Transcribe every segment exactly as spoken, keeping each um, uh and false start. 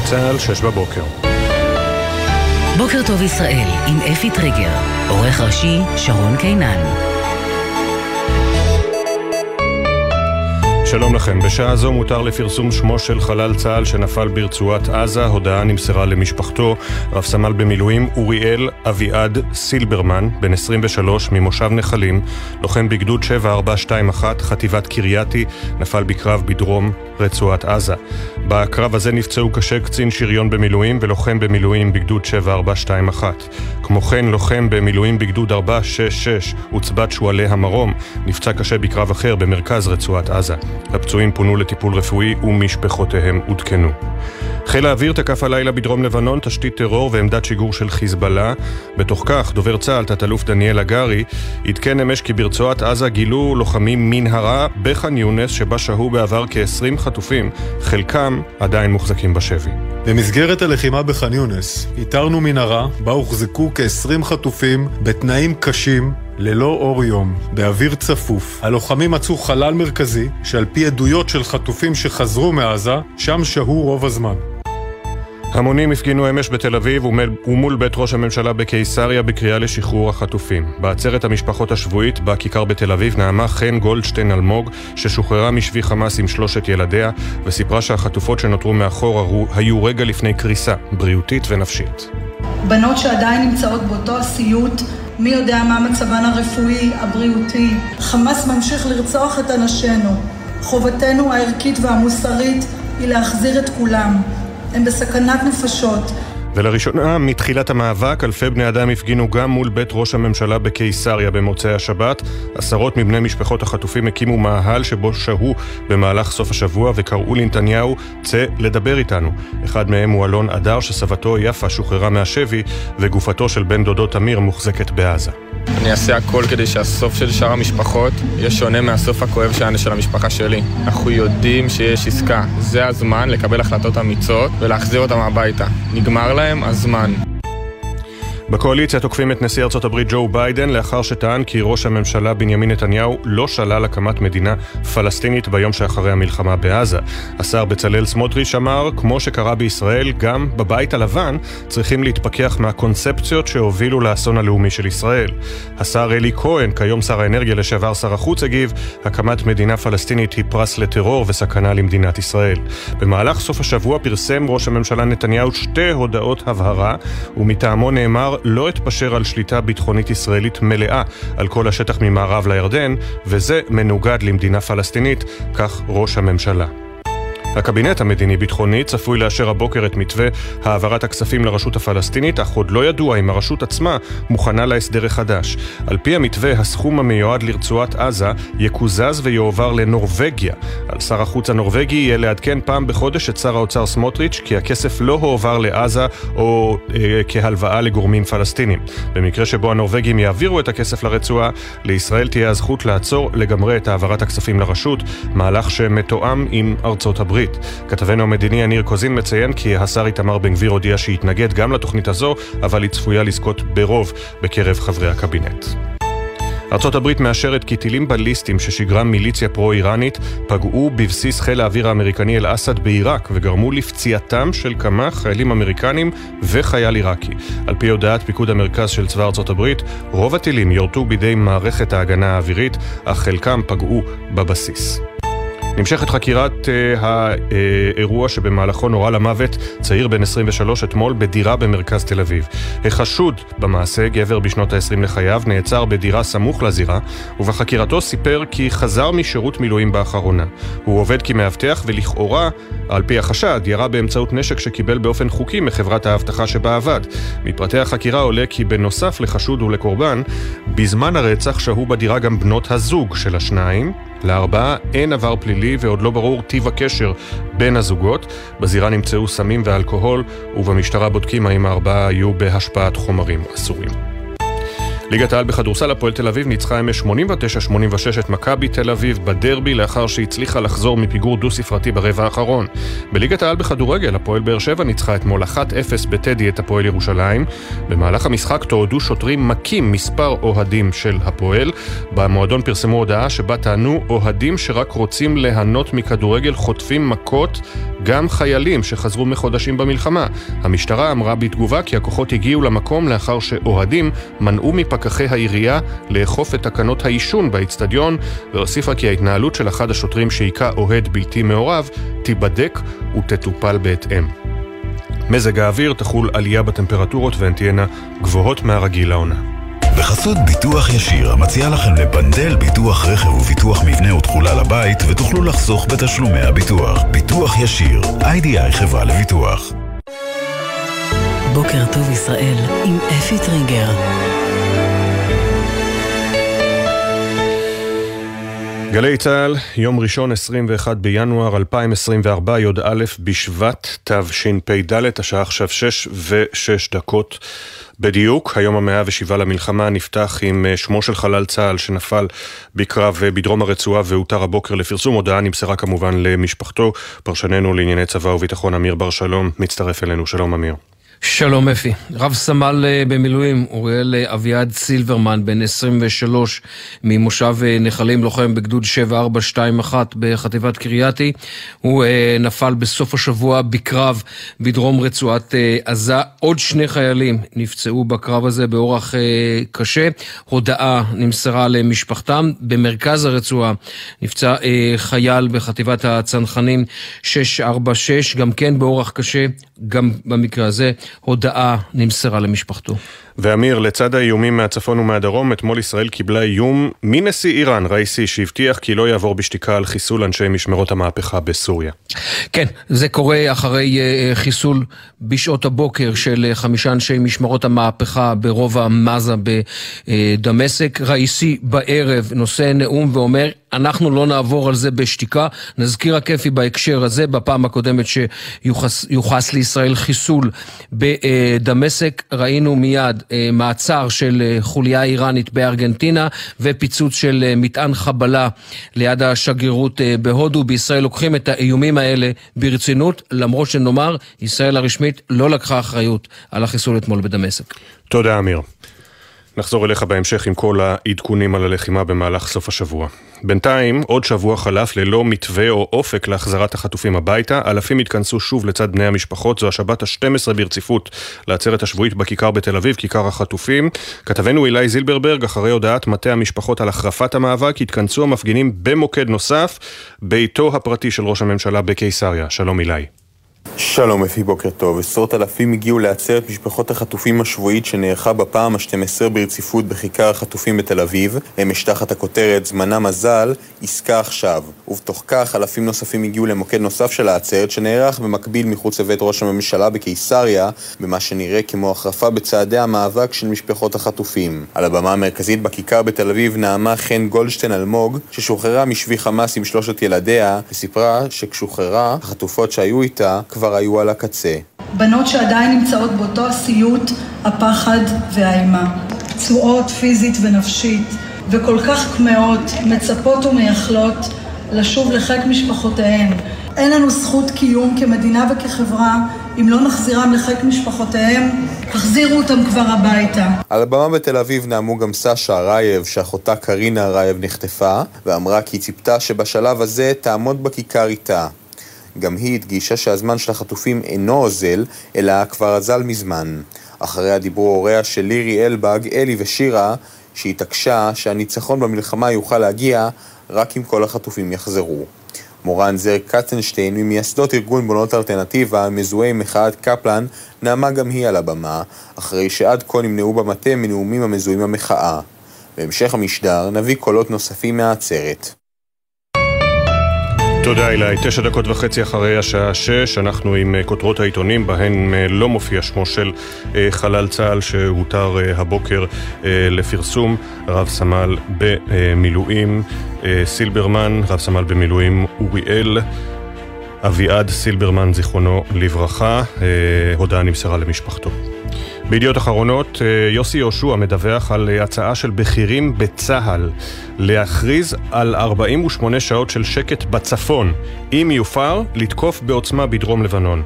צהל, שש בבוקר. בוקר טוב ישראל עם אפי טריגר, עורך ראשי שרון קינן. שלום לכם, בשעה זו מותר לפרסום שמו של חלל צה"ל שנפל ברצועת עזה. הודעה נמסרה למשפחתו. רב סמל במילואים אוריאל אביעד סילברמן, בן עשרים ושלוש, ממושב נחלים, לוחם בגדוד שבע ארבע שתיים אחת, חטיבת קרייתי, נפל בקרב בדרום רצועת עזה. בקרב הזה נפצעו קשה קצין שריון במילואים ולוחם במילואים בגדוד שבע ארבע שתיים אחת. כמו כן, לוחם במילואים בגדוד ארבע שש שש וצבת שואלי המרום נפצע קשה בקרב אחר במרכז רצועת עזה. הפצועים פונו לטיפול רפואי ומשפחותיהם עודכנו. חיל האוויר תקף הלילה בדרום לבנון תשתית טרור ועמדת שיגור של חיזבאללה. בתוך כך, דובר צה"ל, תת-אלוף דניאל הגרי, עדכן אמש כי ברצועת עזה גילו לוחמים מנהרה בח'אן יונס שבה שהו בעבר כ-עשרים חטופים, חלקם עדיין מוחזקים בשבי. במסגרת הלחימה בח'אן יונס, איתרנו מנהרה בה הוחזקו כ-עשרים חטופים בתנאים קשים, ללא אור יום, באוויר צפוף. הלוחמים מצאו חלל מרכזי שעל פי עדויות של חטופים שחזרו מעזה, שם שהו רוב הזמן. המונים הפגינו אמש בתל אביב ומול בית ראש הממשלה בקיסריה בקריאה לשחרור החטופים. בעצרת המשפחות השבועית בכיכר בתל אביב נעמה חן גולדשטיין אלמוג, ששוחררה משבי חמאס עם שלושת ילדיה, וסיפרה שהחטופות שנותרו מאחור היו רגע לפני קריסה, בריאותית ונפשית. בנות שעדיין נמצאות באותו הסיוט, מי יודע מה מצבן הרפואי, הבריאותי. חמאס ממשיך לרצוח את אנשינו. חובתנו הערכית והמוסרית היא להחזיר את כולם. הם בסכנת נפשות. ולראשונה, מתחילת המאבק, אלפי בני אדם הפגינו גם מול בית ראש הממשלה בקיסריה במוצאי השבת. עשרות מבני משפחות החטופים הקימו מאהל שבו שהו במהלך סוף השבוע וקראו לנתניהו, צא לדבר איתנו. אחד מהם הוא אלון אדר שסבתו יפה שוחררה מהשבי וגופתו של בן דודו תמיר מוחזקת בעזה. אני אעשה הכל כדי שהסוף של שאר המשפחות יהיה שונה מהסוף הכואב של המשפחה שלי. אנחנו יודעים שיש עסקה. זה הזמן לקבל החלטות אמיצות ולהחזיר אותם הביתה. נגמר להם הזמן. בקואליציה תוקפים את נשיא ארצות הברית ג'ו ביידן לאחר שטען כי ראש הממשלה בנימין נתניהו לא שלל הקמת מדינה פלסטינית ביום שאחרי המלחמה בעזה. השר בצלאל סמוטריץ' אמר, כמו שקרה בישראל, גם בבית הלבן צריכים להתפכח מהקונספציות שהובילו לאסון הלאומי של ישראל. השר אלי כהן, כיום שר האנרגיה לשעבר שר החוץ, הגיב, הקמת מדינה פלסטינית היא פרס לטרור וסכנה למדינת ישראל. במהלך סוף השבוע פרסם ראש הממשלה נתניהו שתי הודעות הבהרה, ומטעמו נאמר לא התפשר על שליטה ביטחונית ישראלית מלאה על כל השטח ממערב לירדן, וזה מנוגד למדינה פלסטינית, כך ראש הממשלה. הקבינט המדיני-ביטחוני צפוי לאשר הבוקר את מתווה העברת הכספים לרשות הפלסטינית, אך עוד לא ידוע אם הרשות עצמה מוכנה להסדר החדש. על פי המתווה, הסכום המיועד לרצועת עזה יקוזז ויועבר לנורווגיה. על שר החוץ הנורווגי יהיה לעדכן פעם בחודש את שר האוצר סמוטריץ' כי הכסף לא הועבר לעזה או אה, כהלוואה לגורמים פלסטינים. במקרה שבו הנורווגים יעבירו את הכסף לרצועה, לישראל תהיה הזכות לעצור לגמרי את העברת הכספים לרשות, מהלך שמתואם עם ארצות הברית. כתבנו המדיני יניר קוזין מציין כי השר איתמר בן גביר הודיע שיתנגד גם לתוכנית הזו, אבל היא צפויה לזכות ברוב בקרב חברי הקבינט. ארצות הברית מאשרת כי טילים בליסטיים ששיגרה מיליציה פרו-איראנית פגעו בבסיס חיל האוויר האמריקני אל-אסד בעיראק וגרמו לפציעתם של כמה חיילים אמריקנים וחייל עיראקי. על פי הודעת פיקוד המרכז של צבא ארצות הברית, רוב הטילים יורטו בידי מערכת ההגנה האווירית, אך חלקם פגעו בבסיס. נמשכת חקירת uh, האירוע שבמהלכו נורה למוות צעיר בן עשרים ושלוש אתמול בדירה במרכז תל אביב. החשוד במעשה, גבר בשנות ה-עשרים לחייו, נעצר בדירה סמוך לזירה, ובחקירתו סיפר כי חזר משירות מילואים באחרונה. הוא עובד כמאבטח ולכאורה, על פי החשד, ירה באמצעות נשק שקיבל באופן חוקי מחברת האבטחה שבה עבד. מפרטי החקירה עולה כי בנוסף לחשוד ולקורבן, בזמן הרצח שהו בדירה גם בנות הזוג של השניים. לארבעה אין עבר פלילי ועוד לא ברור טיב הקשר בין הזוגות. בזירה נמצאו סמים ואלכוהול, ובמשטרה בודקים האם הארבעה היו בהשפעת חומרים אסורים. ליגת העל בכדורסל, הפועל תל אביב ניצחה אמש שמונים ותשע שמונים ושש את מכבי תל אביב בדרבי לאחר שהצליחה לחזור מפיגור דו-ספרתי ברבע האחרון. בליגת העל בכדורגל, הפועל באר שבע ניצחה אתמול אחת אפס בטדי את הפועל ירושלים. במהלך המשחק תועדו שוטרים מכים מספר אוהדים של הפועל. במועדון פרסמו הודעה שבה טענו אוהדים שרק רוצים ליהנות מכדורגל חוטפים מכות גם חיילים שחזרו מחודשים במלחמה. המשטרה אמרה בתגובה כי הכוחות הגיעו למקום לאחר שאוהדים מנעו מפקחי העירייה לאכוף את תקנות האישון באצטדיון, והוסיפה כי ההתנהלות של אחד השוטרים שהיכה אוהד בלתי מעורב תיבדק ותטופל בהתאם. מזג האוויר, תחול עלייה בטמפרטורות והן תהיינה גבוהות מהרגיל לעונה. בחסות ביטוח ישיר, המציע לכם לפנדל ביטוח רכב וביטוח מבנה ותכולה לבית, ותוכלו לחסוך בתשלומי הביטוח. ביטוח ישיר, איי די איי חברה לביטוח. בוקר טוב ישראל עם אפי טריגר. גלי צהל, יום ראשון עשרים ואחד בינואר אלפיים עשרים וארבע, יוד א' בשבט תשפ"ד, השעה עכשיו שש ושש דקות בדיוק. היום המאה ושבעה למלחמה נפתח עם שמו של חלל צה"ל שנפל בקרב בדרום הרצועה והותר הבוקר לפרסום. הודעה נמסרה כמובן למשפחתו. פרשננו לענייני צבא וביטחון אמיר בר שלום מצטרף אלינו. שלום אמיר. שלום אפי. רב סמל במילואים אוריאל אביעד סילברמן, בן עשרים ושלוש, ממושב נחלים, לוחם בגדוד שבע ארבע שתיים אחת בחטיבת קרייתי. הוא נפל בסוף השבוע בקרב בדרום רצועת עזה. עוד שני חיילים נפצעו בקרב הזה באורח קשה. הודעה נמסרה למשפחתם. במרכז הרצועה נפצע חייל בחטיבת הצנחנים שש ארבע שש, גם כן באורח קשה. גם במקרה הזה הודעה נמסרה למשפחתו. ואמיר, לצד האיומים מהצפון ומהדרום, אתמול ישראל קיבלה איום מנשיא איראן, ראיסי, שהבטיח כי לא יעבור בשתיקה על חיסול אנשי משמרות המהפכה בסוריה. כן, זה קורה אחרי חיסול בשעות הבוקר של חמישה אנשי משמרות המהפכה ברובע מזה בדמשק. ראיסי בערב נושא נאום ואומר, אנחנו לא נעבור על זה בשתיקה. נזכיר הכיפי בהקשר הזה, בפעם הקודמת שיוחס לישראל חיסול בדמשק, ראינו מיד מעצר של חוליה איראנית בארגנטינה ופיצוץ של מטען חבלה ליד השגרירות בהודו. בישראל לוקחים את האיומים האלה ברצינות, למרות שנאמר, ישראל הרשמית לא לקחה אחריות על החיסול אתמול בדמשק. תודה אמיר. נחזור אליך בהמשך עם כל העדכונים על הלחימה במהלך סוף השבוע. בינתיים, עוד שבוע חלף ללא מתווה או אופק להחזרת החטופים הביתה. אלפים התכנסו שוב לצד בני המשפחות. זו השבת ה-שתים עשרה ברציפות לעצרת השבועית בכיכר בתל אביב, כיכר החטופים. כתבנו אילי זילברברג, אחרי הודעת מטה המשפחות על החרפת המאבק, התכנסו המפגינים במוקד נוסף, ביתו הפרטי של ראש הממשלה בקיסריה. שלום אילי. שלום אפי, בוקר טוב. עשרות אלפים הגיעו לעצרת משפחות החטופים השבועית שנערכה בפעם ה-שתים עשרה ברציפות בכיכר החטופים בתל אביב. אמש תחת הכותרת זמנה מזל, עסקה עכשיו. ובתוך כך אלפים נוספים הגיעו למוקד נוסף של העצרת שנערך במקביל מחוץ לבית ראש הממשלה בקיסריה, במה שנראה כמו החרפה בצעדי המאבק של משפחות החטופים. על הבמה המרכזית בכיכר בתל אביב נעמה חן גולדשטיין אלמוג, ששוחררה משבי חמאס עם שלושת ילדיה, וסיפרה שכשוחררה החטופות שהיו איתה כבר היו על הקצה. בנות שעדיין נמצאות באותו הסיוט, הפחד והאימה. פצועות פיזית ונפשית, וכל כך כמאות, מצפות ומייחלות לשוב לחיק משפחותיהן. אין לנו זכות קיום כמדינה וכחברה אם לא נחזירם לחיק משפחותיהם. תחזירו אותם כבר הביתה. על הבמה בתל אביב נעמו גם סשה רייב, שאחותה קרינה רייב נחטפה, ואמרה כי ציפתה שבשלב הזה תעמוד בכיכר איתה. גם היא הדגישה שהזמן של החטופים אינו אוזל, אלא כבר אזל מזמן. אחריה דיברו הוריה של לירי אלבג, אלי ושירה, שהתעקשה שהניצחון במלחמה יוכל להגיע רק אם כל החטופים יחזרו. מורן זר קצנשטיין, ממייסדות ארגון בונות אלטרנטיבה, מזוהה עם מחאת קפלן, נעמה גם היא על הבמה, אחרי שעד כה נמנעו במטה מנאומים המזוהים המחאה. בהמשך המשדר נביא קולות נוספים מהעצרת. תודה אילי, תשע דקות וחצי אחרי השעה שש, אנחנו עם כותרות העיתונים, בהן לא מופיע שמו של חלל צה"ל שהותר הבוקר לפרסום. רב סמל במילואים סילברמן, רב סמל במילואים אוריאל אביעד סילברמן, זיכרונו לברכה, הודעה נמסרה למשפחתו. בידיעות אחרונות, יוסי יהושע מדווח על הצעה של בכירים בצה"ל להכריז על ארבעים ושמונה שעות של שקט בצפון, אם יופר, לתקוף בעוצמה בדרום לבנון.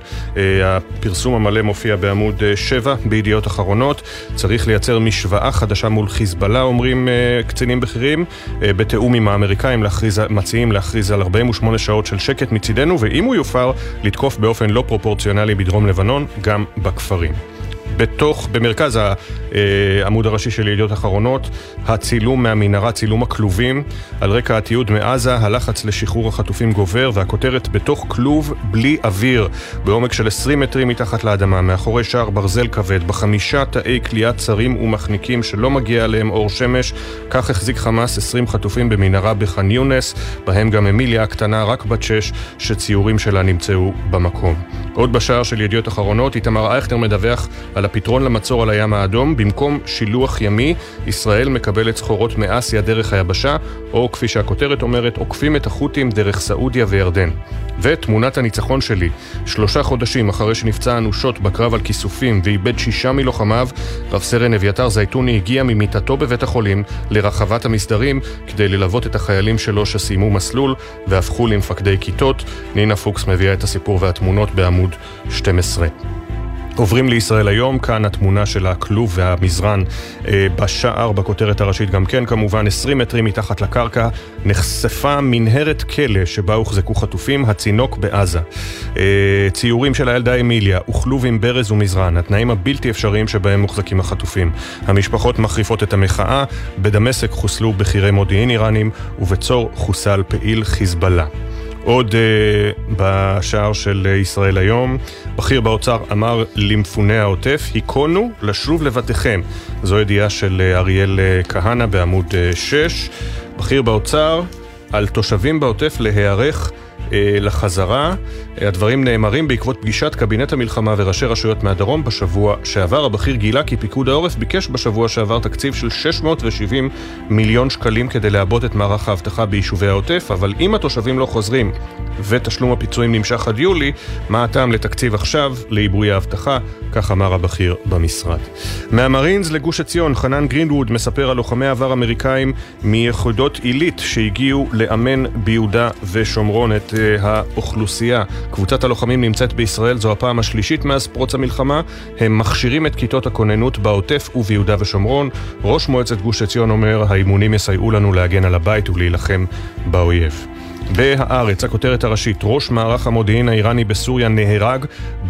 הפרסום המלא מופיע בעמוד שבע בידיעות אחרונות. צריך לייצר משוואה חדשה מול חיזבאללה, אומרים קצינים בכירים, בתאום עם האמריקאים להכריז, מציעים להכריז על ארבעים ושמונה שעות של שקט מצידנו, ואם הוא יופר, לתקוף באופן לא פרופורציונלי בדרום לבנון, גם בכפרים. בתוך, במרכז העמוד הראשי של ידיעות אחרונות, הצילום מהמנהרה, צילום הכלובים, על רקע התיעוד מעזה, הלחץ לשחרור החטופים גובר, והכותרת בתוך כלוב בלי אוויר, בעומק של עשרים מטרים מתחת לאדמה, מאחורי שער ברזל כבד, בחמישה תאי כליאת צרים ומחניקים שלא מגיע עליהם אור שמש. כך החזיק חמאס עשרים חטופים במנהרה בח'אן יונס, בהם גם אמיליה הקטנה, רק בת שש, שציורים שלה נמצאו במקום. עוד בשער של ידיעות אחרונות, איתמר אייכטר מדווח על הפתרון למצור על הים האדום. במקום שילוח ימי, ישראל מקבלת סחורות מאסיה דרך היבשה, או כפי שהכותרת אומרת, עוקפים את החות'ים דרך סעודיה וירדן. ותמונת הניצחון שלי, שלושה חודשים אחרי שנפצע אנושות בקרב על כיסופים ואיבד שישה מלוחמיו, רב סרן אביתר זייתוני הגיע ממיטתו בבית החולים לרחבת המסדרים כדי ללוות את החיילים שלו שסיימו מסלול והפכו למפקדי כיתות. נינה פוקס מביאה את הסיפור והתמונות בעמוד שתים עשרה. עוברים לישראל היום, כאן התמונה של הכלוב והמזרן אה, בשער, בכותרת הראשית גם כן, כמובן עשרים מטרים מתחת לקרקע, נחשפה מנהרת כלא שבה הוחזקו חטופים, הצינוק בעזה. אה, ציורים של הילדה אמיליה, וכלוב עם ברז ומזרן, התנאים הבלתי אפשריים שבהם מוחזקים החטופים. המשפחות מחריפות את המחאה, בדמשק חוסלו בחירי מודיעין איראנים, ובצור חוסל פעיל חיזבאללה. עוד uh, בשער של uh, ישראל היום, בכיר באוצר אמר למפוני העוטף, היכונו לשוב לבתיכם. זו ידיעה של uh, אריאל uh, כהנא בעמוד uh, שש. בכיר באוצר על תושבים בעוטף להיערך uh, לחזרה. Uh, הדברים נאמרים בעקבות פגישת קבינט המלחמה וראשי רשויות מהדרום בשבוע שעבר. הבכיר גילה כי פיקוד העורף ביקש בשבוע שעבר תקציב של שש מאות ושבעים מיליון שקלים כדי לעבוד את מערך ההבטחה ביישובי העוטף, אבל אם התושבים לא חוזרים ותשלום הפיצויים נמשך עד יולי, מה הטעם לתקציב עכשיו לעיבוי ההבטחה? כך אמר הבכיר במשרד. מהמרינס לגוש עציון, חנן גרינווד מספר על לוחמי עבר אמריקאים מיחידות עילית שהגיעו לאמן ביהודה ושומרון את uh, האוכלוסייה. קבוצת הלוחמים נמצאת בישראל, זו הפעם השלישית מאז פרוץ המלחמה. הם מכשירים את כיתות הכוננות בעוטף וביהודה ושומרון. ראש מועצת גוש עציון אומר, האימונים יסייעו לנו להגן על הבית ולהילחם באויב. בהארץ, הכותרת הראשית, ראש מערך המודיעין האיראני בסוריה נהרג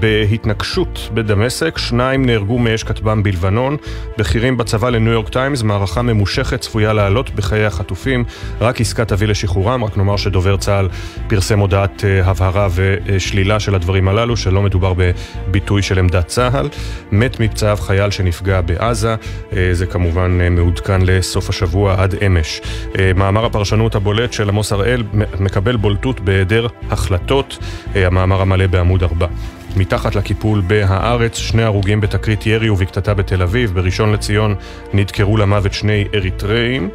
בהתנגשות בדמשק, שניים נהרגו מאש כטב"ם בלבנון. בכירים בצבא לניו יורק טיימס, מערכה ממושכת צפויה לעלות בחיי החטופים, רק עסקה תביא לשחרורם. רק נאמר שדובר צה"ל פרסם הודעת הבהרה ושלילה של הדברים הללו, שלא מדובר בביטוי של עמדת צה"ל. מת מפצעיו חייל שנפגע בעזה, זה כמובן מעודכן לסוף השבוע עד אמש. מאמר הפרשנות הבולט של עמוס הראל מקבל בולטות בהיעדר החלטות, המאמר המלא בעמוד ארבע. מתחת לקיפול בהארץ, שני הרוגים בתקרית ירי ובקטטה בתל אביב. בראשון לציון נדקרו למוות שני אריתראים.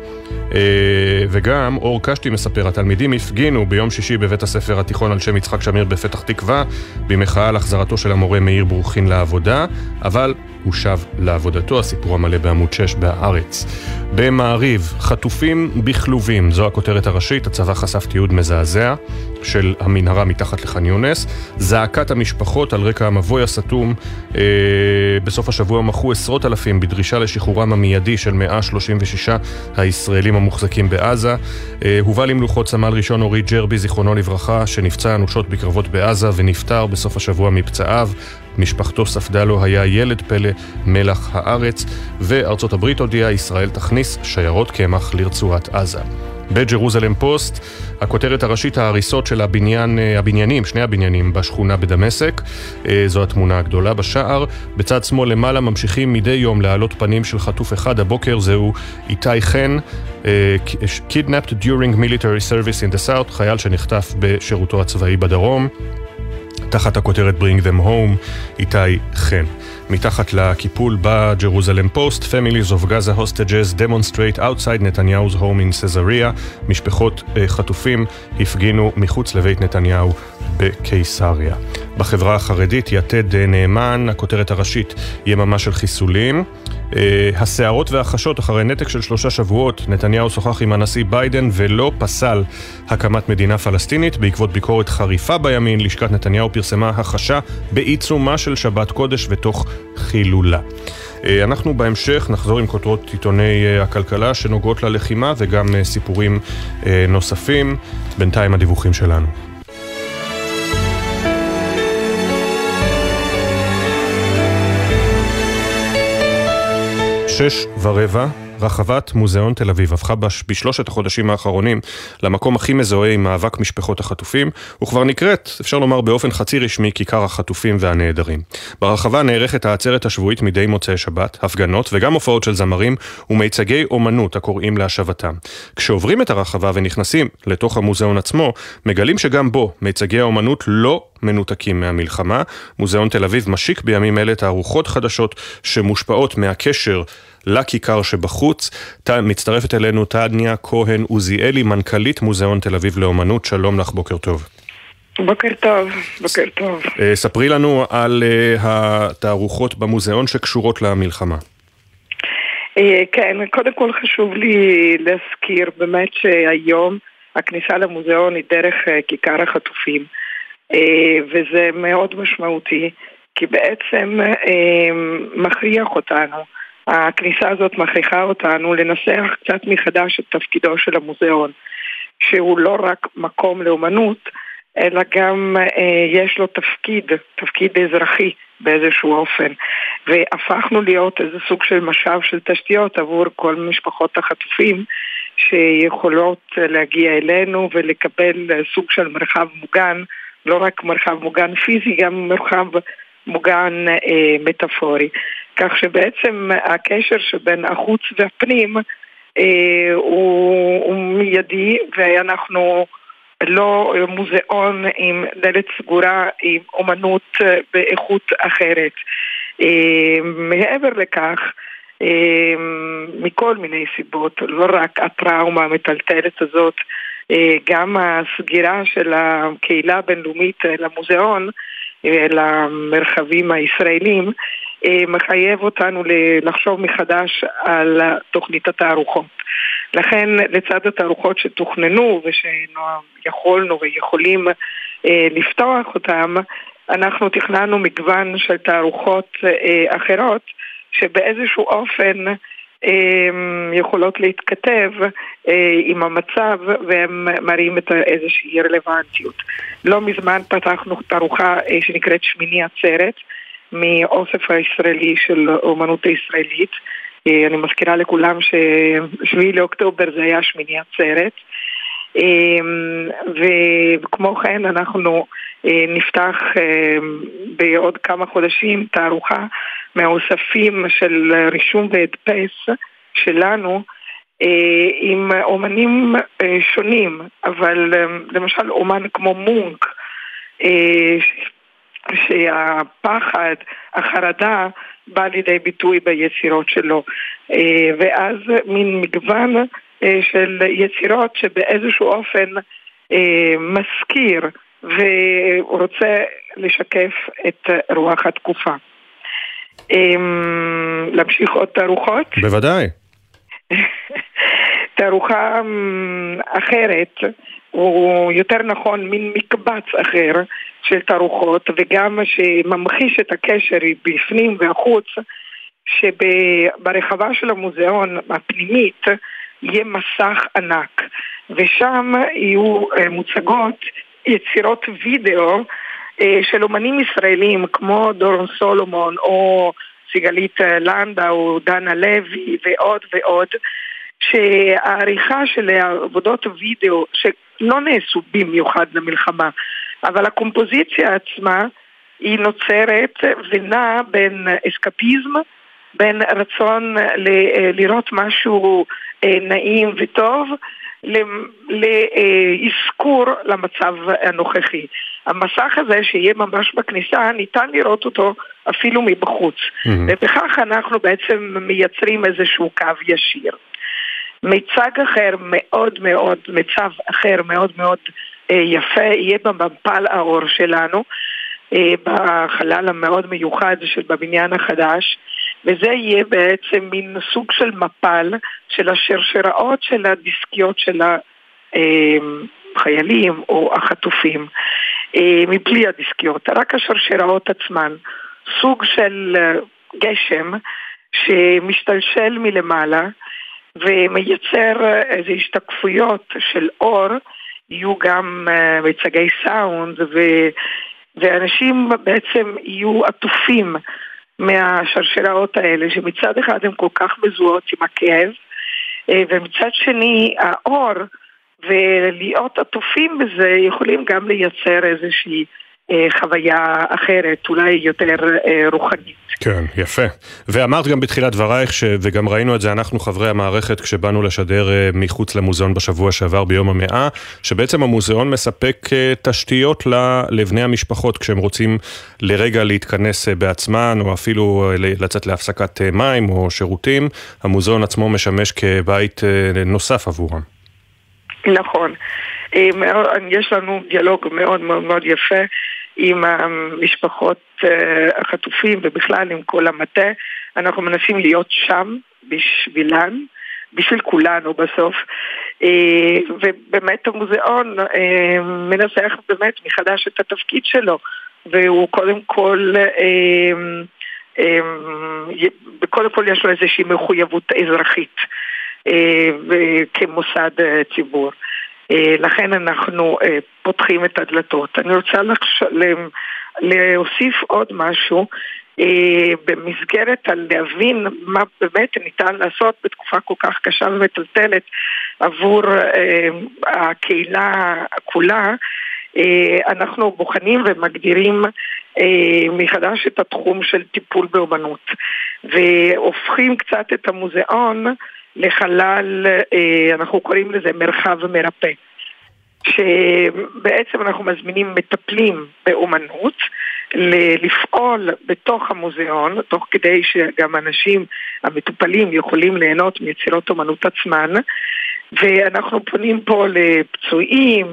וגם אור קשתי מספר, התלמידים הפגינו ביום שישי בבית הספר התיכון על שם יצחק שמיר בפתח תקווה, במחאה על החזרתו של המורה מאיר ברוכין לעבודה, אבל הוא שב לעבודתו. הסיפור המלא בעמוד שש בהארץ. במעריב, חטופים בכלובים, זו הכותרת הראשית. הצבא חשף תיעוד מזעזע של המנהרה מתחת לח'אן יונס. זעקת המשפחות על רקע המבוי הסתום. אה, בסוף השבוע מחו עשרות אלפים בדרישה לשחרורם המיידי של מאה שלושים ושישה הישראלים המוחזקים בעזה. אה, הובא למלוכות סמל ראשון אורי ג'רבי, זיכרונו לברכה, שנפצע אנושות בקרבות בעזה ונפטר בסוף השבוע מפצעיו. משפחתו ספדה לו, היה ילד פלא מלח הארץ. וארצות הברית הודיעה, ישראל תכניס שיירות קמח לרצועת עזה. בג'רוזלם פוסט, הכותרת הראשית, ההריסות של הבניין, הבניינים, שני הבניינים בשכונה בדמשק. זו התמונה הגדולה בשער. בצד שמאל למעלה ממשיכים מדי יום להעלות פנים של חטוף אחד. הבוקר זהו איתי חן, kidnapped during military service in the south, חייל שנחטף בשירותו הצבאי בדרום. תחת הכותרת Bring them home, איתי חן. מתחת לקיפול בג'רוזלם פוסט, Families of Gaza hostages demonstrate outside Netanyahu's home in Caesarea. משפחות uh, חטופים הפגינו מחוץ לבית נתניהו בקיסריה. בחברה החרדית. יתד נאמן, הכותרת הראשית, יממה של חיסולים. הסערות והחשות אחרי נתק של שלושה שבועות, נתניהו שוחח עם הנשיא ביידן ולא פסל הקמת מדינה פלסטינית. בעקבות ביקורת חריפה בימין, לשכת נתניהו פרסמה החשה בעיצומה של שבת קודש ותוך חילולה. אנחנו בהמשך נחזור עם כותרות עיתוני הכלכלה שנוגעות ללחימה וגם סיפורים נוספים. בינתיים הדיווחים שלנו. שש ורבע, רחבת מוזיאון תל אביב הפכה בשלושת החודשים האחרונים למקום הכי מזוהה עם מאבק משפחות החטופים, וכבר נקראת, אפשר לומר באופן חצי רשמי, כיכר החטופים והנעדרים. ברחבה נערכת העצרת השבועית מדי מוצאי שבת, הפגנות וגם הופעות של זמרים ומיצגי אומנות הקוראים להשבתם. כשעוברים את הרחבה ונכנסים לתוך המוזיאון עצמו, מגלים שגם בו מיצגי האומנות לא מנותקים מהמלחמה. מוזיאון תל אביב משיק בימים אלה תערוכות חדשות שמושפעות מהקשר לכיכר שבחוץ. מצטרפת אלינו תניה כהן עוזיאלי, מנכ"לית מוזיאון תל אביב לאומנות. שלום לך, בוקר טוב. בוקר טוב, בוקר טוב. ספרי לנו על התערוכות במוזיאון שקשורות למלחמה. כן, קודם כל חשוב לי להזכיר באמת שהיום הכניסה למוזיאון היא דרך כיכר החטופים, וזה מאוד משמעותי, כי בעצם מכריח אותנו, הכניסה הזאת מכריחה אותנו לנסח קצת מחדש את תפקידו של המוזיאון, שהוא לא רק מקום לאומנות, אלא גם יש לו תפקיד, תפקיד אזרחי באיזשהו אופן, והפכנו להיות איזה סוג של משאב של תשתיות עבור כל משפחות החטופים, שיכולות להגיע אלינו ולקבל סוג של מרחב מוגן, לא רק מרחב מוגן פיזי, גם מרחב מוגן אה, מטאפורי. כך שבעצם הקשר שבין החוץ והפנים אה, הוא, הוא מיידי, ואנחנו לא מוזיאון עם דלת סגורה, עם אומנות באיכות אחרת. אה, מעבר לכך, אה, מכל מיני סיבות, לא רק הטראומה המטלטלת הזאת, גם הסגירה של הקהילה הבינלאומית למוזיאון, למרחבים הישראלים, מחייב אותנו לחשוב מחדש על תוכנית התערוכות. לכן לצד התערוכות שתוכננו ושיכולנו ויכולים לפתוח אותם, אנחנו תכננו מגוון של תערוכות אחרות שבאיזשהו אופן יכולות להתכתב עם המצב, והם מראים את איזושהי רלוונטיות. לא מזמן פתחנו תערוכה שנקראת שמיני עצרת, מאוסף הישראלי של אומנות הישראלית. אני מזכירה לכולם ששביעי לאוקטובר זה היה שמיני עצרת. וכמו כן אנחנו נפתח בעוד כמה חודשים תערוכה מהאוספים של רישום והדפס שלנו עם אומנים שונים, אבל למשל אומן כמו מונק, שהפחד, החרדה בא לידי ביטוי ביצירות שלו, ואז מין מגוון של יצירות שבאיזשהו אופן מזכיר ורוצה לשקף את רוח התקופה. להמשיך עוד תערוכות? בוודאי. תערוכה אחרת, הוא יותר נכון מין מקבץ אחר של תערוכות, וגם שממחיש את הקשר בפנים והחוץ, שברחבה של המוזיאון הפנימית יהיה מסך ענק, ושם יהיו מוצגות יצירות וידאו של אומנים ישראלים כמו דורון סולומון או סיגלית לנדה או דנה לוי ועוד ועוד, שהעריכה של עבודות וידאו שלא נעשו במיוחד למלחמה, אבל הקומפוזיציה עצמה היא נוצרת ונעה בין אסקפיזם, בין רצון ל- לראות משהו נעים וטוב, להזכור למצב הנוכחי. המסך הזה שיהיה ממש בכניסה, ניתן לראות אותו אפילו מבחוץ. Mm-hmm. ובכך אנחנו בעצם מייצרים איזשהו קו ישיר. מיצג אחר מאוד מאוד, מצב אחר מאוד מאוד יפה, יהיה במפל האור שלנו, בחלל המאוד מיוחד של בבניין החדש, וזה יהיה בעצם מין סוג של מפל של השרשראות של הדיסקיות של החיילים או החטופים, מבלי הדיסקיות, רק השרשראות עצמן, סוג של גשם שמשתלשל מלמעלה ומייצר איזה השתקפויות של אור, יהיו גם מצגי סאונד ו... ואנשים בעצם יהיו עטופים מהשרשראות האלה, שמצד אחד הן כל כך מזוהות עם הכאב, ומצד שני האור ולהיות עטופים בזה יכולים גם לייצר איזושהי חוויה אחרת, אולי יותר רוחנית. כן, יפה. ואמרת גם בתחילת דברייך, ש... וגם ראינו את זה אנחנו חברי המערכת כשבאנו לשדר מחוץ למוזיאון בשבוע שעבר ביום המאה, שבעצם המוזיאון מספק תשתיות לבני המשפחות כשהם רוצים לרגע להתכנס בעצמן, או אפילו לצאת להפסקת מים או שירותים. המוזיאון עצמו משמש כבית נוסף עבורם. נכון. יש לנו דיאלוג מאוד מאוד מאוד יפה עם המשפחות החטופים ובכלל עם כל המטה. אנחנו מנסים להיות שם בשבילן, בשביל כולנו בסוף, ובאמת המוזיאון מנסח באמת מחדש את התפקיד שלו, והוא קודם כל קודם כל יש לו איזושהי מחויבות אזרחית כמוסד ציבור. לכן אנחנו פותחים את הדלתות. אני רוצה להוסיף עוד משהו במסגרת על להבין מה באמת ניתן לעשות בתקופה כל כך קשה ומטלטלת עבור הקהילה כולה. אנחנו בוחנים ומגדירים מחדש את התחום של טיפול באומנות, והופכים קצת את המוזיאון לחלל, אנחנו קוראים לזה מרחב מרפא, שבעצם אנחנו מזמינים מטפלים באומנות לפעול בתוך המוזיאון, תוך כדי שגם אנשים המטופלים יכולים ליהנות מיצירות אומנות עצמן, ואנחנו פונים פה לפצועים,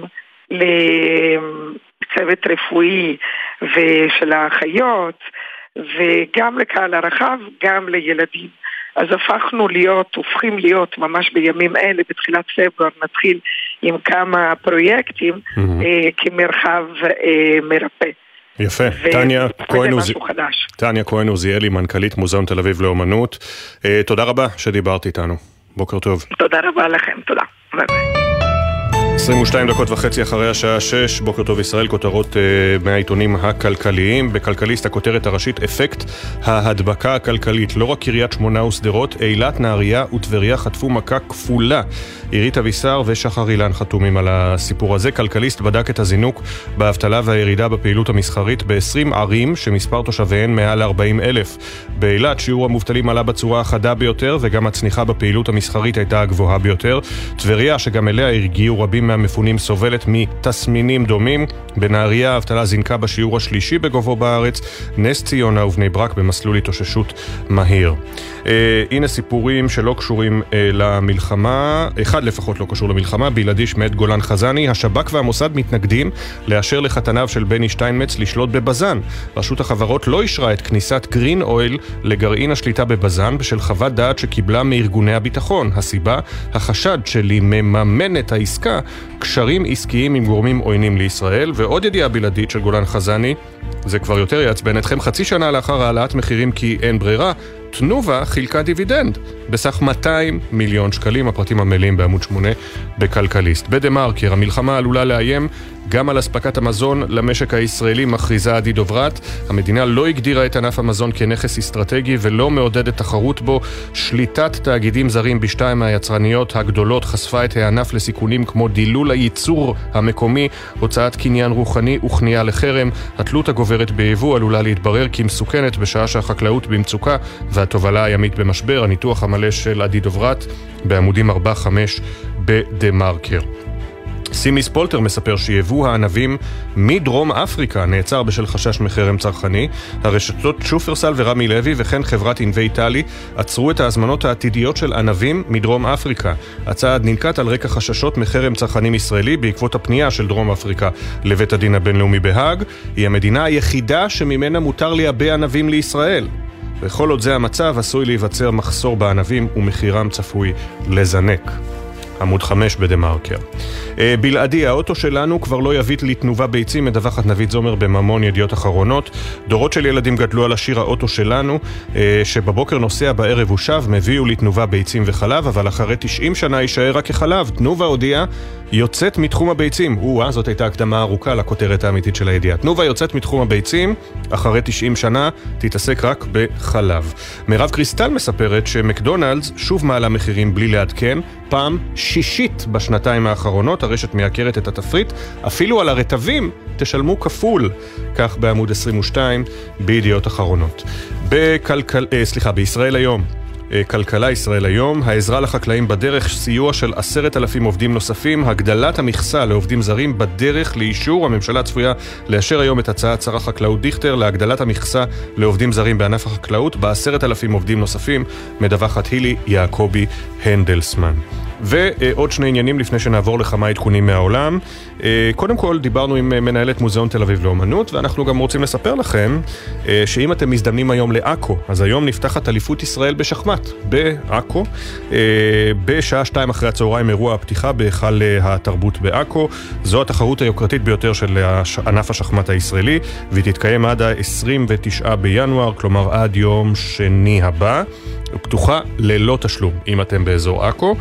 לצוות רפואי ושל האחיות, וגם לקהל הרחב, גם לילדים. אז הפכנו להיות, הופכים להיות ממש בימים אלה, בתחילת פברואר, נתחיל עם כמה פרויקטים mm-hmm. אה, כמרחב אה, מרפא. יפה, תניה כהן עוזי... תניה כהן עוזיאלי, מנכ"לית מוזיאון תל אביב לאומנות. אה, תודה רבה שדיברת איתנו. בוקר טוב. תודה רבה לכם, תודה. ביי ביי. עשרים ושתיים דקות וחצי אחרי השעה שש, בוקר טוב ישראל, כותרות uh, מהעיתונים הכלכליים. בכלכליסט הכותרת הראשית, אפקט ההדבקה הכלכלית. לא רק קריית שמונה וסדרות, אילת, נהריה וטבריה חטפו מכה כפולה. עירית אבישר ושחר אילן חתומים על הסיפור הזה. כלכליסט בדק את הזינוק באבטלה והירידה בפעילות המסחרית ב-עשרים ערים שמספר תושביהן מעל ארבעים אלף. באילת שיעור המובטלים עלה בצורה החדה ביותר, וגם הצניחה בפעילות המסחרית הייתה הגבוהה ביותר. טבריה, שגם אליה הרגיעו רבים מהמפונים, סובלת מתסמינים דומים. בנהריה האבטלה זינקה בשיעור השלישי בגובהו בארץ. נס ציונה ובני ברק במסלול התאוששות מהיר. אה, הנה סיפורים שלא קשורים אה, למלחמה. אחד לפחות לא קשור למלחמה. בלעדיש מאת גולן חזני. השב"כ והמוסד מתנגדים לאשר לחתניו של בני שטיינמץ לשלוט בבזן. רשות החברות לא אישרה את כניסת גרין אויל לגרעין השליטה בבזן בשל חוות דעת שקיבלה מארגוני הביטחון. הסיבה, החשד שלי מממנת העסקה קשרים עסקיים עם גורמים עוינים לישראל. ועוד ידיעה בלעדית של גולן חזני, זה כבר יותר יעצבן אתכם, חצי שנה לאחר העלאת מחירים כי אין ברירה, תנובה חילקה דיבידנד בסך מאתיים מיליון שקלים. הפרטים המלאים בעמוד שמונה בכלכליסט. בדמרקר, המלחמה עלולה לאיים גם על הספקת המזון למשק הישראלי, מכריזה עדי דוברת. המדינה לא הגדירה את ענף המזון כנכס אסטרטגי ולא מעודדת תחרות בו. שליטת תאגידים זרים בשתיים מהיצרניות הגדולות חשפה את הענף לסיכונים כמו דילול הייצור המקומי, הוצאת קניין רוחני וכניעה לחרם. התלות הגוברת ביבוא עלולה להתברר כמסוכנת בשעה שהחקלאות במצוקה והתובלה הימית במשבר. הניתוח המלא של עדי דוברת בעמודים ארבע חמש בדמרקר. סימי ספולטר מספר שיבוא הענבים מדרום אפריקה נעצר בשל חשש מחרם צרכני. הרשתות שופרסל ורמי לוי וכן חברת אינווי טלי עצרו את ההזמנות העתידיות של ענבים מדרום אפריקה. הצעד ננקט על רקע חששות מחרם צרכנים ישראלי בעקבות הפנייה של דרום אפריקה לבית הדין הבינלאומי בהאג. היא המדינה היחידה שממנה מותר לייבא ענבים לישראל. וכל עוד זה המצב עשוי להיווצר מחסור בענבים ומחירם צפוי לזנק. עמוד חמש בדמרקר. בלעדי, האוטו שלנו כבר לא יביא לי תנובה ביצים, מדווחת נבית זומר בממון ידיעות אחרונות. דורות של ילדים גדלו על השיר האוטו שלנו, שבבוקר נוסע בערב הוא שב, מביאו לי תנובה ביצים וחלב, אבל אחרי תשעים שנה יישאר רק כחלב. תנובה הודיעה, יוצאת מתחום הביצים. או, זאת הייתה הקדמה ארוכה לכותרת האמיתית של הידיעה. תנובה יוצאת מתחום הביצים, אחרי תשעים שנה תתעסק רק בחלב. מירב קריסטל מספרת שמקדונלדס שוב מעלה מחירים בלי לעדכן, פעם שישית בשנתיים האחרונות. הרשת מייקרת את התפריט, אפילו על הרטבים תשלמו כפול. כך בעמוד עשרים ושתיים בידיעות אחרונות. בכלכל... אה, סליחה, בישראל היום. כלכלה ישראל היום, העזרה לחקלאים בדרך, סיוע של עשרת אלפים עובדים נוספים, הגדלת המכסה לעובדים זרים בדרך לאישור. הממשלה צפויה לאשר היום את הצעת שר החקלאות דיכטר להגדלת המכסה לעובדים זרים בענף החקלאות בעשרת אלפים עובדים נוספים, מדווחת הילי יעקובי הנדלסמן. ועוד שני עניינים לפני שנעבור לכמה עדכונים מהעולם. קודם כל דיברנו עם מנהלת מוזיאון תל אביב לאומנות, ואנחנו גם רוצים לספר לכם שאם אתם מזדמנים היום לעכו, אז היום נפתחת אליפות ישראל בשחמט בעכו, בשעה שתיים אחרי הצהריים אירוע הפתיחה בהיכל התרבות בעכו. זו התחרות היוקרתית ביותר של ענף השחמט הישראלי, והיא תתקיים עד ה-עשרים ותשעה בינואר, כלומר עד יום שני הבא. פתוחה ללא תשלום אם אתם באזור עכו.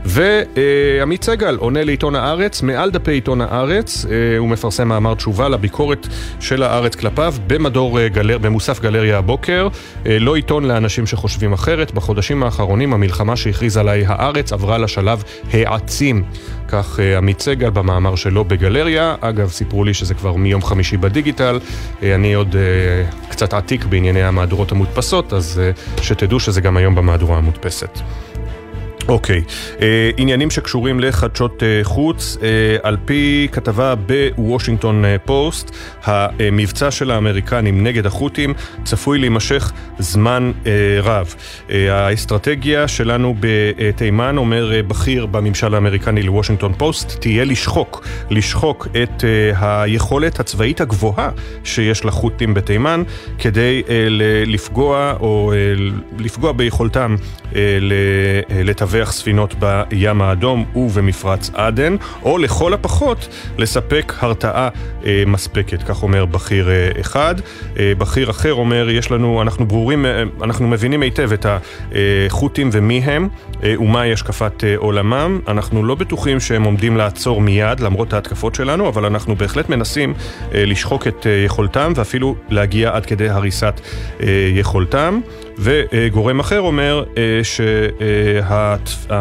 ועמית סגל עונה לעיתון הארץ, מעל דפי עיתון הארץ, הוא מפרסם מאמר תשובה לביקורת של הארץ כלפיו במדור גלר, במוסף גלריה הבוקר. לא עיתון לאנשים שחושבים אחרת. בחודשים האחרונים המלחמה שהכריז עליי הארץ עברה לשלב העצים. כך עמית סגל במאמר שלו בגלריה. אגב, סיפרו לי שזה כבר מיום חמישי בדיגיטל. אני עוד קצת עתיק בענייני המהדורות המודפסות, אז שתדעו שזה גם היום במהדורה המודפסת. אוקיי, אה, עניינים שקשורים לחדשות אה, חוץ, אה, על פי כתבה בוושינגטון אה, פוסט, המבצע של האמריקנים נגד החות'ים צפוי להימשך זמן אה, רב. אה, האסטרטגיה שלנו בתימן, אומר אה, בכיר בממשל האמריקני לוושינגטון פוסט, תהיה לשחוק, לשחוק את אה, היכולת הצבאית הגבוהה שיש לחות'ים בתימן, כדי אה, לפגוע או אה, לפגוע ביכולתם אה, לתווך ספינות בים האדום ובמפרץ עדן, או לכל הפחות לספק הרתעה אה, מספקת. כך אומר בכיר אה, אחד. אה, בכיר אחר אומר, יש לנו, אנחנו ברורים, אה, אנחנו מבינים היטב את החות'ים ומי הם, אה, ומהי השקפת אה, עולמם. אנחנו לא בטוחים שהם עומדים לעצור מיד למרות ההתקפות שלנו, אבל אנחנו בהחלט מנסים אה, לשחוק את אה, יכולתם ואפילו להגיע עד כדי הריסת אה, יכולתם. וגורם אחר אומר אה, שה...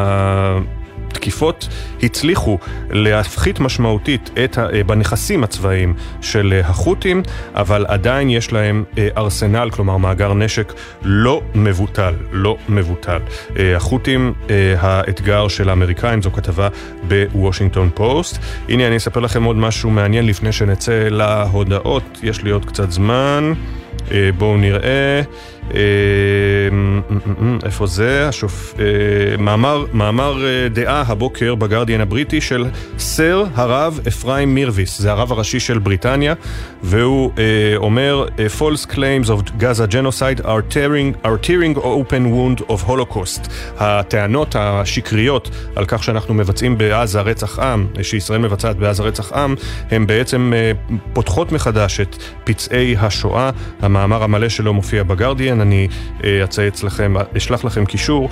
התקיפות הצליחו להפחית משמעותית את ה, בנכסים הצבאיים של החות'ים, אבל עדיין יש להם ארסנל, כלומר מאגר נשק לא מבוטל, לא מבוטל. החות'ים, האתגר של האמריקאים, זו כתבה בוושינגטון פוסט. הנה אני אספר לכם עוד משהו מעניין לפני שנצא להודעות, יש לי עוד קצת זמן. בואו נראה איפה זה השופ... מאמר, מאמר דעה הבוקר בגרדיאן הבריטי של סר הרב אפרים מירוויס, זה הרב הראשי של בריטניה, והוא אומר false claims of Gaza genocide are tearing, are tearing open wound of holocaust. הטענות השקריות על כך שאנחנו מבצעים בעזה רצח עם, שישראל מבצעת בעזה רצח עם, הם בעצם פותחות מחדש את פצעי השואה. המאמר המלא שלו מופיע בגרדיאן, אני אצייץ לכם, אשלח לכם קישור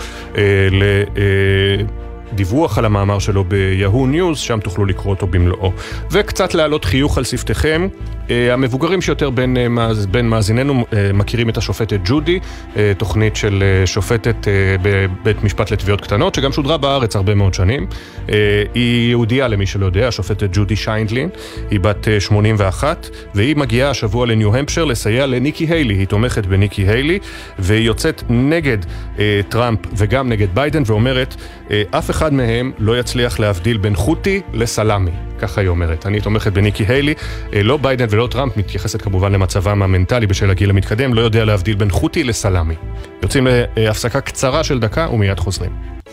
לדיווח על המאמר שלו ביהו ניוז, שם תוכלו לקרוא אותו במלואו. וקצת להעלות חיוך על שפתיכם, המבוגרים שיותר בין, בין מאזיננו מכירים את השופטת ג'ודי, תוכנית של שופטת בבית משפט לתביעות קטנות, שגם שודרה בארץ הרבה מאוד שנים. היא יהודיה למי שלא יודע, השופטת ג'ודי שיינדלין, היא בת שמונים ואחת, והיא מגיעה השבוע לניו-המפשר לסייע לניקי היילי, היא תומכת בניקי היילי, והיא יוצאת נגד טראמפ וגם נגד ביידן, ואומרת, אף אחד אחד מהם לא יצליח להבדיל בין חוטי לסלמי, ככה היא אומרת. אני תומכת בניקי היילי, לא ביידן ולא טראמפ, מתייחסת כמובן למצבם המנטלי בשל הגיל המתקדם, לא יודע להבדיל בין חוטי לסלמי. יוצאים להפסקה קצרה של דקה ומיד חוזרים.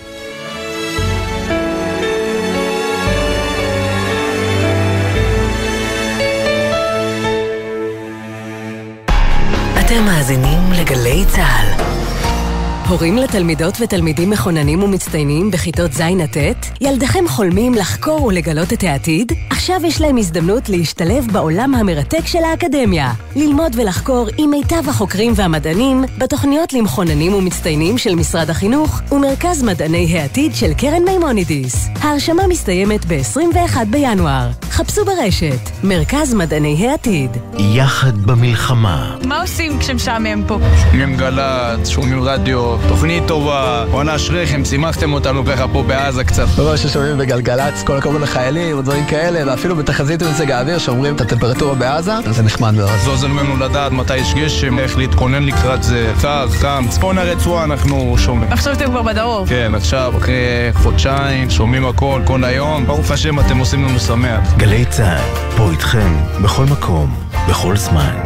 אתם מאזינים לגלי צהל. הורים לתלמידות ותלמידים מכוננים ומצטיינים בכיתות זין עד ט', ילדיכם חולמים לחקור ולגלות את העתיד? עכשיו יש להם הזדמנות להשתלב בעולם המרתק של האקדמיה. ללמוד ולחקור עם מיטב החוקרים והמדענים בתוכניות למכוננים ומצטיינים של משרד החינוך ומרכז מדעני העתיד של קרן מימונידיס. ההרשמה מסתיימת ב-עשרים ואחד בינואר. חפשו ברשת, מרכז מדעני העתיד. יחד במלחמה. מה עושים כשמשעמם פה? שומעים גל"צ, שומעים רדיו, תוכנית טובה, עונה אשריכם, שימחתם אותנו ככה פה בעזה קצת. לא ששומעים בגלגל"צ, כל הכבוד לחיילים ודברים כאלה, ואפילו בתחזית ומזג האוויר שאומרים את הטמפרטורה בעזה, זה נחמד מאוד. זו עוזר לנו לדעת מתי יש גשם, איך להתכונן לקראת זה, קר, חם, צפון הרצועה אנחנו שומעים. עכשיו אתם כבר בדרום. כן, עכשיו אחרי חודשיים, שומעים הכל, כל היום, ברוך השם אתם עושים לנו שמח. גלי צהל, פה איתכם, בכל מקום, בכל זמן.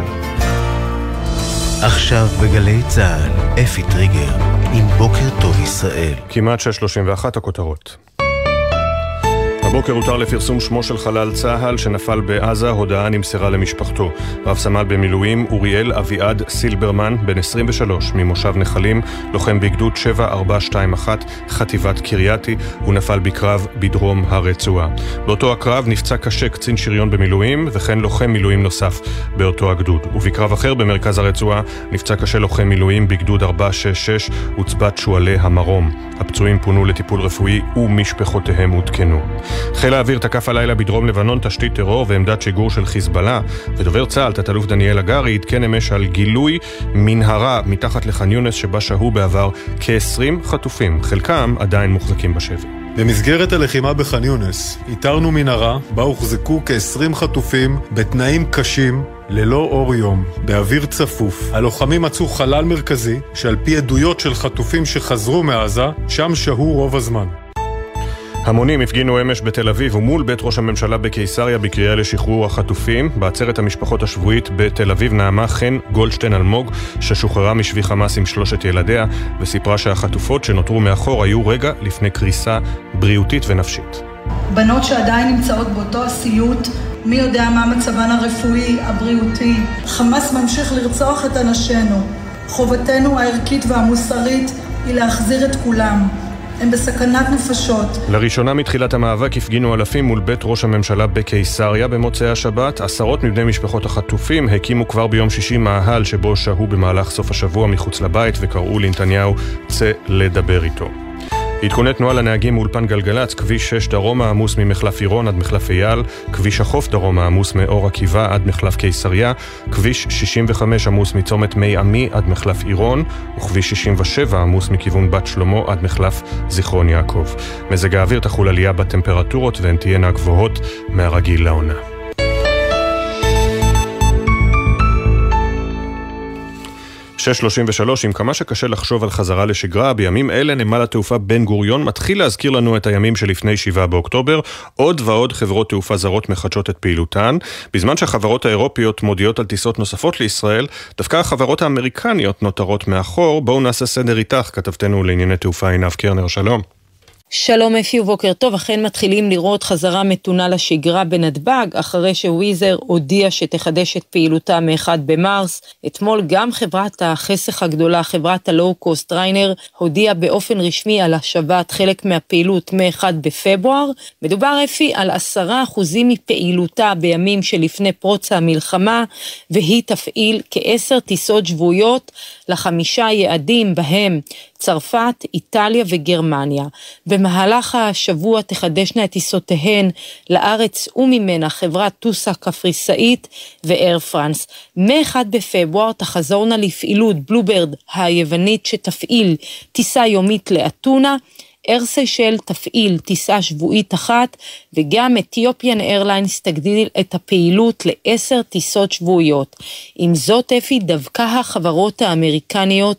עכשיו בגלי צהל, אפי טריגר, עם בוקר טוב ישראל. כמעט שש שלושים ואחת הכותרות. הבוקר הותר לפרסום שמו של חלל צהל שנפל בעזה, הודעה נמסרה למשפחתו. רב סמל במילואים אוריאל אביעד סילברמן, בן עשרים ושלוש, ממושב נחלים, לוחם בגדוד שבע ארבע שתיים אחת, חטיבת קרייתי, הוא נפל בקרב בדרום הרצועה. באותו הקרב נפצע קשה קצין שריון במילואים, וכן לוחם מילואים נוסף באותו הגדוד. ובקרב אחר במרכז הרצועה נפצע קשה לוחם מילואים בגדוד ארבע שש שש, וצבת שואלי המרום. הפצועים פונו לטיפול רפואי ומשפחותיהם הותקנו. חיל האוויר תקף הלילה בדרום לבנון תשתית טרור ועמדת שיגור של חיזבאללה, ודובר צה"ל תת-אלוף דניאל הגרי עדכן אמש על גילוי מנהרה מתחת לח'אן יונס שבה שהו בעבר כ-עשרים חטופים, חלקם עדיין מוחזקים בשבי. במסגרת הלחימה בח'אן יונס, איתרנו מנהרה בה הוחזקו כ-עשרים חטופים בתנאים קשים ללא אור יום, באוויר צפוף. הלוחמים מצאו חלל מרכזי שעל פי עדויות של חטופים שחזרו מעזה, שם שהו רוב הזמן. המונים הפגינו אמש בתל אביב ומול בית ראש הממשלה בקיסריה בקריאה לשחרור החטופים. בעצרת המשפחות השבועית בתל אביב נעמה חן גולדשטיין אלמוג, ששוחררה משבי חמאס עם שלושת ילדיה, וסיפרה שהחטופות שנותרו מאחור היו רגע לפני קריסה בריאותית ונפשית. בנות שעדיין נמצאות באותו הסיוט, מי יודע מה מצבן הרפואי, הבריאותי. חמאס ממשיך לרצוח את אנשינו. חובתנו הערכית והמוסרית היא להחזיר את כולם. הם בסכנת נפשות. לראשונה מתחילת המאבק הפגינו אלפים מול בית ראש הממשלה בקיסריה במוצאי השבת. עשרות מבני משפחות החטופים הקימו כבר ביום שישי מאהל שבו שהו במהלך סוף השבוע מחוץ לבית וקראו לנתניהו צא לדבר איתו. עדכוני תנועה לנהגים מאולפן גלגל"צ, כביש שש דרומה עמוס ממחלף עירון עד מחלף אייל, כביש החוף דרומה עמוס מאור עקיבא עד מחלף קיסריה, כביש שישים וחמש עמוס מצומת מי עמי עד מחלף עירון, וכביש שישים ושבע עמוס מכיוון בת שלמה עד מחלף זיכרון יעקב. מזג האוויר תחול עלייה בטמפרטורות והן תהיינה גבוהות מהרגיל לעונה. שש שלושים ושלוש, עם כמה שקשה לחשוב על חזרה לשגרה, בימים אלה נמל התעופה בן גוריון מתחיל להזכיר לנו את הימים שלפני שבעה באוקטובר. עוד ועוד חברות תעופה זרות מחדשות את פעילותן. בזמן שהחברות האירופיות מודיעות על טיסות נוספות לישראל, דווקא החברות האמריקניות נותרות מאחור. בואו נעשה סדר איתך, כתבתנו לענייני תעופה עינב קרנר, שלום. שלום אפי ובוקר טוב. אכן מתחילים לראות חזרה מתונה לשגרה בנתב"ג, אחרי שוויזר הודיע שתחדש את פעילותה מ-אחד במרס. אתמול גם חברת החסך הגדולה, חברת הלואו-קוסט ריינר, הודיעה באופן רשמי על השבת חלק מהפעילות מ-אחד בפברואר. מדובר אפי על עשרה אחוזים מפעילותה בימים שלפני פרוץ המלחמה, והיא תפעיל כעשר טיסות שבועיות לחמישה יעדים בהם צרפת, איטליה וגרמניה. במהלך השבוע תחדשנה את טיסותיהן לארץ וממנה חברת טוסה קפריסאית ואייר פרנס. מ-אחד בפברואר תחזורנה לפעילות בלוברד היוונית שתפעיל טיסה יומית לאתונה, אייר סיישל תפעיל טיסה שבועית אחת, וגם אתיופיאן איירליינס תגדיל את הפעילות לעשר טיסות שבועיות. עם זאת אפי, דווקא החברות האמריקניות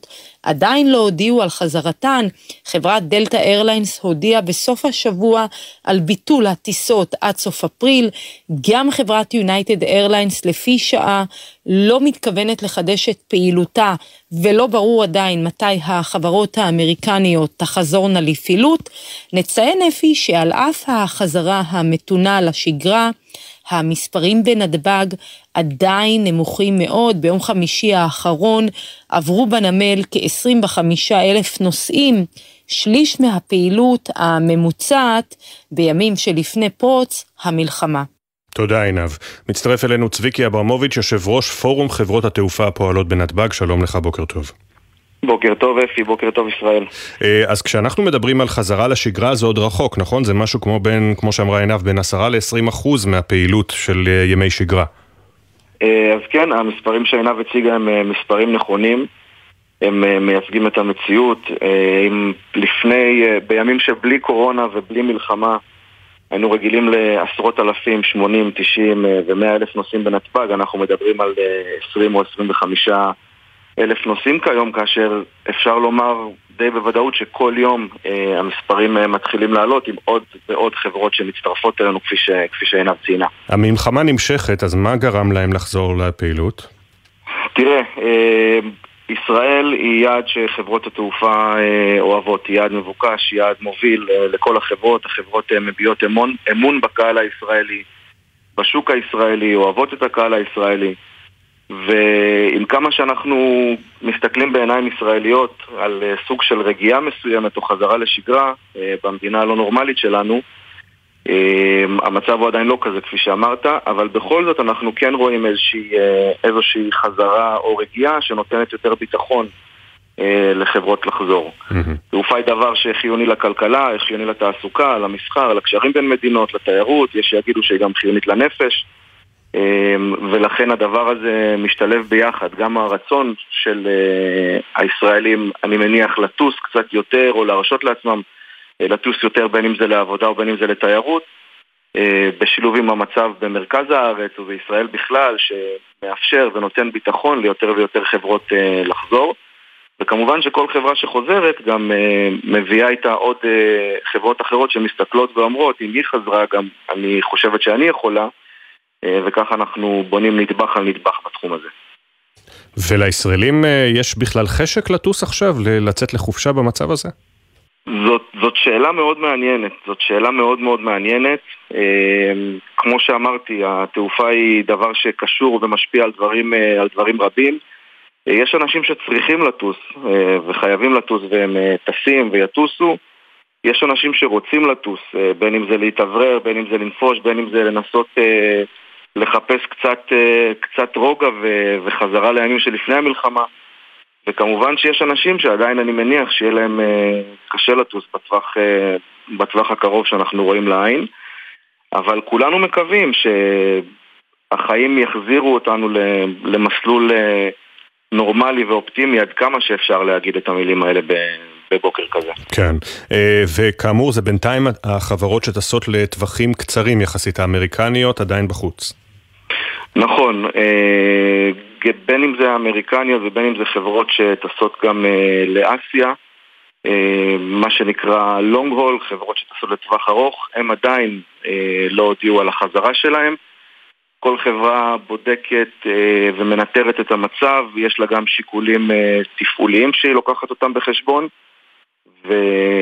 עדיין לא הודיעו על חזרתן. חברת דלטה איירליינס הודיעה בסוף השבוע על ביטול הטיסות עד סוף אפריל. גם חברת יונייטד איירליינס לפי שעה לא מתכוונת לחדש את פעילותה, ולא ברור עדיין מתי החברות האמריקניות תחזורנה לפעילות. נציין אפי שעל אף החזרה המתונה לשגרה, המספרים בנתב"ג עדיין נמוכים מאוד. ביום חמישי האחרון עברו בנמל כ-עשרים וחמישה אלף נוסעים, שליש מהפעילות הממוצעת בימים שלפני פרוץ המלחמה. תודה עינב. מצטרף אלינו צביקי אברמוביץ', יושב ראש פורום חברות התעופה הפועלות בנתב"ג. שלום לך, בוקר טוב. בוקר טוב אפי, בוקר טוב ישראל. אז כשאנחנו מדברים על חזרה לשגרה זה עוד רחוק, נכון? זה משהו כמו בין, כמו שאמרה עינב, בין עשרה ל-עשרים אחוז מהפעילות של ימי שגרה. אז כן, המספרים שעינב הציגה הם מספרים נכונים, הם מייצגים את המציאות. הם לפני, בימים שבלי קורונה ובלי מלחמה, היינו רגילים לעשרות אלפים, שמונים, תשעים ו-מאה אלף נוסעים בנתב"ג. אנחנו מדברים על עשרים או עשרים וחמישה אלף נוסעים כיום, כאשר אפשר לומר די בוודאות שכל יום אה, המספרים אה, מתחילים לעלות עם עוד ועוד חברות שמצטרפות אלינו כפי, ש, כפי שעינב ציינה. המלחמה נמשכת, אז מה גרם להם לחזור לפעילות? תראה, אה, ישראל היא יעד שחברות התעופה אה, אוהבות, יעד מבוקש, יעד מוביל אה, לכל החברות. החברות אה, מביעות אמון, אמון בקהל הישראלי, בשוק הישראלי, אוהבות את הקהל הישראלי. ועם כמה שאנחנו מסתכלים בעיניים ישראליות על סוג של רגיעה מסוימת או חזרה לשגרה במדינה הלא נורמלית שלנו, המצב הוא עדיין לא כזה כפי שאמרת, אבל בכל זאת אנחנו כן רואים איזושהי, איזושהי חזרה או רגיעה שנותנת יותר ביטחון לחברות לחזור. תעופה היא דבר שחיוני לכלכלה, חיוני לתעסוקה, למסחר, לקשרים בין מדינות, לתיירות, יש שיגידו שהיא גם חיונית לנפש, ולכן הדבר הזה משתלב ביחד. גם הרצון של הישראלים, אני מניח, לטוס קצת יותר או להרשות לעצמם לטוס יותר, בין אם זה לעבודה או בין אם זה לתיירות, בשילוב עם המצב במרכז הארץ ובישראל בכלל, שמאפשר ונותן ביטחון ליותר ויותר חברות לחזור. וכמובן שכל חברה שחוזרת גם מביאה איתה עוד חברות אחרות שמסתכלות ואומרות, אם היא חזרה גם אני חושבת שאני יכולה, וכך אנחנו בונים נדבך על נדבך בתחום הזה. ולישראלים יש בכלל חשק לטוס עכשיו, לצאת לחופשה במצב הזה? זאת, זאת שאלה מאוד מעניינת, זאת שאלה מאוד מאוד מעניינת. כמו שאמרתי, התעופה היא דבר שקשור ומשפיע על דברים, על דברים רבים. יש אנשים שצריכים לטוס וחייבים לטוס והם טסים ויטוסו. יש אנשים שרוצים לטוס, בין אם זה להתעברר, בין אם זה לנפוש, בין אם זה לנסות לחפש קצת, קצת רוגע וחזרה לימים שלפני המלחמה. וכמובן שיש אנשים שעדיין אני מניח שיהיה להם קשה לטוס בטווח, בטווח הקרוב שאנחנו רואים לעין. אבל כולנו מקווים שהחיים יחזירו אותנו למסלול נורמלי ואופטימי עד כמה שאפשר להגיד את המילים האלה בבוקר כזה. כן, וכאמור זה בינתיים החברות שטסות לטווחים קצרים יחסית, האמריקניות עדיין בחוץ. נכון, בין אם זה האמריקניות ובין אם זה חברות שטסות גם לאסיה, מה שנקרא long haul, חברות שטסות לטווח ארוך, הם עדיין לא הודיעו על החזרה שלהם. כל חברה בודקת ומנטרת את המצב, יש לה גם שיקולים תפעוליים שהיא לוקחת אותם בחשבון, ו...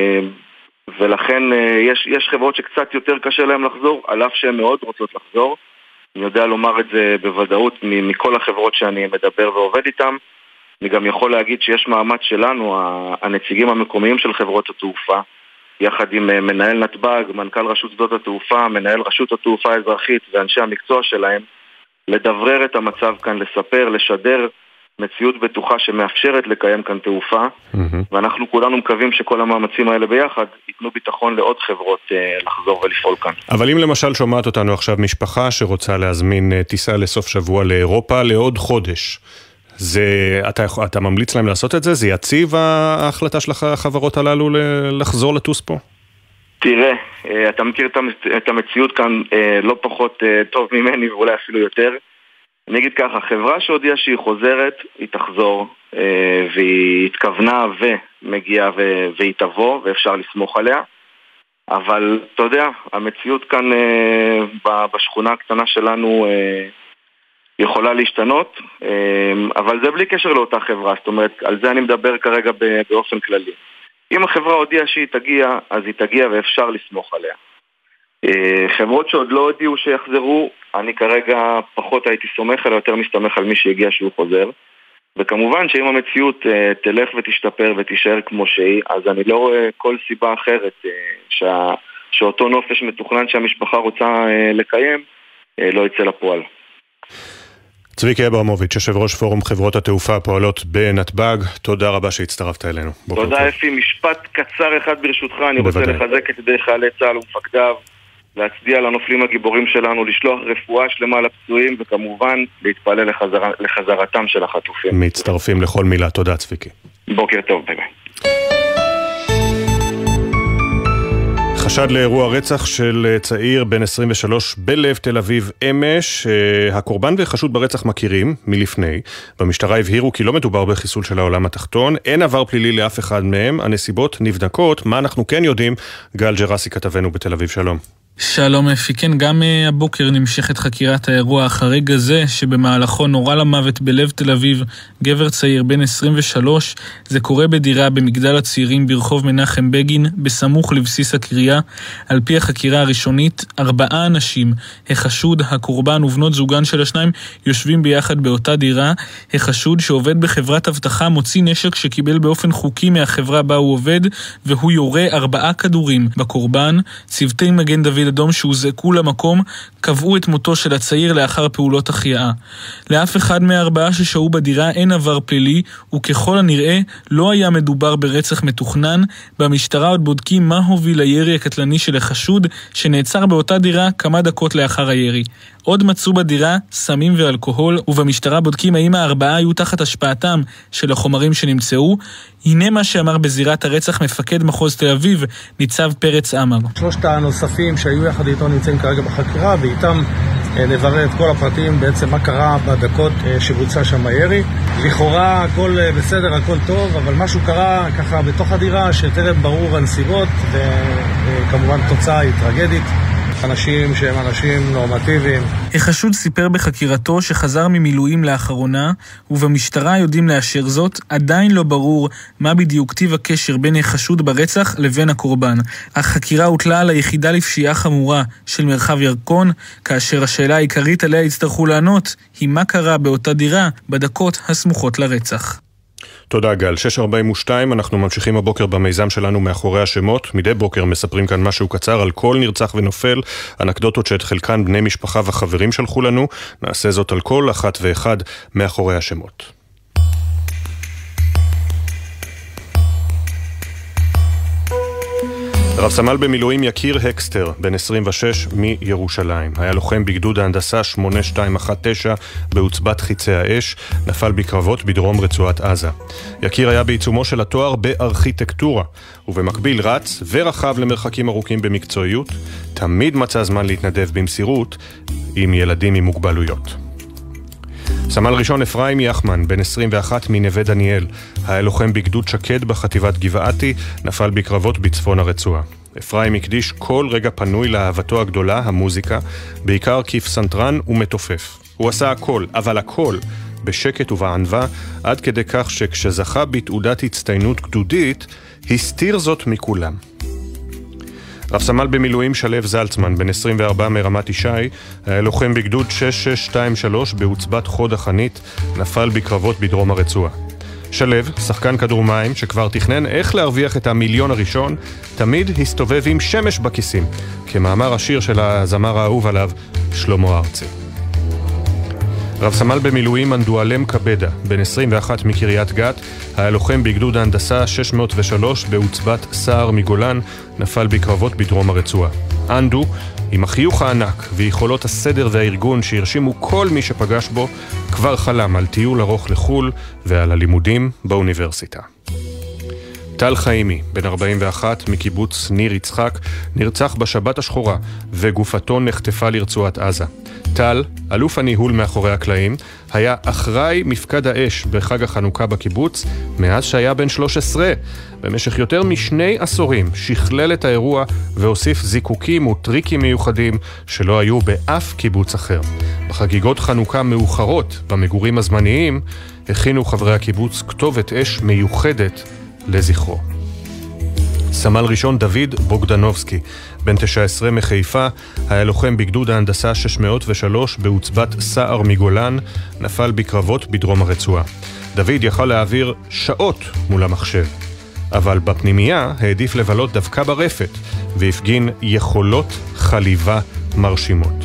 ולכן יש, יש חברות שקצת יותר קשה להם לחזור, על אף שהן מאוד רוצות לחזור. אני יודע לומר את זה בוודאות מכל החברות שאני מדבר ועובד איתם. אני גם יכול להגיד שיש מאמץ שלנו, הנציגים המקומיים של חברות התעופה, יחד עם מנהל נתב"ג, מנכ"ל רשות שדות התעופה, מנהל רשות התעופה האזרחית ואנשי המקצוע שלהם, לדברר את המצב כאן, לספר, לשדר מציאות בטוחה שמאפשרת לקיים כאן תעופה, mm-hmm. ואנחנו כולנו מקווים שכל המאמצים האלה ביחד ייתנו ביטחון לעוד חברות אה, לחזור ולפעול כאן. אבל אם למשל שומעת אותנו עכשיו משפחה שרוצה להזמין אה, טיסה לסוף שבוע לאירופה לעוד חודש, זה, אתה, אתה ממליץ להם לעשות את זה? זה יציב ההחלטה של החברות הללו לחזור לטוס פה? תראה, אה, אתה מכיר את המציאות כאן אה, לא פחות אה, טוב ממני ואולי אפילו יותר. אני אגיד ככה, חברה שהודיעה שהיא חוזרת, היא תחזור. והיא התכוונה ומגיעה והיא תבוא ואפשר לסמוך עליה. אבל אתה יודע, המציאות כאן בשכונה הקטנה שלנו יכולה להשתנות, אבל זה בלי קשר לאותה חברה, זאת אומרת, על זה אני מדבר כרגע באופן כללי. אם החברה הודיעה שהיא תגיע, אז היא תגיע ואפשר לסמוך עליה. חברות שעוד לא הודיעו שיחזרו, אני כרגע פחות הייתי סומך, אלא יותר מסתמך על מי שהגיע שהוא חוזר. וכמובן שאם המציאות תלך ותשתפר ותישאר כמו שהיא, אז אני לא רואה כל סיבה אחרת שה, שאותו נופש מתוכנן שהמשפחה רוצה לקיים לא יצא לפועל. צביקי אברמוביץ', יושב ראש פורום חברות התעופה הפועלות בנתב"ג, תודה רבה שהצטרפת אלינו. תודה אפי, משפט קצר אחד ברשותך, אני רוצה לחזק את ידי חיילי צה"ל ומפקדיו, להצדיע לנופלים הגיבורים שלנו, לשלוח רפואה שלמה לפצועים, וכמובן להתפלל לחזר... לחזרתם של החטופים. מצטרפים לכל מילה, תודה צביקי. בוקר טוב, ביי ביי. חשד לאירוע רצח של צעיר בן עשרים ושלוש בלב תל אביב אמש. הקורבן וחשוד ברצח מכירים מלפני. במשטרה הבהירו כי לא מדובר בחיסול של העולם התחתון, אין עבר פלילי לאף אחד מהם, הנסיבות נבדקות. מה אנחנו כן יודעים? גל ג'רסי כתבנו בתל אביב, שלום. שלום אפי, כן, גם הבוקר נמשכת חקירת האירוע החריג הזה, שבמהלכו נורה למוות בלב תל אביב גבר צעיר בן עשרים ושלוש. זה קורה בדירה במגדל הצעירים ברחוב מנחם בגין, בסמוך לבסיס הקריה. על פי החקירה הראשונית, ארבעה אנשים, החשוד, הקורבן ובנות זוגן של השניים, יושבים ביחד באותה דירה. החשוד שעובד בחברת אבטחה מוציא נשק שקיבל באופן חוקי מהחברה בה הוא עובד, והוא יורה ארבעה כדורים בקורבן. צוותי מגן דוד אדום שהוזעקו למקום קבעו את מותו של הצעיר לאחר פעולות החייאה. לאף אחד מהארבעה ששהו בדירה אין עבר פלילי, וככל הנראה לא היה מדובר ברצח מתוכנן. במשטרה עוד בודקים מה הוביל הירי הקטלני של החשוד, שנעצר באותה דירה כמה דקות לאחר הירי. עוד מצאו בדירה סמים ואלכוהול, ובמשטרה בודקים האם הארבעה היו תחת השפעתם של החומרים שנמצאו. הנה מה שאמר בזירת הרצח מפקד מחוז תל אביב, ניצב פרץ עמר. שלושת הנוספים שהיו יחד איתו נמצאים כרגע בחקירה, ואיתם נברר את כל הפרטים, בעצם מה קרה בדקות שבוצע שם הירי. לכאורה הכל בסדר, הכל טוב, אבל משהו קרה ככה בתוך הדירה שטרם ברור הנסיבות, וכמובן תוצאה היא טרגדית. אנשים שהם אנשים נורמטיביים. החשוד סיפר בחקירתו שחזר ממילואים לאחרונה, ובמשטרה יודעים לאשר זאת. עדיין לא ברור מה בדיוק טיב הקשר בין החשוד ברצח לבין הקורבן. החקירה הוטלה על היחידה לפשיעה חמורה של מרחב ירקון, כאשר השאלה העיקרית עליה יצטרכו לענות היא מה קרה באותה דירה בדקות הסמוכות לרצח. תודה גל. שש ארבעים ושתיים, אנחנו ממשיכים הבוקר במיזם שלנו מאחורי השמות. מדי בוקר מספרים כאן משהו קצר על כל נרצח ונופל, אנקדוטות שאת חלקן בני משפחה וחברים שלחו לנו. נעשה זאת על כל אחת ואחד מאחורי השמות. רב סמל במילואים יקיר הקסטר, בן עשרים ושש מירושלים. היה לוחם בגדוד ההנדסה שמונה שתיים אחת תשע בעוצבת חיצי האש, נפל בקרבות בדרום רצועת עזה. יקיר היה בעיצומו של התואר בארכיטקטורה, ובמקביל רץ ורחב למרחקים ארוכים במקצועיות, תמיד מצא זמן להתנדב במסירות עם ילדים עם מוגבלויות. סמל ראשון אפרים יחמן, בן עשרים ואחת מנווה דניאל, היה לוחם בגדוד שקד בחטיבת גבעתי, נפל בקרבות בצפון הרצועה. אפרים הקדיש כל רגע פנוי לאהבתו הגדולה, המוזיקה, בעיקר כפסנתרן ומתופף. הוא עשה הכל, אבל הכל, בשקט ובענווה, עד כדי כך שכשזכה בתעודת הצטיינות גדודית, הסתיר זאת מכולם. רב סמל במילואים שלב זלצמן, בן עשרים וארבע מרמת ישי, היה לוחם בגדוד שש שש שתיים שלוש בעוצבת חוד החנית, נפל בקרבות בדרום הרצועה. שלב, שחקן כדור מים שכבר תכנן איך להרוויח את המיליון הראשון, תמיד הסתובב עם שמש בכיסים, כמאמר השיר של הזמר האהוב עליו, שלמה ארצי. רב סמל במילואים אנדואלם קבדה, בן עשרים ואחת מקריית גת, היה לוחם בגדוד ההנדסה שש מאות ושלוש בעוצבת סער מגולן, נפל בקרבות בדרום הרצועה. אנדו, עם החיוך הענק ויכולות הסדר והארגון שהרשימו כל מי שפגש בו, כבר חלם על טיול ארוך לחול ועל הלימודים באוניברסיטה. טל חיימי, בן ארבעים ואחת, מקיבוץ ניר יצחק, נרצח בשבת השחורה, וגופתו נחטפה לרצועת עזה. טל, אלוף הניהול מאחורי הקלעים, היה אחראי מפקד האש בחג החנוכה בקיבוץ, מאז שהיה בן שלוש עשרה. במשך יותר משני עשורים שכלל את האירוע והוסיף זיקוקים וטריקים מיוחדים שלא היו באף קיבוץ אחר. בחגיגות חנוכה מאוחרות במגורים הזמניים, הכינו חברי הקיבוץ כתובת אש מיוחדת לזכרו. סמל ראשון דוד בוגדנובסקי, בן תשע עשרה מחיפה, היה לוחם בגדוד ההנדסה שש מאות ושלוש בעוצבת סער מגולן, נפל בקרבות בדרום הרצועה. דוד יכל להעביר שעות מול המחשב, אבל בפנימייה העדיף לבלות דווקא ברפת, והפגין יכולות חליבה מרשימות.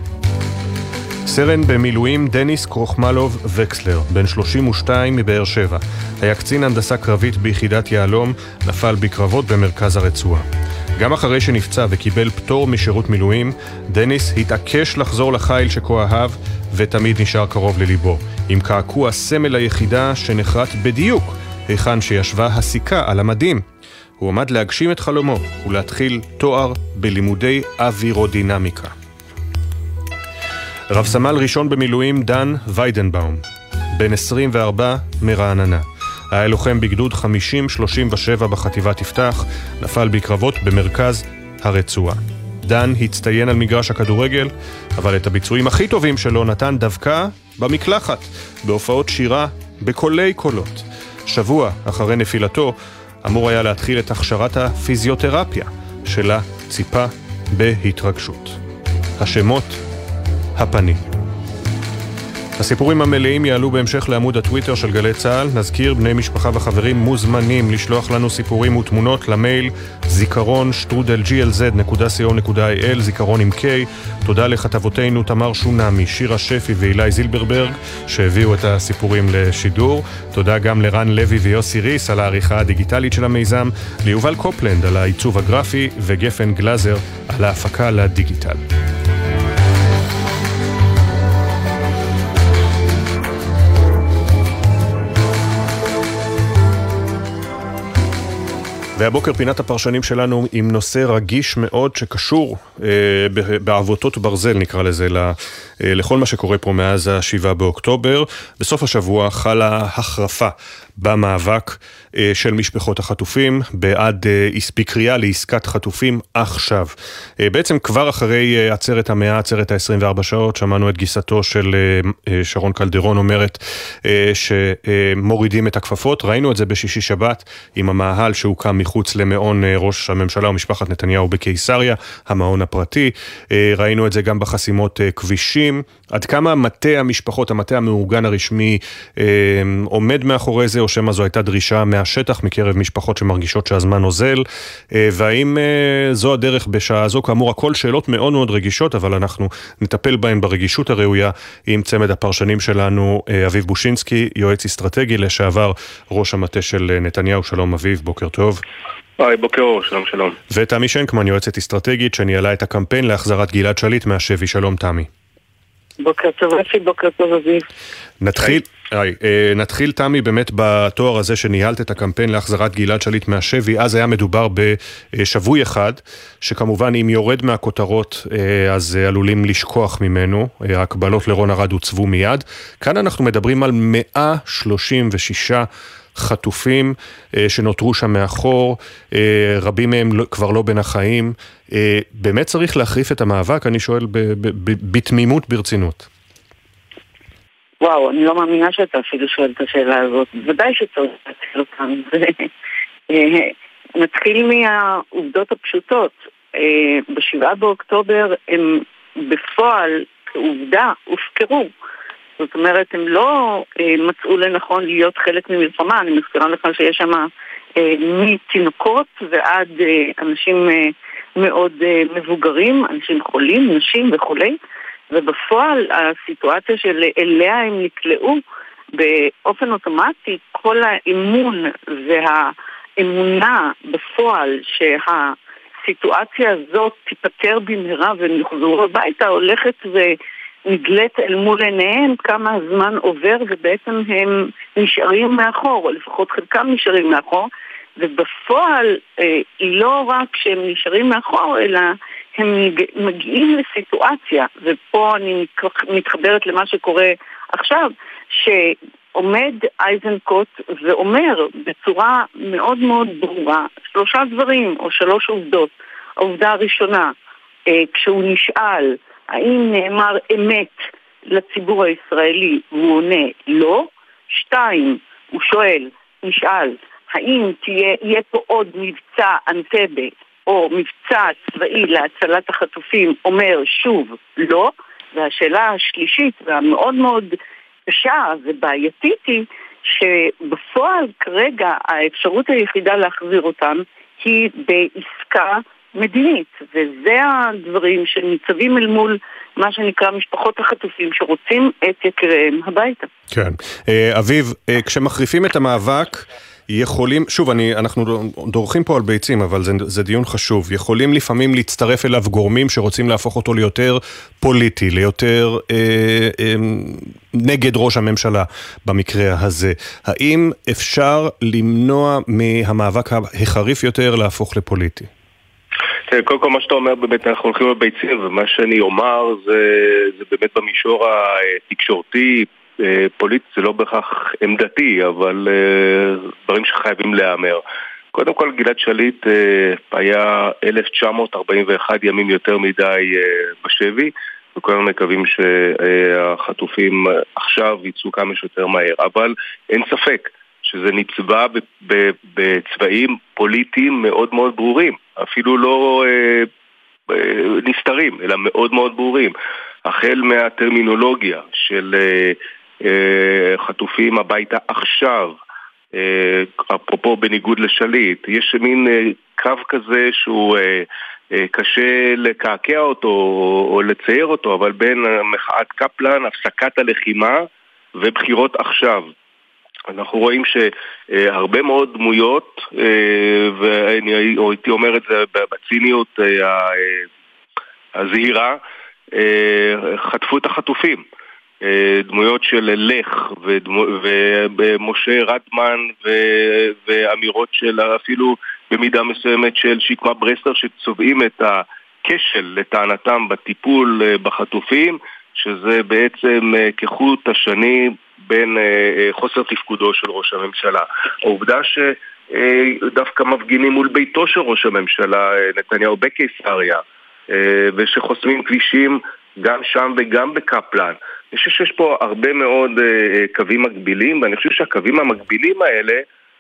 סרן במילואים דניס קרוחמלוב וקסלר, בן שלושים ושתיים מבאר שבע, היה קצין הנדסה קרבית ביחידת יעלום, נפל בקרבות במרכז הרצועה. גם אחרי שנפצע וקיבל פטור משירות מילואים, דניס התעקש לחזור לחיל שכה אהב ותמיד נשאר קרוב לליבו, עם קעקוע סמל היחידה שנחרט בדיוק היכן שישבה הסיכה על המדים. הוא עמד להגשים את חלומו ולהתחיל תואר בלימודי אווירודינמיקה. רב סמל ראשון במילואים דן ויידנבאום, בן עשרים וארבע מרעננה, היה לוחם בגדוד חמישים שלושים ושבע בחטיבת יפתח, נפל בקרבות במרכז הרצועה. דן הצטיין על מגרש הכדורגל, אבל את הביצועים הכי טובים שלו נתן דווקא במקלחת, בהופעות שירה בקולי קולות. שבוע אחרי נפילתו אמור היה להתחיל את הכשרת הפיזיותרפיה, שלה ציפה בהתרגשות. השמות, הפנים. הסיפורים המלאים יעלו בהמשך לעמוד הטוויטר של גלי צהל. נזכיר, בני משפחה וחברים מוזמנים לשלוח לנו סיפורים ותמונות למייל זיכרון שטרודל ג'י אל זד נקודה סי או נקודה איי אל, זיכרון עם K. תודה לכתבותינו תמר שונמי, שירה שפי ואילי זילברברג שהביאו את הסיפורים לשידור. תודה גם לרן לוי ויוסי ריס על העריכה הדיגיטלית של המיזם, ליובל קופלנד על העיצוב הגרפי וגפן גלזר על ההפקה לדיגיטל. והבוקר פינת הפרשנים שלנו עם נושא רגיש מאוד שקשור אה, בעבותות ברזל, נקרא לזה, ל, אה, לכל מה שקורה פה מאז השבעה באוקטובר. בסוף השבוע חלה החרפה במאבק אה, של משפחות החטופים, בעד אה, בקריאה לעסקת חטופים עכשיו. אה, בעצם כבר אחרי אה, עצרת המאה, עצרת ה-עשרים וארבע שעות, שמענו את גיסתו של אה, אה, שרון קלדרון אומרת אה, שמורידים את הכפפות. ראינו את זה בשישי שבת עם המאהל שהוקם מחוץ למעון אה, ראש הממשלה ומשפחת נתניהו בקיסריה, המעון הפרטי. אה, ראינו את זה גם בחסימות אה, כבישים. עד כמה מטה המשפחות, המטה המאורגן הרשמי אה, עומד מאחורי זה, או שמה זו הייתה דרישה מהשטח מקרב משפחות שמרגישות שהזמן נוזל, והאם זו הדרך בשעה זו? כאמור, הכל שאלות מאוד מאוד רגישות, אבל אנחנו נטפל בהן ברגישות הראויה עם צמד הפרשנים שלנו, אביב בושינסקי, יועץ אסטרטגי לשעבר ראש המטה של נתניהו. שלום אביב, בוקר טוב. היי, בוקר אור, שלום שלום. ותמי שנקמן, יועצת אסטרטגית שניהלה את הקמפיין להחזרת גלעד שליט מהשבי. שלום תמי. בוקר טוב אפי, בוקר טוב אביב. נתחיל, היי, נתחיל תמי באמת בתואר הזה שניהלת את הקמפיין להחזרת גלעד שליט מהשבי. אז היה מדובר בשבוי אחד, שכמובן אם יורד מהכותרות אז עלולים לשכוח ממנו, ההקבלות לרון ארד הוצבו מיד. כאן אנחנו מדברים על מאה שלושים ושישה חטופים שנותרו שם מאחור, רבים מהם כבר לא בין החיים. באמת צריך להחריף את המאבק? אני שואל בתמימות, ברצינות. וואו, אני לא מאמינה שאתה אפילו שואל את השאלה הזאת. ודאי שצריך להתחיל אותם. נתחיל מהעובדות הפשוטות. בשבעה באוקטובר הם בפועל כעובדה הופקרו. זאת אומרת, הם לא אה, מצאו לנכון להיות חלק ממלחמה. אני מזכירה לך שיש שם אה, מתינוקות ועד אה, אנשים אה, מאוד אה, מבוגרים, אנשים חולים, נשים וכולי, ובפועל הסיטואציה של אליה הם נקלעו באופן אוטומטי. כל האמון והאמונה בפועל שהסיטואציה הזאת תיפטר במהרה והם יחזרו הביתה הולכת ו... נגלת אל מול עיניהם כמה הזמן עובר, ובעצם הם נשארים מאחור, או לפחות חלקם נשארים מאחור, ובפועל לא רק שהם נשארים מאחור, אלא הם מגיעים לסיטואציה, ופה אני מתחברת למה שקורה עכשיו, שעומד אייזנקוט ואומר בצורה מאוד מאוד ברורה שלושה דברים או שלוש עובדות. העובדה הראשונה, כשהוא נשאל האם נאמר אמת לציבור הישראלי, הוא עונה לא. שתיים, הוא שואל, נשאל, האם תהיה, יהיה פה עוד מבצע אנטבה או מבצע צבאי להצלת החטופים, אומר שוב לא. והשאלה השלישית והמאוד מאוד קשה ובעייתית היא שבפועל כרגע האפשרות היחידה להחזיר אותם היא בעסקה מדינית, וזה הדברים שניצבים אל מול מה שנקרא משפחות החטופים שרוצים את יקיריהם הביתה. כן. אביב, כשמחריפים את המאבק יכולים, שוב, אני, אנחנו דורכים פה על ביצים, אבל זה, זה דיון חשוב. יכולים לפעמים להצטרף אליו גורמים שרוצים להפוך אותו ליותר פוליטי, ליותר אה, אה, נגד ראש הממשלה במקרה הזה. האם אפשר למנוע מהמאבק החריף יותר להפוך לפוליטי? קודם כל מה שאתה אומר באמת אנחנו הולכים לביצים, ומה שאני אומר זה, זה באמת במישור התקשורתי, פוליטי, זה לא בהכרח עמדתי, אבל דברים שחייבים להיאמר. קודם כל גלעד שליט היה אלף תשע מאות ארבעים ואחת ימים יותר מדי בשבי, וכולנו מקווים שהחטופים עכשיו יצאו כמה שיותר מהר, אבל אין ספק שזה נצבע בצבעים פוליטיים מאוד מאוד ברורים, אפילו לא נסתרים, אלא מאוד מאוד ברורים. החל מהטרמינולוגיה של חטופים הביתה עכשיו, אפרופו בניגוד לשליט, יש מין קו כזה שהוא קשה לקעקע אותו או לצייר אותו, אבל בין מחאת קפלן, הפסקת הלחימה ובחירות עכשיו. אנחנו רואים שהרבה מאוד דמויות, ואני הייתי אומר את זה בציניות הזהירה, חטפו את החטופים. דמויות של לך ומשה רדמן ואמירות של אפילו במידה מסוימת של שקמה ברסלר שצובעים את הכשל לטענתם בטיפול בחטופים, שזה בעצם כחוט השני בין חוסר תפקודו של ראש הממשלה. העובדה שדווקא מפגינים מול ביתו של ראש הממשלה נתניהו בקיסריה ושחוסמים כבישים גם שם וגם בקפלן. אני חושב שיש פה הרבה מאוד קווים מקבילים, ואני חושב שהקווים המקבילים האלה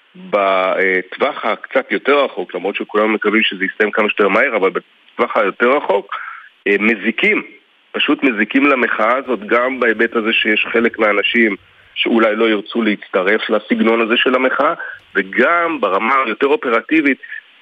בטווח הקצת יותר רחוק, למרות שכולנו מקווים שזה יסתיים כמה שיותר מהר, אבל בטווח היותר רחוק מזיקים, פשוט מזיקים למחאה הזאת, גם בהיבט הזה שיש חלק מהאנשים שאולי לא ירצו להצטרף לסגנון הזה של המחאה, וגם ברמה יותר אופרטיבית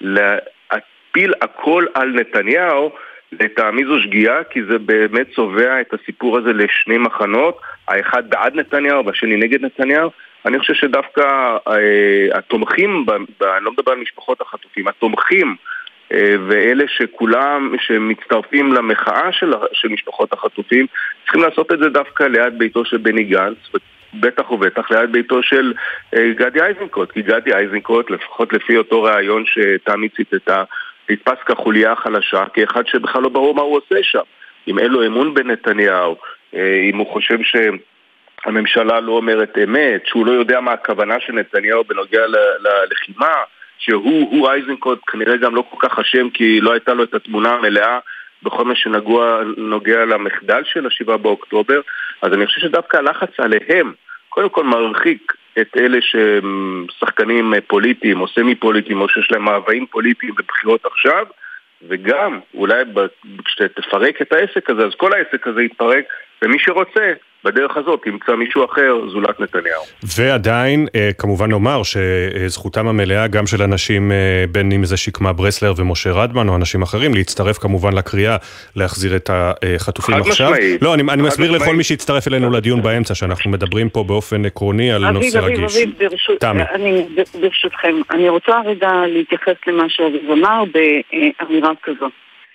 להפיל הכל על נתניהו. לטעמי זו שגיאה, כי זה באמת צובע את הסיפור הזה לשני מחנות, האחד בעד נתניהו והשני נגד נתניהו. אני חושב שדווקא אה, התומכים, ב, ב, אני לא מדבר על משפחות החטופים, התומכים אה, ואלה שכולם, שמצטרפים למחאה של, של משפחות החטופים, צריכים לעשות את זה דווקא ליד ביתו של בני גנץ, בטח ובטח ליד ביתו של אה, גדי איזנקוט, כי גדי איזנקוט, לפחות לפי אותו רעיון שתמי ציטטה, נתפס כחוליה חלשה, כאחד שבכלל לא ברור מה הוא עושה שם. אם אין לו אמון בנתניהו, אם הוא חושב שהממשלה לא אומרת אמת, שהוא לא יודע מה הכוונה של נתניהו בנוגע ללחימה, שהוא, הוא אייזנקוט כנראה גם לא כל כך אשם, כי לא הייתה לו את התמונה המלאה בכל מה שנוגע למחדל של השבעה באוקטובר. אז אני חושב שדווקא הלחץ עליהם, קודם כל מרחיק את אלה ששחקנים פוליטיים או סמי פוליטיים או שיש להם מאוויים פוליטיים בבחירות עכשיו, וגם אולי כשתפרק את העסק הזה, אז כל העסק הזה יתפרק, ומי שרוצה בדרך הזאת ימצא מישהו אחר זולת נתניהו. ועדיין כמובן נאמר שזכותם המלאה גם של אנשים בין אם זה שקמה ברסלר ומשה רדמן או אנשים אחרים להצטרף כמובן לקריאה להחזיר את החטופים עכשיו. לא, אני, אני מסביר לכל מי שיצטרף אלינו לדיון באמצע שאנחנו מדברים פה באופן עקרוני על נושא רגיש. אביב, אביב, ברשות, אני, ברשותכם, אני רוצה רגע להתייחס למה שאביב אמר באמירה כזו.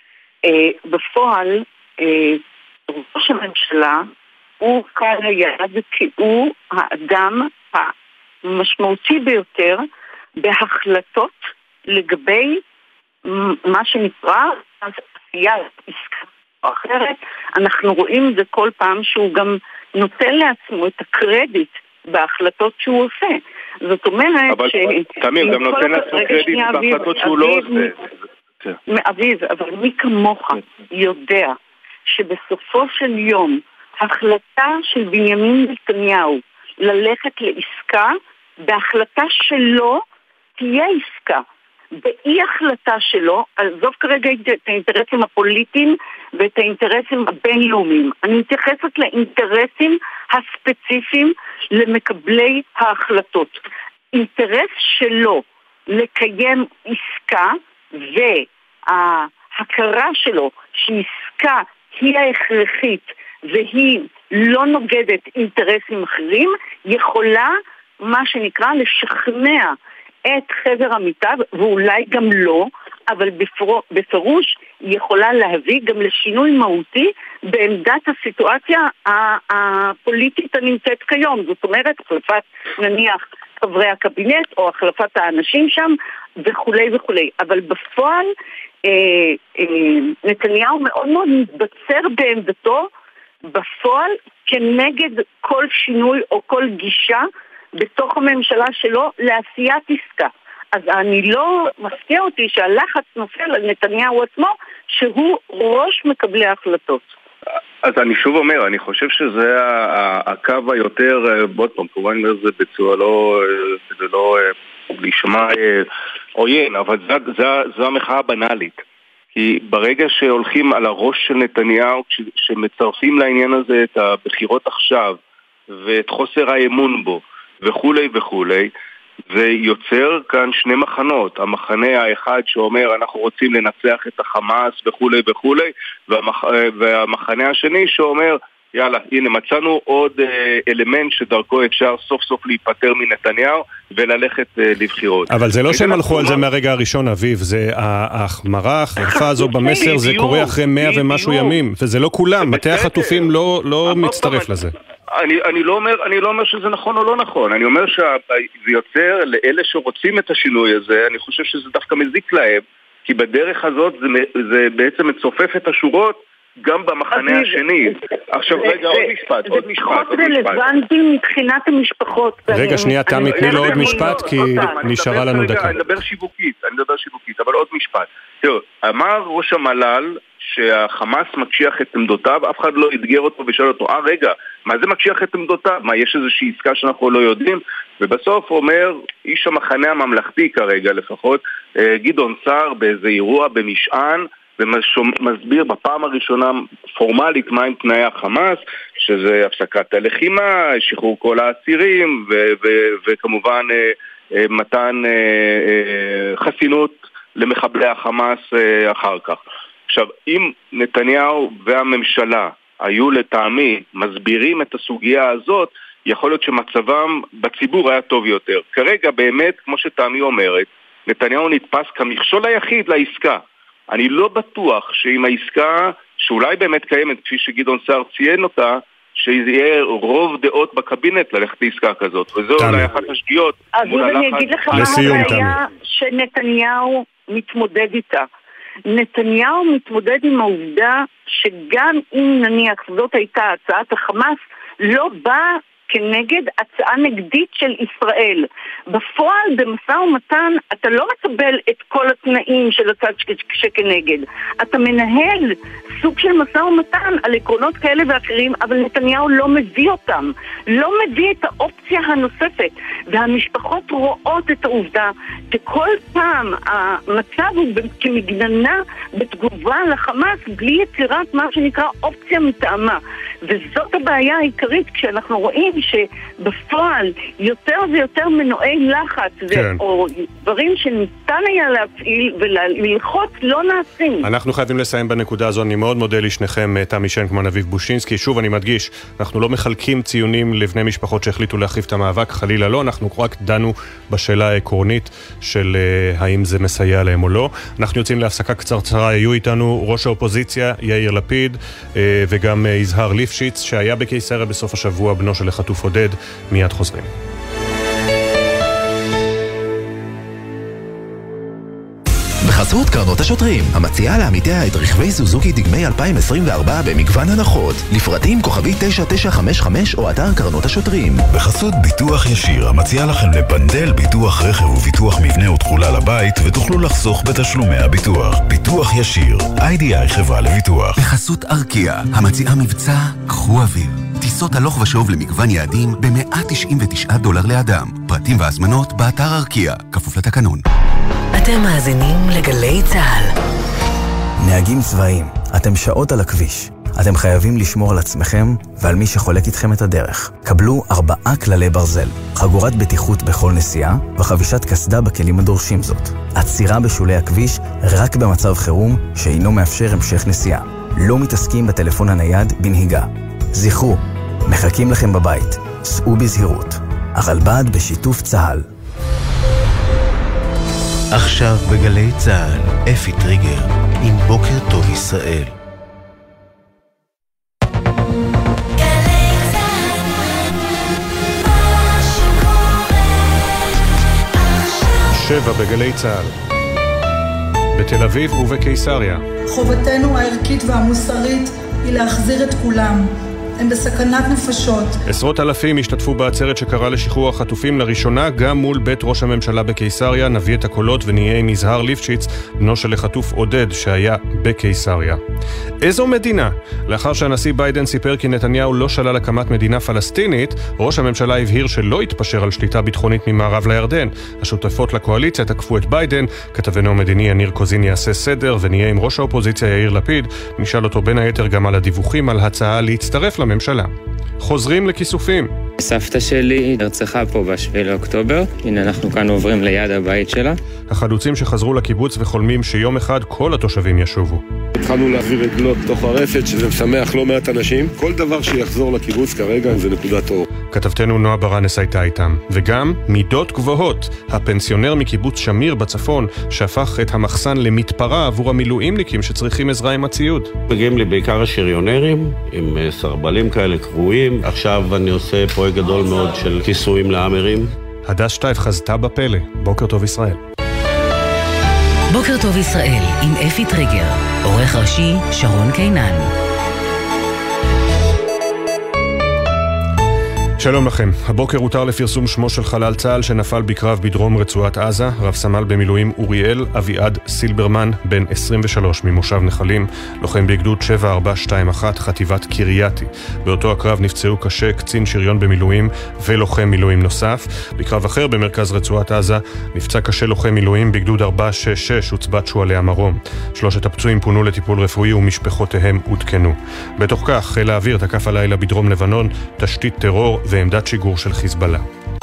בפועל, ראש הממשלה הוא קהל היעד כי הוא האדם המשמעותי ביותר בהחלטות לגבי מה שנקרא עשייה עסקה או אחרת. אנחנו רואים את זה כל פעם שהוא גם נותן לעצמו את הקרדיט בהחלטות שהוא עושה. זאת אומרת אבל ש... תמיר, גם נותן לעצמו קרדיט בהחלטות שהוא לא עושה. אביב, אבל מי כמוך יודע שבסופו של יום החלטה של בנימין נתניהו ללכת לעסקה, בהחלטה שלו תהיה עסקה. באי החלטה שלו, עזוב כרגע את האינטרסים הפוליטיים ואת האינטרסים הבינלאומיים. אני מתייחסת לאינטרסים הספציפיים למקבלי ההחלטות. אינטרס שלו לקיים עסקה וההכרה שלו שעסקה היא ההכרחית והיא לא נוגדת אינטרסים אחרים, יכולה מה שנקרא לשכנע את חבר עמיתיו, ואולי גם לא, אבל בפירוש היא יכולה להביא גם לשינוי מהותי בעמדת הסיטואציה הפוליטית הנמצאת כיום. זאת אומרת, החלפת נניח חברי הקבינט או החלפת האנשים שם וכולי וכולי. אבל בפועל אה, אה, נתניהו מאוד מאוד מתבצר בעמדתו בפועל כנגד כל שינוי או כל גישה בתוך הממשלה שלו לעשיית עסקה. אז אני לא מפתיע אותי שהלחץ נופל על נתניהו עצמו, שהוא ראש מקבלי ההחלטות. אז אני שוב אומר, אני חושב שזה הקו היותר, בעוד פעם, כמובן אומר זה בצורה לא, זה לא לשמה עוין, אבל זו המחאה הבנאלית. כי ברגע שהולכים על הראש של נתניהו, שמצרפים לעניין הזה את הבחירות עכשיו, ואת חוסר האמון בו, וכולי וכולי, זה יוצר כאן שני מחנות. המחנה האחד שאומר אנחנו רוצים לנצח את החמאס וכולי וכולי, והמח... והמחנה השני שאומר יאללה, הנה מצאנו עוד אלמנט שדרכו אפשר סוף סוף להיפטר מנתניהו וללכת לבחירות. אבל זה לא שהם הלכו על זה מהרגע הראשון, אביב, זה ההחמרה, החרפה הזו במסר, זה קורה אחרי מאה ומשהו ימים, וזה לא כולם, מטה החטופים לא מצטרף לזה. אני, אני לא אומר, אני לא אומר שזה נכון או לא נכון. אני אומר שזה יוצר לאלה שרוצים את השינוי הזה, אני חושב שזה דווקא מזיק להם, כי בדרך הזאת זה, זה בעצם מצופף את השורות גם במחנה השני. עכשיו רגע, עוד משפט, עוד משפט. זה פחות רלוונטי מבחינת המשפחות. רגע, שנייה, תמי, תני לו עוד משפט, כי נשארה לנו דקה. אני מדבר שיווקית, אני מדבר שיווקית, אבל עוד משפט. תראו, אמר ראש המל"ל שהחמאס מקשיח את עמדותיו, אף אחד לא ידגר אותו ושאל אותו, אה רגע, מה זה מקשיח את עמדותיו? מה, יש איזושהי עסקה שאנחנו לא יודעים? ובסוף אומר, איש המחנה הממלכתי כרגע לפחות, גדעון סער באיזה אירוע במשען, ומסביר בפעם הראשונה פורמלית מה עם תנאי החמאס, שזה הפסקת הלחימה, שחרור כל האסירים, ו- ו- וכמובן מתן חסינות למחבלי החמאס אחר כך. עכשיו, אם נתניהו והממשלה היו לטעמי מסבירים את הסוגיה הזאת, יכול להיות שמצבם בציבור היה טוב יותר. כרגע באמת, כמו שטעמי אומרת, נתניהו נתפס כמכשול היחיד לעסקה. אני לא בטוח שעם העסקה, שאולי באמת קיימת, כפי שגדעון סער ציין אותה, שיהיה רוב דעות בקבינט ללכת לעסקה כזאת. וזו אולי אחת השגיאות. אז אני אגיד לך מה הבעיה שנתניהו מתמודד איתה. נתניהו מתמודד עם העובדה שגם אם נניח זאת הייתה הצעת החמאס, לא באה כנגד הצעה נגדית של ישראל. בפועל במשא ומתן אתה לא מקבל את כל התנאים של הצד שכנגד. אתה מנהל סוג של משא ומתן על עקרונות כאלה ואחרים, אבל נתניהו לא מביא אותם. לא מביא את האופציה הנוספת. והמשפחות רואות את העובדה שכל פעם המצב הוא כמגננה בתגובה לחמאס בלי יצירת מה שנקרא אופציה מטעמה. וזאת הבעיה העיקרית כשאנחנו רואים שבפועל יותר ויותר מנועי לחץ כן. או דברים שניתן היה להפעיל וללחוץ לא נעשים. אנחנו חייבים לסיים בנקודה הזו. אני מאוד מודה לשניכם, תמי שנקמן, אביב בושינסקי. שוב אני מדגיש, אנחנו לא מחלקים ציונים לבני משפחות שהחליטו להחריף את המאבק, חלילה לא, אנחנו רק דנו בשאלה העקרונית של uh, האם זה מסייע להם או לא. אנחנו יוצאים להפסקה קצרצרה, יהיו איתנו ראש האופוזיציה יאיר לפיד uh, וגם uh, יזהר ליפשיץ שהיה בקיסריה בסוף השבוע, בנו של החטוף עודד. מיד חוזרים. בחסות קרנות השוטרים, המציעה לעמיתיה את רכבי סוזוקי דגמי אלפיים עשרים וארבע במגוון הנחות. לפרטים כוכבי תשע תשע חמש חמש או אתר קרנות השוטרים. בחסות ביטוח ישיר, המציעה לכם לפנדל ביטוח רכב וביטוח מבנה ותכולה לבית, ותוכלו לחסוך בתשלומי הביטוח. ביטוח ישיר, איי די איי חברה לביטוח. בחסות ארקיע, המציעה מבצע קחו אוויר. טיסות הלוך ושוב למגוון יעדים ב-מאה תשעים ותשעה דולר לאדם. פרטים והזמנות באתר ארקיע, כפוף לתקנון. אתם מאזינים לגלי צהל. נהגים צבאיים, אתם שעות על הכביש. אתם חייבים לשמור על עצמכם ועל מי שחולק איתכם את הדרך. קבלו ארבעה כללי ברזל, חגורת בטיחות בכל נסיעה וחבישת קסדה בכלים הדורשים זאת. עצירה בשולי הכביש רק במצב חירום שאינו מאפשר המשך נסיעה. לא מתעסקים בטלפון הנייד בנהיגה. זכרו, מחכים לכם בבית. סעו בזהירות. הרלב"ד בשיתוף צה"ל. עכשיו בגלי צה"ל, אפי טריגר עם בוקר טוב ישראל. שבע בגלי צה"ל. בתל אביב ובקיסריה. חובתנו הערכית והמוסרית היא להחזיר את כולם. הם בסכנת נפשות. עשרות אלפים השתתפו בעצרת שקרא לשחרור החטופים לראשונה גם מול בית ראש הממשלה בקיסריה. נביא את הקולות ונהיה עם יזהר ליפשיץ, בנו של החטוף עודד שהיה בקיסריה. איזו מדינה? לאחר שהנשיא ביידן סיפר כי נתניהו לא שלל הקמת מדינה פלסטינית, ראש הממשלה הבהיר שלא יתפשר על שליטה ביטחונית ממערב לירדן. השותפות לקואליציה תקפו את ביידן. כתבנו המדיני יניר קוזין יעשה סדר, ונהיה עם ראש האופוזיציה יאיר לפיד. נשאל אותו בין היתר גם על הדיווחים על הצעה להצטרף לממשלה. חוזרים לכיסופים. סבתא שלי נרצחה פה בשביעי לאוקטובר. הנה אנחנו כאן עוברים ליד הבית שלה. החלוצים שחזרו לקיבוץ וחולמים שיום אחד כל התושבים ישובו. התחלנו להעביר את גלות תוך הרפת, שזה משמח לא מעט אנשים. כל דבר שיחזור לקיבוץ כרגע זה נקודת אור. כתבתנו נועה ברנס הייתה איתם. וגם מידות גבוהות, הפנסיונר מקיבוץ שמיר בצפון, שהפך את המחסן למתפרה עבור המילואימניקים שצריכים עזרה עם הציוד. מגיעים לי בעיקר השריונרים, עם סרבלים כאלה קבועים. עכשיו אני עושה פרויקט גדול מאוד של כיסויים לאמרים. הדס שטייף חזתה בפלא. בוקר טוב ישראל. בוקר טוב ישראל עם אפי טריגר, עורך ראשי שרון קינן. שלום לכם. הבוקר הותר לפרסום שמו של חלל צה"ל שנפל בקרב בדרום רצועת עזה, רב סמל במילואים אוריאל אביעד סילברמן, בן עשרים ושלוש ממושב נחלים, לוחם בגדוד שבע ארבע שתיים אחת חטיבת קרייתי. באותו הקרב נפצעו קשה קצין שריון במילואים ולוחם מילואים נוסף. בקרב אחר במרכז רצועת עזה נפצע קשה לוחם מילואים בגדוד ארבע שש שש הוצבת שועלי המרום. שלושת הפצועים פונו לטיפול רפואי ומשפחותיהם עודכנו. בתוך כך חיל האוויר תקף הלילה בדרום לבנון תשתית טרור ועמדת שיגור של חיזבאללה.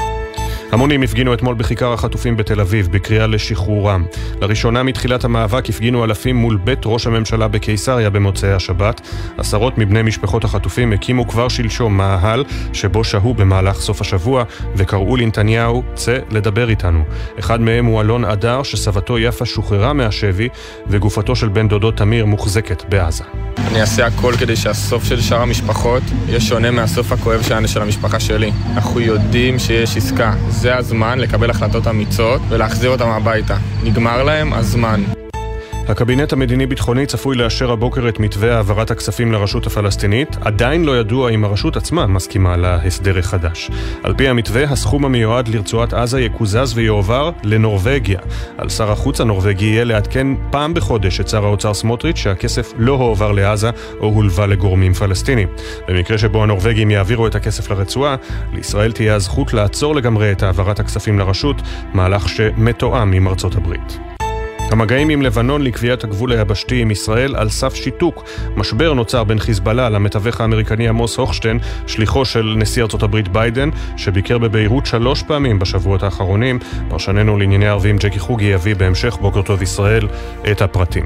המונים הפגינו אתמול בכיכר החטופים בתל אביב בקריאה לשחרורם. לראשונה מתחילת המאבק הפגינו אלפים מול בית ראש הממשלה בקיסריה במוצאי השבת. עשרות מבני משפחות החטופים הקימו כבר שלשום מאהל שבו שהו במהלך סוף השבוע וקראו לנתניהו צא לדבר איתנו. אחד מהם הוא אלון אדר שסבתו יפה שוחררה מהשבי וגופתו של בן דודו תמיר מוחזקת בעזה. אני אעשה הכל כדי שהסוף של שאר המשפחות יהיה שונה מהסוף הכואב של המשפחה שלי. אנחנו יודעים שיש עסקה. זה הזמן לקבל החלטות אמיצות ולהחזיר אותם הביתה. נגמר להם הזמן. הקבינט המדיני-ביטחוני צפוי לאשר הבוקר את מתווה העברת הכספים לרשות הפלסטינית. עדיין לא ידוע אם הרשות עצמה מסכימה להסדר החדש. על פי המתווה, הסכום המיועד לרצועת עזה יקוזז ויועבר לנורווגיה. על שר החוץ הנורווגי יהיה לעדכן פעם בחודש את שר האוצר סמוטריץ' שהכסף לא הועבר לעזה או הולווה לגורמים פלסטינים. במקרה שבו הנורווגים יעבירו את הכסף לרצועה, לישראל תהיה הזכות לעצור לגמרי את העברת הכספים לרשות, מהלך שמתואם עם ארצות הברית. המגעים עם לבנון לקביעת הגבול היבשתי עם ישראל על סף שיתוק. משבר נוצר בין חיזבאללה למתווך האמריקני עמוס הוכשטיין, שליחו של נשיא ארצות הברית ביידן, שביקר בביירות שלוש פעמים בשבועות האחרונים. פרשננו לענייני ערבים ג'קי חוגי יביא בהמשך בוקר טוב ישראל את הפרטים.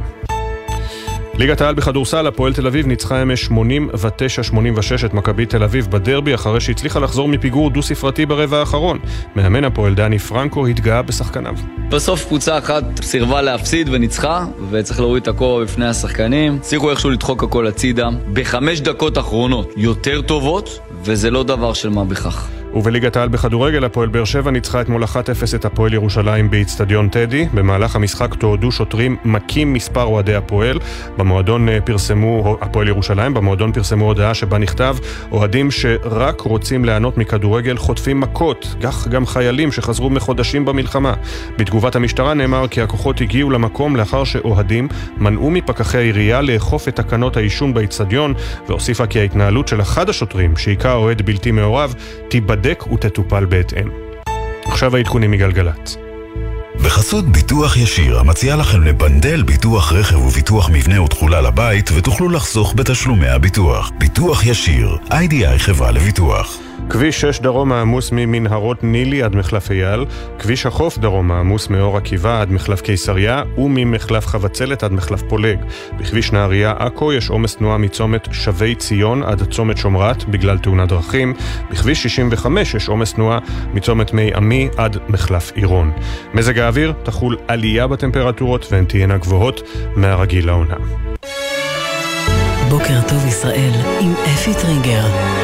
ליגת העל בכדורסל, הפועל תל אביב ניצחה אמש שמונים ותשע שמונים ושש את מכבי תל אביב בדרבי אחרי שהצליחה לחזור מפיגור דו-ספרתי ברבע האחרון. מאמן הפועל דני פרנקו התגאה בשחקניו. בסוף קבוצה אחת סירבה להפסיד וניצחה, וצריך להוריד את הכובע בפני השחקנים. צריכו איכשהו לדחוק הכל הצידה בחמש דקות אחרונות יותר טובות, וזה לא דבר של מה בכך. ובליגת העל בכדורגל, הפועל באר שבע ניצחה אתמול אחת אפס את הפועל ירושלים באצטדיון טדי. במהלך המשחק תועדו שוטרים מכים מספר אוהדי הפועל. במועדון פרסמו, הפועל ירושלים, במועדון פרסמו הודעה שבה נכתב: אוהדים שרק רוצים ליהנות מכדורגל חוטפים מכות, כך גם חיילים שחזרו מחודשים במלחמה. בתגובת המשטרה נאמר כי הכוחות הגיעו למקום לאחר שאוהדים מנעו מפקחי העירייה לאכוף את תקנות העישון באצטדיון, והוסיפה כי ההתנהלות של אחד השוטרים, שהיכה אוהד בלתי מעורב, תיבדק ותטופל בהתאם. עכשיו העדכונים מגלגלת. בחסות ביטוח ישיר, המציע לכם לבנדל ביטוח רכב וביטוח מבנה ותכולה לבית, ותוכלו לחסוך בתשלומי הביטוח. ביטוח ישיר, איי די איי חברה לביטוח. כביש שש דרום העמוס ממנהרות נילי עד מחלף אייל, כביש החוף דרום העמוס מאור עקיבא עד מחלף קיסריה וממחלף חבצלת עד מחלף פולג. בכביש נהריה עכו יש עומס תנועה מצומת שבי ציון עד צומת שומרת בגלל תאונת דרכים. בכביש שישים וחמש יש עומס תנועה מצומת מי עמי עד מחלף עירון. מזג האוויר תחול עלייה בטמפרטורות והן תהיינה גבוהות מהרגיל לעונה. בוקר טוב ישראל עם אפי טריגר.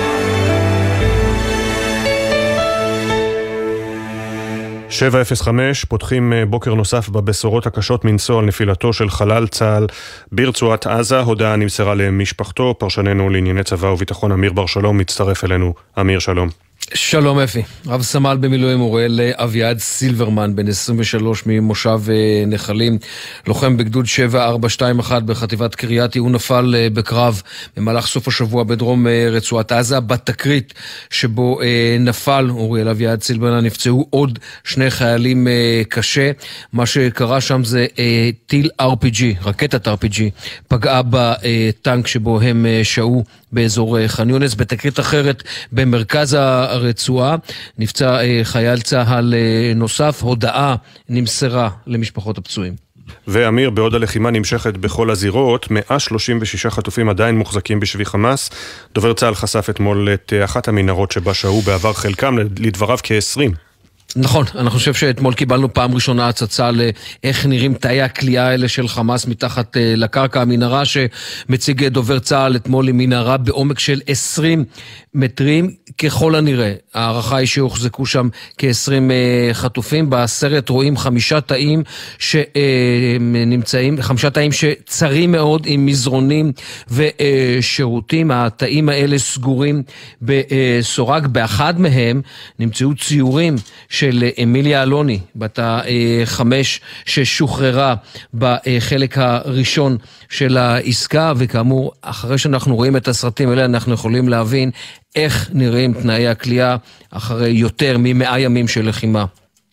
שבע אפס חמש, פותחים בוקר נוסף בבשורות הקשות מנשוא על נפילתו של חלל צה"ל ברצועת עזה. הודעה נמסרה למשפחתו. פרשננו לענייני צבא וביטחון אמיר בר שלום מצטרף אלינו. אמיר, שלום. שלום אפי. רב סמל במילואים אוראל אביעד סילברמן, בן עשרים ושלוש ממושב נחלים, לוחם בגדוד שבע ארבע שתיים אחת בחטיבת קרייתי. הוא נפל בקרב במהלך סוף השבוע בדרום רצועת עזה. בתקרית שבו נפל אוראל אביעד סילברמן נפצעו עוד שני חיילים קשה. מה שקרה שם זה טיל אר פי ג'י, רקטת אר פי ג'י, פגעה בטנק שבו הם שהו באזור ח'אן יונס. בתקרית אחרת במרכז הרצועה נפצע חייל צה"ל נוסף. הודעה נמסרה למשפחות הפצועים. ואמיר, בעוד הלחימה נמשכת בכל הזירות, מאה שלושים ושישה חטופים עדיין מוחזקים בשבי חמאס. דובר צה"ל חשף אתמול את אחת המנהרות שבה שהו בעבר חלקם, לדבריו כ-עשרים. נכון, אני חושב שאתמול קיבלנו פעם ראשונה הצצה לאיך נראים תאי הכלייה האלה של חמאס מתחת לקרקע. המנהרה שמציג דובר צה"ל אתמול היא מנהרה בעומק של עשרים מטרים, ככל הנראה. הערכה היא שהוחזקו שם כ-עשרים חטופים. בסרט רואים חמישה תאים שנמצאים, חמישה תאים שצרים מאוד עם מזרונים ושירותים. התאים האלה סגורים בסורג. באחד מהם נמצאו ציורים של אמיליה אלוני, בת החמש ששוחררה בחלק הראשון של העסקה, וכאמור, אחרי שאנחנו רואים את הסרטים האלה, אנחנו יכולים להבין איך נראים תנאי הכלייה אחרי יותר ממאה ימים של לחימה.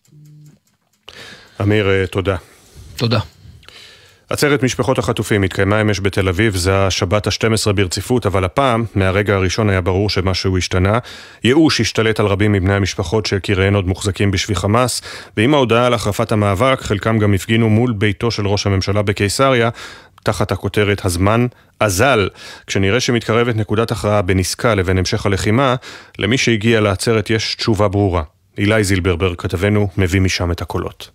אמיר, תודה. תודה. עצרת משפחות החטופים התקיימה אמש בתל אביב, זה השבת ה-שתים עשרה ברציפות, אבל הפעם, מהרגע הראשון היה ברור שמשהו השתנה. ייאוש השתלט על רבים מבני המשפחות שיקיריהן עוד מוחזקים בשבי חמאס, ועם ההודעה על החרפת המאבק, חלקם גם הפגינו מול ביתו של ראש הממשלה בקיסריה, תחת הכותרת הזמן אזל. כשנראה שמתקרבת נקודת הכרעה בין עסקה לבין המשך הלחימה, למי שהגיע לעצרת יש תשובה ברורה. אילי זילברברג, כתבנו, מביא משם את הקולות.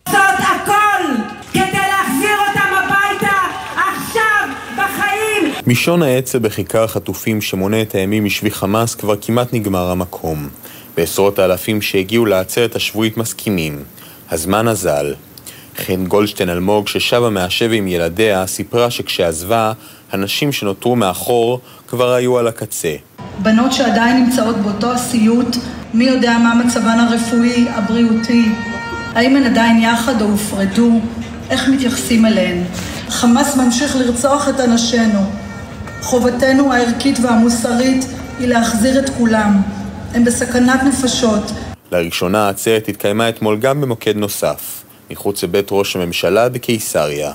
מישון העצב בכיכר החטופים שמונה את הימים משבי חמאס כבר כמעט נגמר המקום. בעשרות האלפים שהגיעו לעצרת השבועית מסכימים. הזמן אזל. חן גולדשטיין אלמוג ששבה מהשבי עם ילדיה סיפרה שכשעזבה, הנשים שנותרו מאחור כבר היו על הקצה. בנות שעדיין נמצאות באותו הסיוט, מי יודע מה מצבן הרפואי, הבריאותי, האם הן עדיין יחד או הופרדו, איך מתייחסים אליהן. חמאס ממשיך לרצוח את אנשינו. חובתנו הערכית והמוסרית היא להחזיר את כולם. הם בסכנת נפשות. לראשונה העצרת התקיימה אתמול גם במוקד נוסף, מחוץ לבית ראש הממשלה בקיסריה.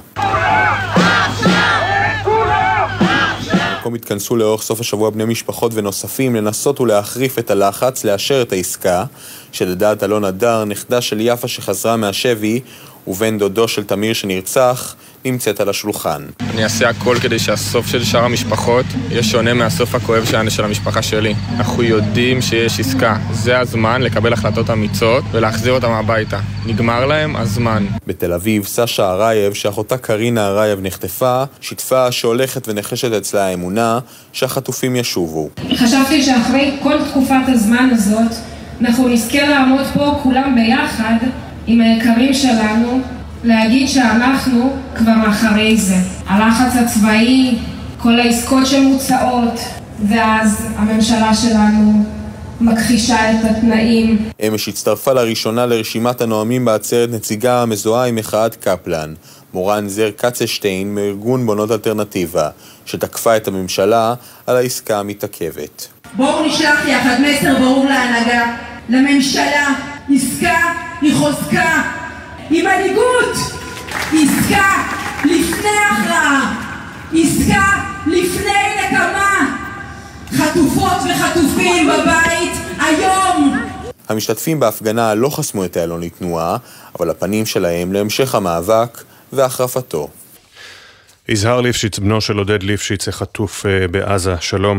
במקום התכנסו לאורך סוף השבוע בני משפחות ונוספים לנסות ולהחריף את הלחץ לאשר את העסקה, שלדעת אלון הדר, נכדה של יפה שחזרה מהשבי, ובן דודו של תמיר שנרצח, נמצאת על השולחן. אני אעשה הכל כדי שהסוף של שאר המשפחות יהיה שונה מהסוף הכואב של המשפחה שלי. אנחנו יודעים שיש עסקה. זה הזמן לקבל החלטות אמיצות ולהחזיר אותם הביתה. נגמר להם הזמן. בתל אביב, סשה הרייב, שאחותה קרינה הרייב נחטפה, שיתפה שהולכת ונחשת אצלה האמונה שהחטופים ישובו. חשבתי שאחרי כל תקופת הזמן הזאת אנחנו נזכה לעמוד פה כולם ביחד עם היקרים שלנו, להגיד שאנחנו כבר אחרי זה. הלחץ הצבאי, כל העסקות שמוצאות, ואז הממשלה שלנו מכחישה את התנאים. אמש הצטרפה לראשונה לרשימת הנואמים בעצרת נציגה המזוהה עם מחאת קפלן, מורן זר קצשטיין מארגון בונות אלטרנטיבה, שתקפה את הממשלה על העסקה המתעכבת. בואו נשלח יחד מסר ברור להנהגה, לממשלה, עסקה היא חוזקה, היא מנהיגות, עסקה לפני הכרעה, עסקה לפני נקמה, חטופות וחטופים בבית היום. המשתתפים בהפגנה לא חסמו את איילון לתנועה, אבל הפנים שלהם להמשך המאבק והחרפתו. יזהר ליפשיץ, בנו של עודד ליפשיץ, חטוף בעזה. שלום.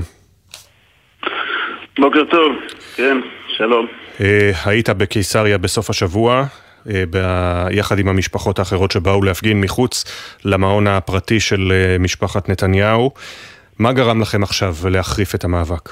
בוקר טוב. כן, שלום. היית בקיסריה בסוף השבוע, יחד עם המשפחות האחרות שבאו להפגין מחוץ למעון הפרטי של משפחת נתניהו. מה גרם לכם עכשיו להחריף את המאבק?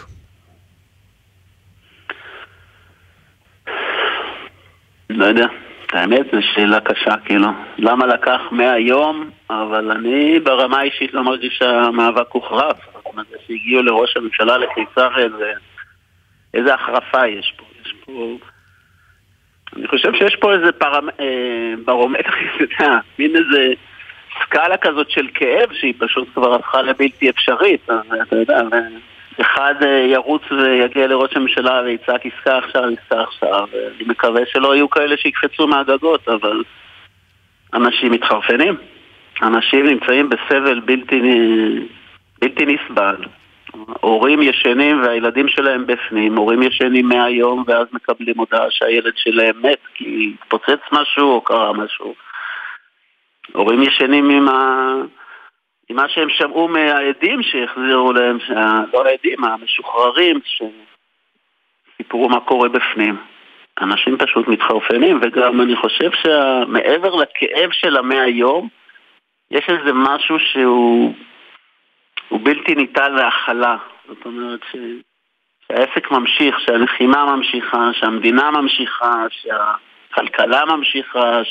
לא יודע, האמת זו שאלה קשה, כאילו. למה לקח מאה יום, אבל אני ברמה אישית לא מרגיש שהמאבק הוחרף. זאת אומרת, שהגיעו לראש הממשלה לקיסריה, זה... איזה החרפה יש פה. יש פה... אני חושב שיש פה איזה פרמ... ברומטר, מין איזה סקאלה כזאת של כאב שהיא פשוט כבר הפכה לבלתי אפשרית. אז אתה יודע, אחד ירוץ ויגיע לראש הממשלה ויצעק עסקה עכשיו, עסקה עכשיו. אני מקווה שלא יהיו כאלה שיקפצו מהגגות, אבל אנשים מתחרפנים. אנשים נמצאים בסבל בלתי, בלתי נסבל. הורים ישנים והילדים שלהם בפנים, הורים ישנים מהיום ואז מקבלים הודעה שהילד שלהם מת כי התפוצץ משהו או קרה משהו. הורים ישנים עם, ה... עם מה שהם שמעו מהעדים שהחזירו להם, לא העדים, המשוחררים שסיפרו מה קורה בפנים. אנשים פשוט מתחרפנים, וגם אני חושב שמעבר לכאב של המאה יום יש איזה משהו שהוא הוא בלתי ניתן להכלה. זאת אומרת ש... שהעסק ממשיך, שהלחימה ממשיכה, שהמדינה ממשיכה, שהכלכלה ממשיכה,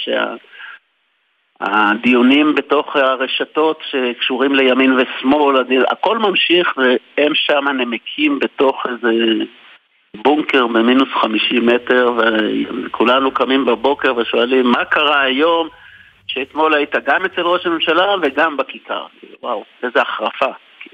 שהדיונים בתוך הרשתות שקשורים לימין ושמאל, הכל ממשיך, והם שם נמקים בתוך איזה בונקר במינוס חמישים מטר, וכולנו קמים בבוקר ושואלים מה קרה היום שאתמול היית גם אצל ראש הממשלה וגם בכיכר. וואו, איזה החרפה.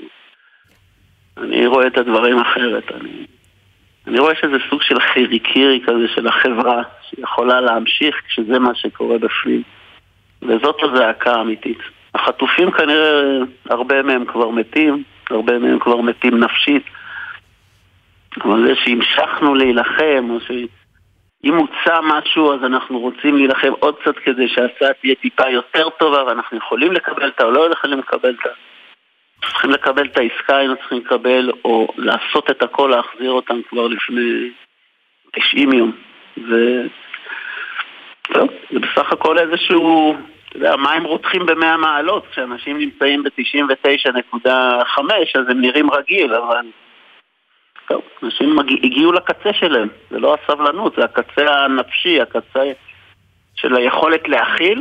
אני רואה את הדברים אחרת. אני, אני רואה שזה סוג של חיריקירי כזה של החברה שיכולה להמשיך כשזה מה שקורה בפנים. וזאת הזעקה האמיתית. החטופים כנראה הרבה מהם כבר מתים, הרבה מהם כבר מתים נפשית. אבל זה שהמשכנו להילחם, או שאם הוצא משהו אז אנחנו רוצים להילחם עוד קצת כדי שההצעה תהיה טיפה יותר טובה, ואנחנו יכולים לקבל את או לא יכולים לקבל את צריכים לקבל את העסקה, היינו צריכים לקבל, או לעשות את הכל, להחזיר אותם כבר לפני תשעים יום. ו... טוב, זה בסך הכל איזשהו, אתה יודע, מים רותחים במאה מעלות, כשאנשים נמצאים ב-תשעים ותשע נקודה חמש, אז הם נראים רגיל, אבל... טוב, אנשים מגיע, הגיעו לקצה שלהם, זה לא הסבלנות, זה הקצה הנפשי, הקצה של היכולת להכיל,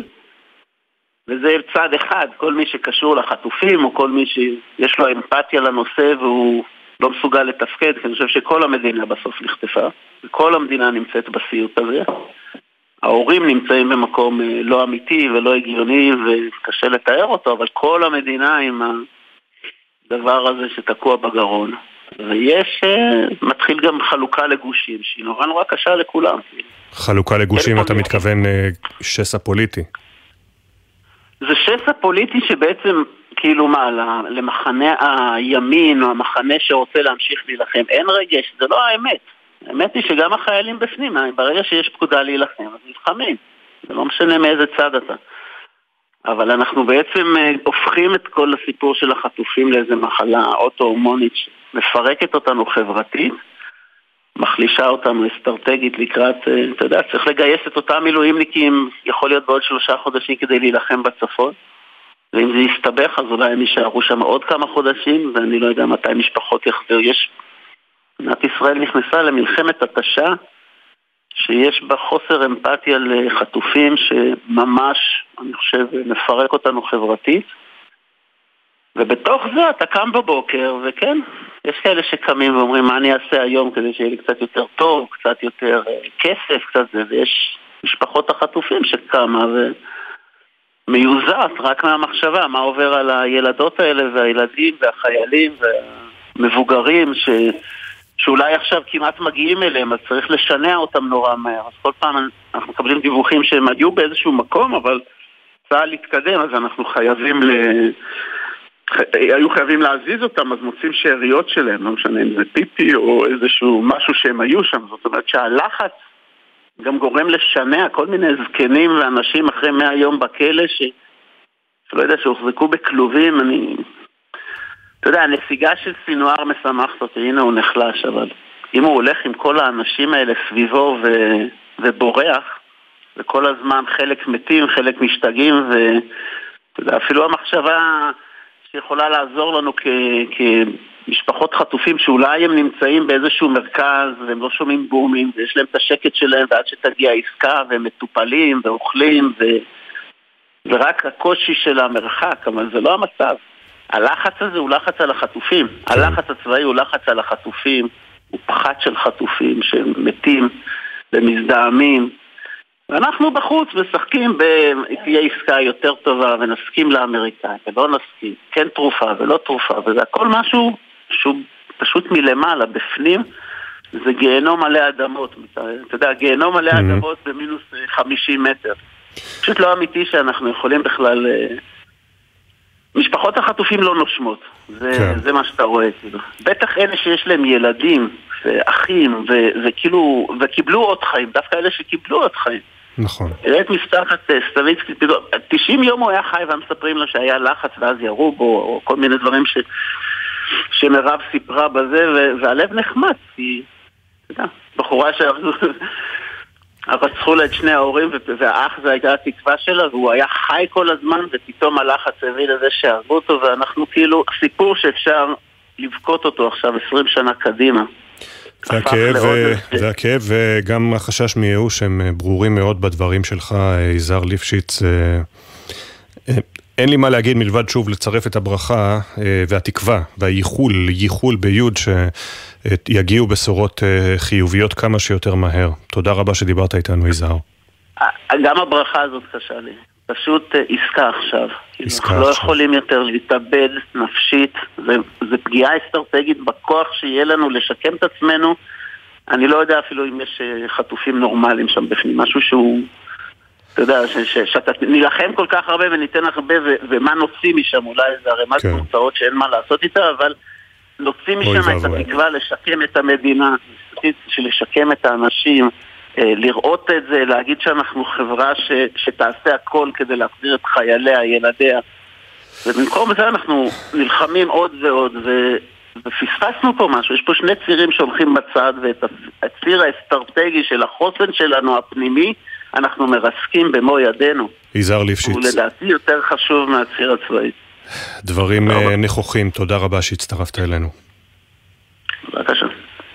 וזה צד אחד, כל מי שקשור לחטופים, או כל מי שיש לו אמפתיה לנושא, והוא לא מסוגל לתפקד, כי אני חושב שכל המדינה בסוף נחטפה, וכל המדינה נמצאת בסיוט הזה. ההורים נמצאים במקום לא אמיתי ולא הגיוני, וקשה לתאר אותו, אבל כל המדינה עם הדבר הזה שתקוע בגרון. ויש, מתחיל גם חלוקה לגושים, שהיא נורא נורא קשה לכולם. חלוקה לגושים, אתה מתכוון שסע פוליטי? זה שסע פוליטי שבעצם, כאילו מה, למחנה הימין או המחנה שרוצה להמשיך להילחם, אין רגש, זה לא האמת. האמת היא שגם החיילים בפנים, ברגע שיש פקודה להילחם, אז נלחמים. זה לא משנה מאיזה צד אתה. אבל אנחנו בעצם הופכים את כל הסיפור של החטופים לאיזה מחלה אוטו-הורמונית שמפרקת אותנו חברתית, מחלישה אותנו אסטרטגית לקראת, אתה יודע, צריך לגייס את אותם מילואימניקים, יכול להיות בעוד שלושה חודשים כדי להילחם בצפון, ואם זה יסתבך אז אולי הם יישארו שם עוד כמה חודשים, ואני לא יודע מתי משפחות יחזר. יש, מדינת ישראל נכנסה למלחמת התשה שיש בה חוסר אמפתיה לחטופים שממש, אני חושב, מפרק אותנו חברתית. ובתוך זה אתה קם בבוקר, וכן, יש כאלה שקמים ואומרים, מה אני אעשה היום כדי שיהיה לי קצת יותר טוב, קצת יותר כסף, קצת זה, ויש משפחות החטופים שקמה ומיוזעת רק מהמחשבה, מה עובר על הילדות האלה והילדים והחיילים והמבוגרים ש... שאולי עכשיו כמעט מגיעים אליהם, אז צריך לשנע אותם נורא מהר. אז כל פעם אנחנו מקבלים דיווחים שהם היו באיזשהו מקום, אבל צה"ל להתקדם, אז אנחנו חייבים ל... היו חייבים להזיז אותם, אז מוצאים שאריות שלהם, לא משנה אם זה פיפי או איזשהו משהו שהם היו שם. זאת אומרת שהלחץ גם גורם לשנע כל מיני זקנים ואנשים אחרי מאה יום בכלא, ש... שלא יודע, שהוחזקו בכלובים. אני... אתה יודע, הנסיגה של סינואר משמחת אותי, הנה הוא נחלש, אבל אם הוא הולך עם כל האנשים האלה סביבו ו... ובורח, וכל הזמן חלק מתים, חלק משתגעים, ואתה יודע, אפילו המחשבה שיכולה לעזור לנו כ... כמשפחות חטופים, שאולי הם נמצאים באיזשהו מרכז, והם לא שומעים בומים, ויש להם את השקט שלהם, ועד שתגיע עסקה, והם מטופלים, ואוכלים, ו... ורק הקושי של המרחק, אבל זה לא המצב. הלחץ הזה הוא לחץ על החטופים. הלחץ הצבאי הוא לחץ על החטופים. הוא פחד של חטופים שמתים ומזדעמים. ואנחנו בחוץ משחקים בתהיה עסקה יותר טובה ונסכים לאמריקאים ולא נסכים. כן תרופה ולא תרופה. וזה הכל משהו שהוא פשוט מלמעלה, בפנים. זה גיהנום מלא אדמות. אתה יודע, גיהנום מלא אדמות במינוס חמישים מטר. פשוט לא אמיתי שאנחנו יכולים בכלל... משפחות החטופים לא נושמות, זה, כן. זה מה שאתה רואה. בטח אלה שיש להם ילדים ואחים ו, וכאילו, וקיבלו עוד חיים, דווקא אלה שקיבלו עוד חיים. נכון. ראית משפחת סטביצקי, תשעים יום הוא היה חי ומספרים לו שהיה לחץ ואז ירו בו, או כל מיני דברים ש, שמרב סיפרה בזה, ו, והלב נחמץ, כי, אתה יודע, בחורה שעבדו... רצחו לה את שני ההורים, והאח זה הייתה התקווה שלה, והוא היה חי כל הזמן, ופתאום הלחץ הביא לזה שהרגו אותו, ואנחנו כאילו, סיפור שאפשר לבכות אותו עכשיו עשרים שנה קדימה. והכאב, והכאב וגם החשש מייאוש הם ברורים מאוד בדברים שלך, יזהר ליפשיץ. אין לי מה להגיד מלבד שוב לצרף את הברכה והתקווה והייחול, ייחול ביוד שיגיעו בשורות חיוביות כמה שיותר מהר. תודה רבה שדיברת איתנו, יזהר. גם הברכה הזאת קשה לי. פשוט עסקה עכשיו. עסקה אנחנו לא עכשיו. יכולים יותר להתאבד נפשית. זה, זה פגיעה אסטרטגית בכוח שיהיה לנו לשקם את עצמנו. אני לא יודע אפילו אם יש חטופים נורמליים שם בפנים. משהו שהוא... אתה יודע, ש- ש- שאתה נלחם כל כך הרבה וניתן הרבה, ו- ומה נוציא משם, אולי זה הרמת כן. תוצאות שאין מה לעשות איתה, אבל נוציא משם את התקווה לשקם את המדינה, לשקם את האנשים, לראות את זה, להגיד שאנחנו חברה ש- שתעשה הכל כדי להחזיר את חייליה, ילדיה, ובמקום זה אנחנו נלחמים עוד ועוד, ו- ופספסנו פה משהו. יש פה שני צירים שהולכים בצד, ואת הציר האסטרטגי של החוסן שלנו הפנימי, אנחנו מרסקים במו ידינו. יזהר ליפשיץ. הוא לדעתי יותר חשוב מהציר הצבאי. דברים נכוחים, תודה רבה שהצטרפת אלינו. בבקשה.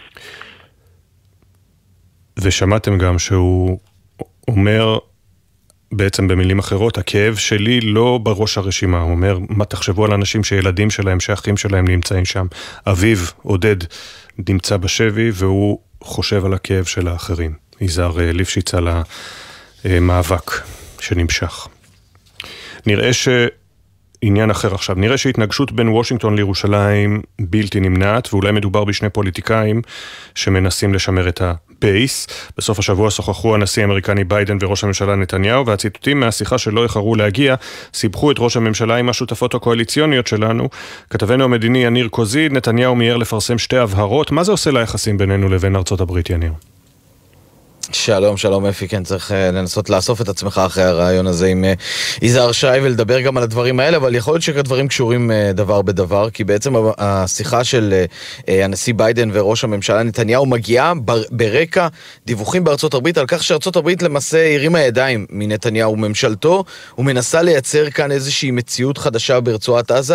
ושמעתם גם שהוא אומר, בעצם במילים אחרות, הכאב שלי לא בראש הרשימה. הוא אומר, מה תחשבו על אנשים שילדים שלהם, שאחים שלהם נמצאים שם. אביו, עודד, נמצא בשבי, והוא חושב על הכאב של האחרים. יזהר ליפשיץ על המאבק שנמשך. נראה שעניין אחר עכשיו, נראה שהתנגשות בין וושינגטון לירושלים בלתי נמנעת, ואולי מדובר בשני פוליטיקאים שמנסים לשמר את הבייס. בסוף השבוע שוחחו הנשיא האמריקני ביידן וראש הממשלה נתניהו, והציטוטים מהשיחה שלא יחרו להגיע, סיבכו את ראש הממשלה עם השותפות הקואליציוניות שלנו. כתבנו המדיני יניר קוזי, נתניהו מיהר לפרסם שתי הבהרות. מה זה עושה ליחסים בינינו לבין ארצות הברית, יניר? שלום, שלום אפי, כן, צריך לנסות לאסוף את עצמך אחרי הרעיון הזה עם יזהר שי ולדבר גם על הדברים האלה, אבל יכול להיות שהדברים קשורים דבר בדבר, כי בעצם השיחה של הנשיא ביידן וראש הממשלה נתניהו מגיעה ברקע דיווחים בארצות הברית על כך שארצות הברית למעשה הרימה ידיים מנתניהו וממשלתו, ומנסה לייצר כאן איזושהי מציאות חדשה ברצועת עזה,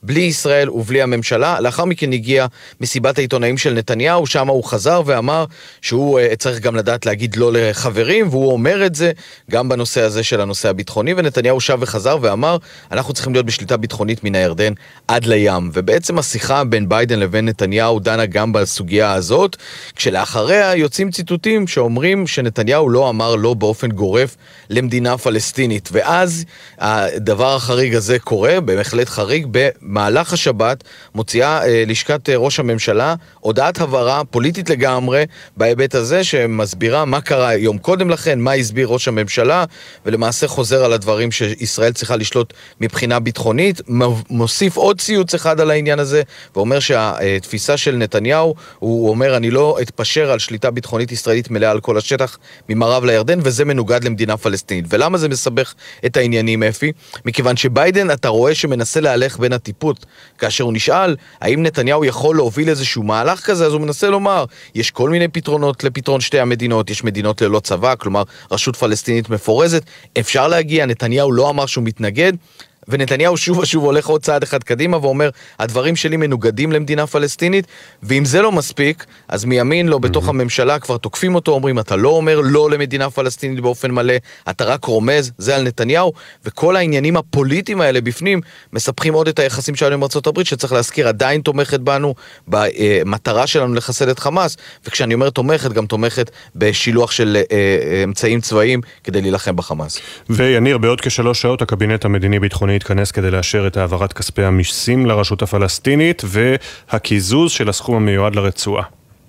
בלי ישראל ובלי הממשלה. לאחר מכן הגיע מסיבת העיתונאים של נתניהו, שם הוא חזר ואמר שהוא uh, צריך גם לדעת להגיד לא לחברים, והוא אומר את זה גם בנושא הזה של הנושא הביטחוני, ונתניהו שב וחזר ואמר, אנחנו צריכים להיות בשליטה ביטחונית מן הירדן עד לים. ובעצם השיחה בין ביידן לבין נתניהו דנה גם בסוגיה הזאת, כשלאחריה יוצאים ציטוטים שאומרים שנתניהו לא אמר לא באופן גורף למדינה פלסטינית. ואז הדבר החריג הזה קורה, בהחלט חריג, במהלך השבת מוציאה אה, לשכת אה, ראש הממשלה הודעת הבהרה פוליטית לגמרי בהיבט הזה, שמסבירה מה קרה יום קודם לכן, מה הסביר ראש הממשלה, ולמעשה חוזר על הדברים שישראל צריכה לשלוט מבחינה ביטחונית, מוסיף עוד ציוץ אחד על העניין הזה, ואומר שהתפיסה של נתניהו, הוא אומר אני לא אתפשר על שליטה ביטחונית ישראלית מלאה על כל השטח ממערב לירדן, וזה מנוגד למדינה פלסטינית. ולמה זה מסבך את העניינים, אפי? מכיוון שביידן, אתה רואה שמנסה להלך בין הטיפות, כאשר הוא נשאל האם נתניהו יכול להוביל איזשהו מהלך כזה, אז הוא מנסה לומר, יש כל מיני פתרונות לפתרון שתי המדינות, יש מדינות ללא צבא, כלומר רשות פלסטינית מפורזת, אפשר להגיע, נתניהו לא אמר שהוא מתנגד, ונתניהו שוב ושוב הולך עוד צעד אחד קדימה ואומר, הדברים שלי מנוגדים למדינה פלסטינית, ואם זה לא מספיק, אז מימין לו בתוך הממשלה כבר תוקפים אותו, אומרים, אתה לא אומר לא למדינה פלסטינית באופן מלא, אתה רק רומז, זה על נתניהו, וכל העניינים הפוליטיים האלה בפנים, מספחים עוד את היחסים שלנו עם ארצות הברית, שצריך להזכיר, עדיין תומכת בנו, במטרה שלנו לחסל את חמאס, וכשאני אומר תומכת, גם תומכת בשילוח של אמצעים צבאיים, כדי להילחם בחמאס. ויניר, בעוד כשלוש שעות הקבינט המדיני ביטחוני התכנס כדי לאשר את העברת כספי המיסים לרשות הפלסטינית והקיזוז של הסכום המיועד לרצועה.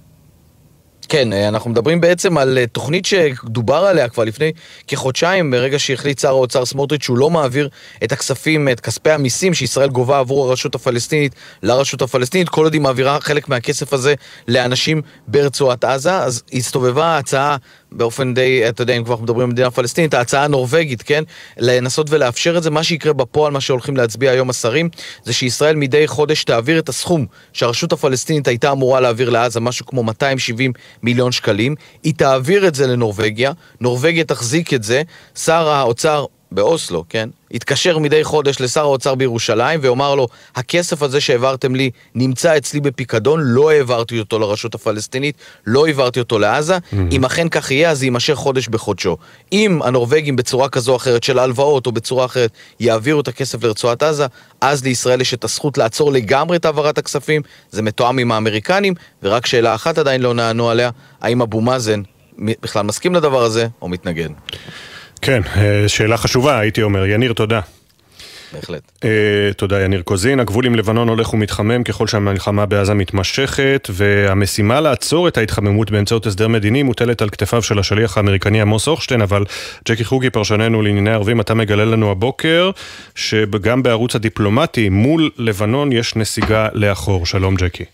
כן, אנחנו מדברים בעצם על תוכנית שדובר עליה כבר לפני כחודשיים, ברגע שהחליט שר האוצר סמוטריץ' שהוא לא מעביר את הכספים, את כספי המיסים שישראל גובה עבור הרשות הפלסטינית לרשות הפלסטינית, כל עוד היא מעבירה חלק מהכסף הזה לאנשים ברצועת עזה. אז הסתובבה ההצעה באופן די, אתה יודע, אם כבר מדברים במדינה פלסטינית, ההצעה הנורווגית, כן, לנסות ולאפשר את זה. מה שיקרה בפועל, מה שהולכים להצביע היום השרים, זה שישראל מדי חודש תעביר את הסכום שהרשות הפלסטינית הייתה אמורה להעביר לעזה, משהו כמו מאתיים שבעים מיליון שקלים, היא תעביר את זה לנורווגיה, נורווגיה תחזיק את זה, שר האוצר באוסלו, כן, התקשר מדי חודש לשר האוצר בירושלים ואומר לו, הכסף הזה שהעברתם לי נמצא אצלי בפיקדון, לא העברתי אותו לרשות הפלסטינית, לא העברתי אותו לעזה, mm-hmm. אם אכן כך יהיה, אז יימשך חודש בחודשו. אם הנורווגים בצורה כזו או אחרת של הלוואות או בצורה אחרת יעבירו את הכסף לרצועת עזה, אז לישראל יש את הזכות לעצור לגמרי את העברת הכספים, זה מתואם עם האמריקנים, ורק שאלה אחת עדיין לא נענו עליה, האם אבו מאזן בכלל מסכים לדבר הזה או מתנגד? כן, שאלה חשובה, הייתי אומר. יניר, תודה. בהחלט. תודה, יניר קוזין. הגבול עם לבנון הולך ומתחמם ככל שהמלחמה בעזה מתמשכת, והמשימה לעצור את ההתחממות באמצעות הסדר מדיני מוטלת על כתפיו של השליח האמריקני עמוס הוכשטיין, אבל ג'קי חוגי, פרשננו לענייני ערבים, אתה מגלה לנו הבוקר שגם בערוץ הדיפלומטי מול לבנון יש נסיגה לאחור. שלום, ג'קי.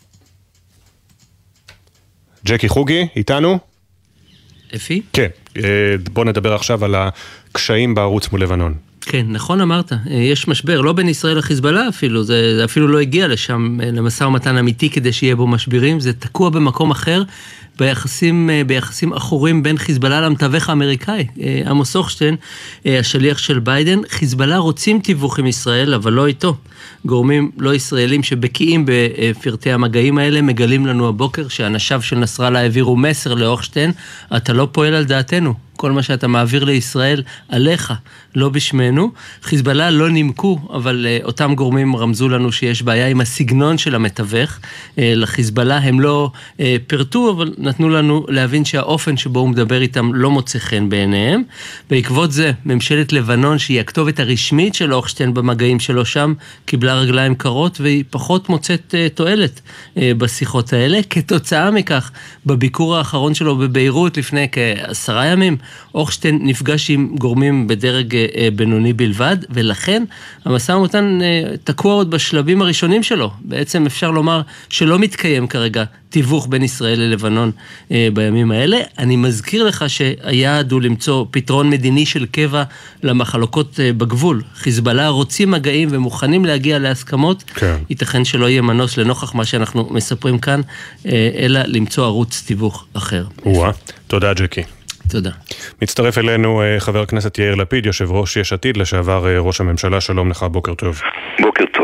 ג'קי חוגי, איתנו? אפי? כן, בוא נדבר עכשיו על הקשיים בערוץ מול לבנון. כן, נכון אמרת, יש משבר, לא בין ישראל לחיזבאללה אפילו, זה, זה אפילו לא הגיע לשם, למשא ומתן אמיתי כדי שיהיה בו משברים, זה תקוע במקום אחר, ביחסים, ביחסים אחורים בין חיזבאללה למתווך האמריקאי, עמוס הוכשטיין, השליח של ביידן. חיזבאללה רוצים תיווך עם ישראל, אבל לא איתו. גורמים לא ישראלים שבקיאים בפרטי המגעים האלה, מגלים לנו הבוקר שאנשיו של נסראללה העבירו מסר להוכשטיין, אתה לא פועל על דעתנו. כל מה שאתה מעביר לישראל עליך, לא בשמנו. חיזבאללה לא נימקו, אבל uh, אותם גורמים רמזו לנו שיש בעיה עם הסגנון של המתווך. Uh, לחיזבאללה הם לא uh, פרטו, אבל נתנו לנו להבין שהאופן שבו הוא מדבר איתם לא מוצא חן בעיניהם. בעקבות זה, ממשלת לבנון, שהיא הכתובת הרשמית של הוכשטיין במגעים שלו שם, קיבלה רגליים קרות, והיא פחות מוצאת uh, תועלת uh, בשיחות האלה. כתוצאה מכך, בביקור האחרון שלו בביירות לפני כעשרה ימים, הוכשטיין נפגש עם גורמים בדרג בינוני בלבד, ולכן המשא ומתן תקוע עוד בשלבים הראשונים שלו. בעצם אפשר לומר שלא מתקיים כרגע תיווך בין ישראל ללבנון בימים האלה. אני מזכיר לך שהיעד הוא למצוא פתרון מדיני של קבע למחלוקות בגבול. חיזבאללה רוצים מגעים ומוכנים להגיע להסכמות. כן. ייתכן שלא יהיה מנוס לנוכח מה שאנחנו מספרים כאן, אלא למצוא ערוץ תיווך אחר. וואה, תודה ג'קי. תודה. מצטרף אלינו חבר הכנסת יאיר לפיד, יושב ראש יש עתיד, לשעבר ראש הממשלה. שלום לך, בוקר טוב. בוקר טוב.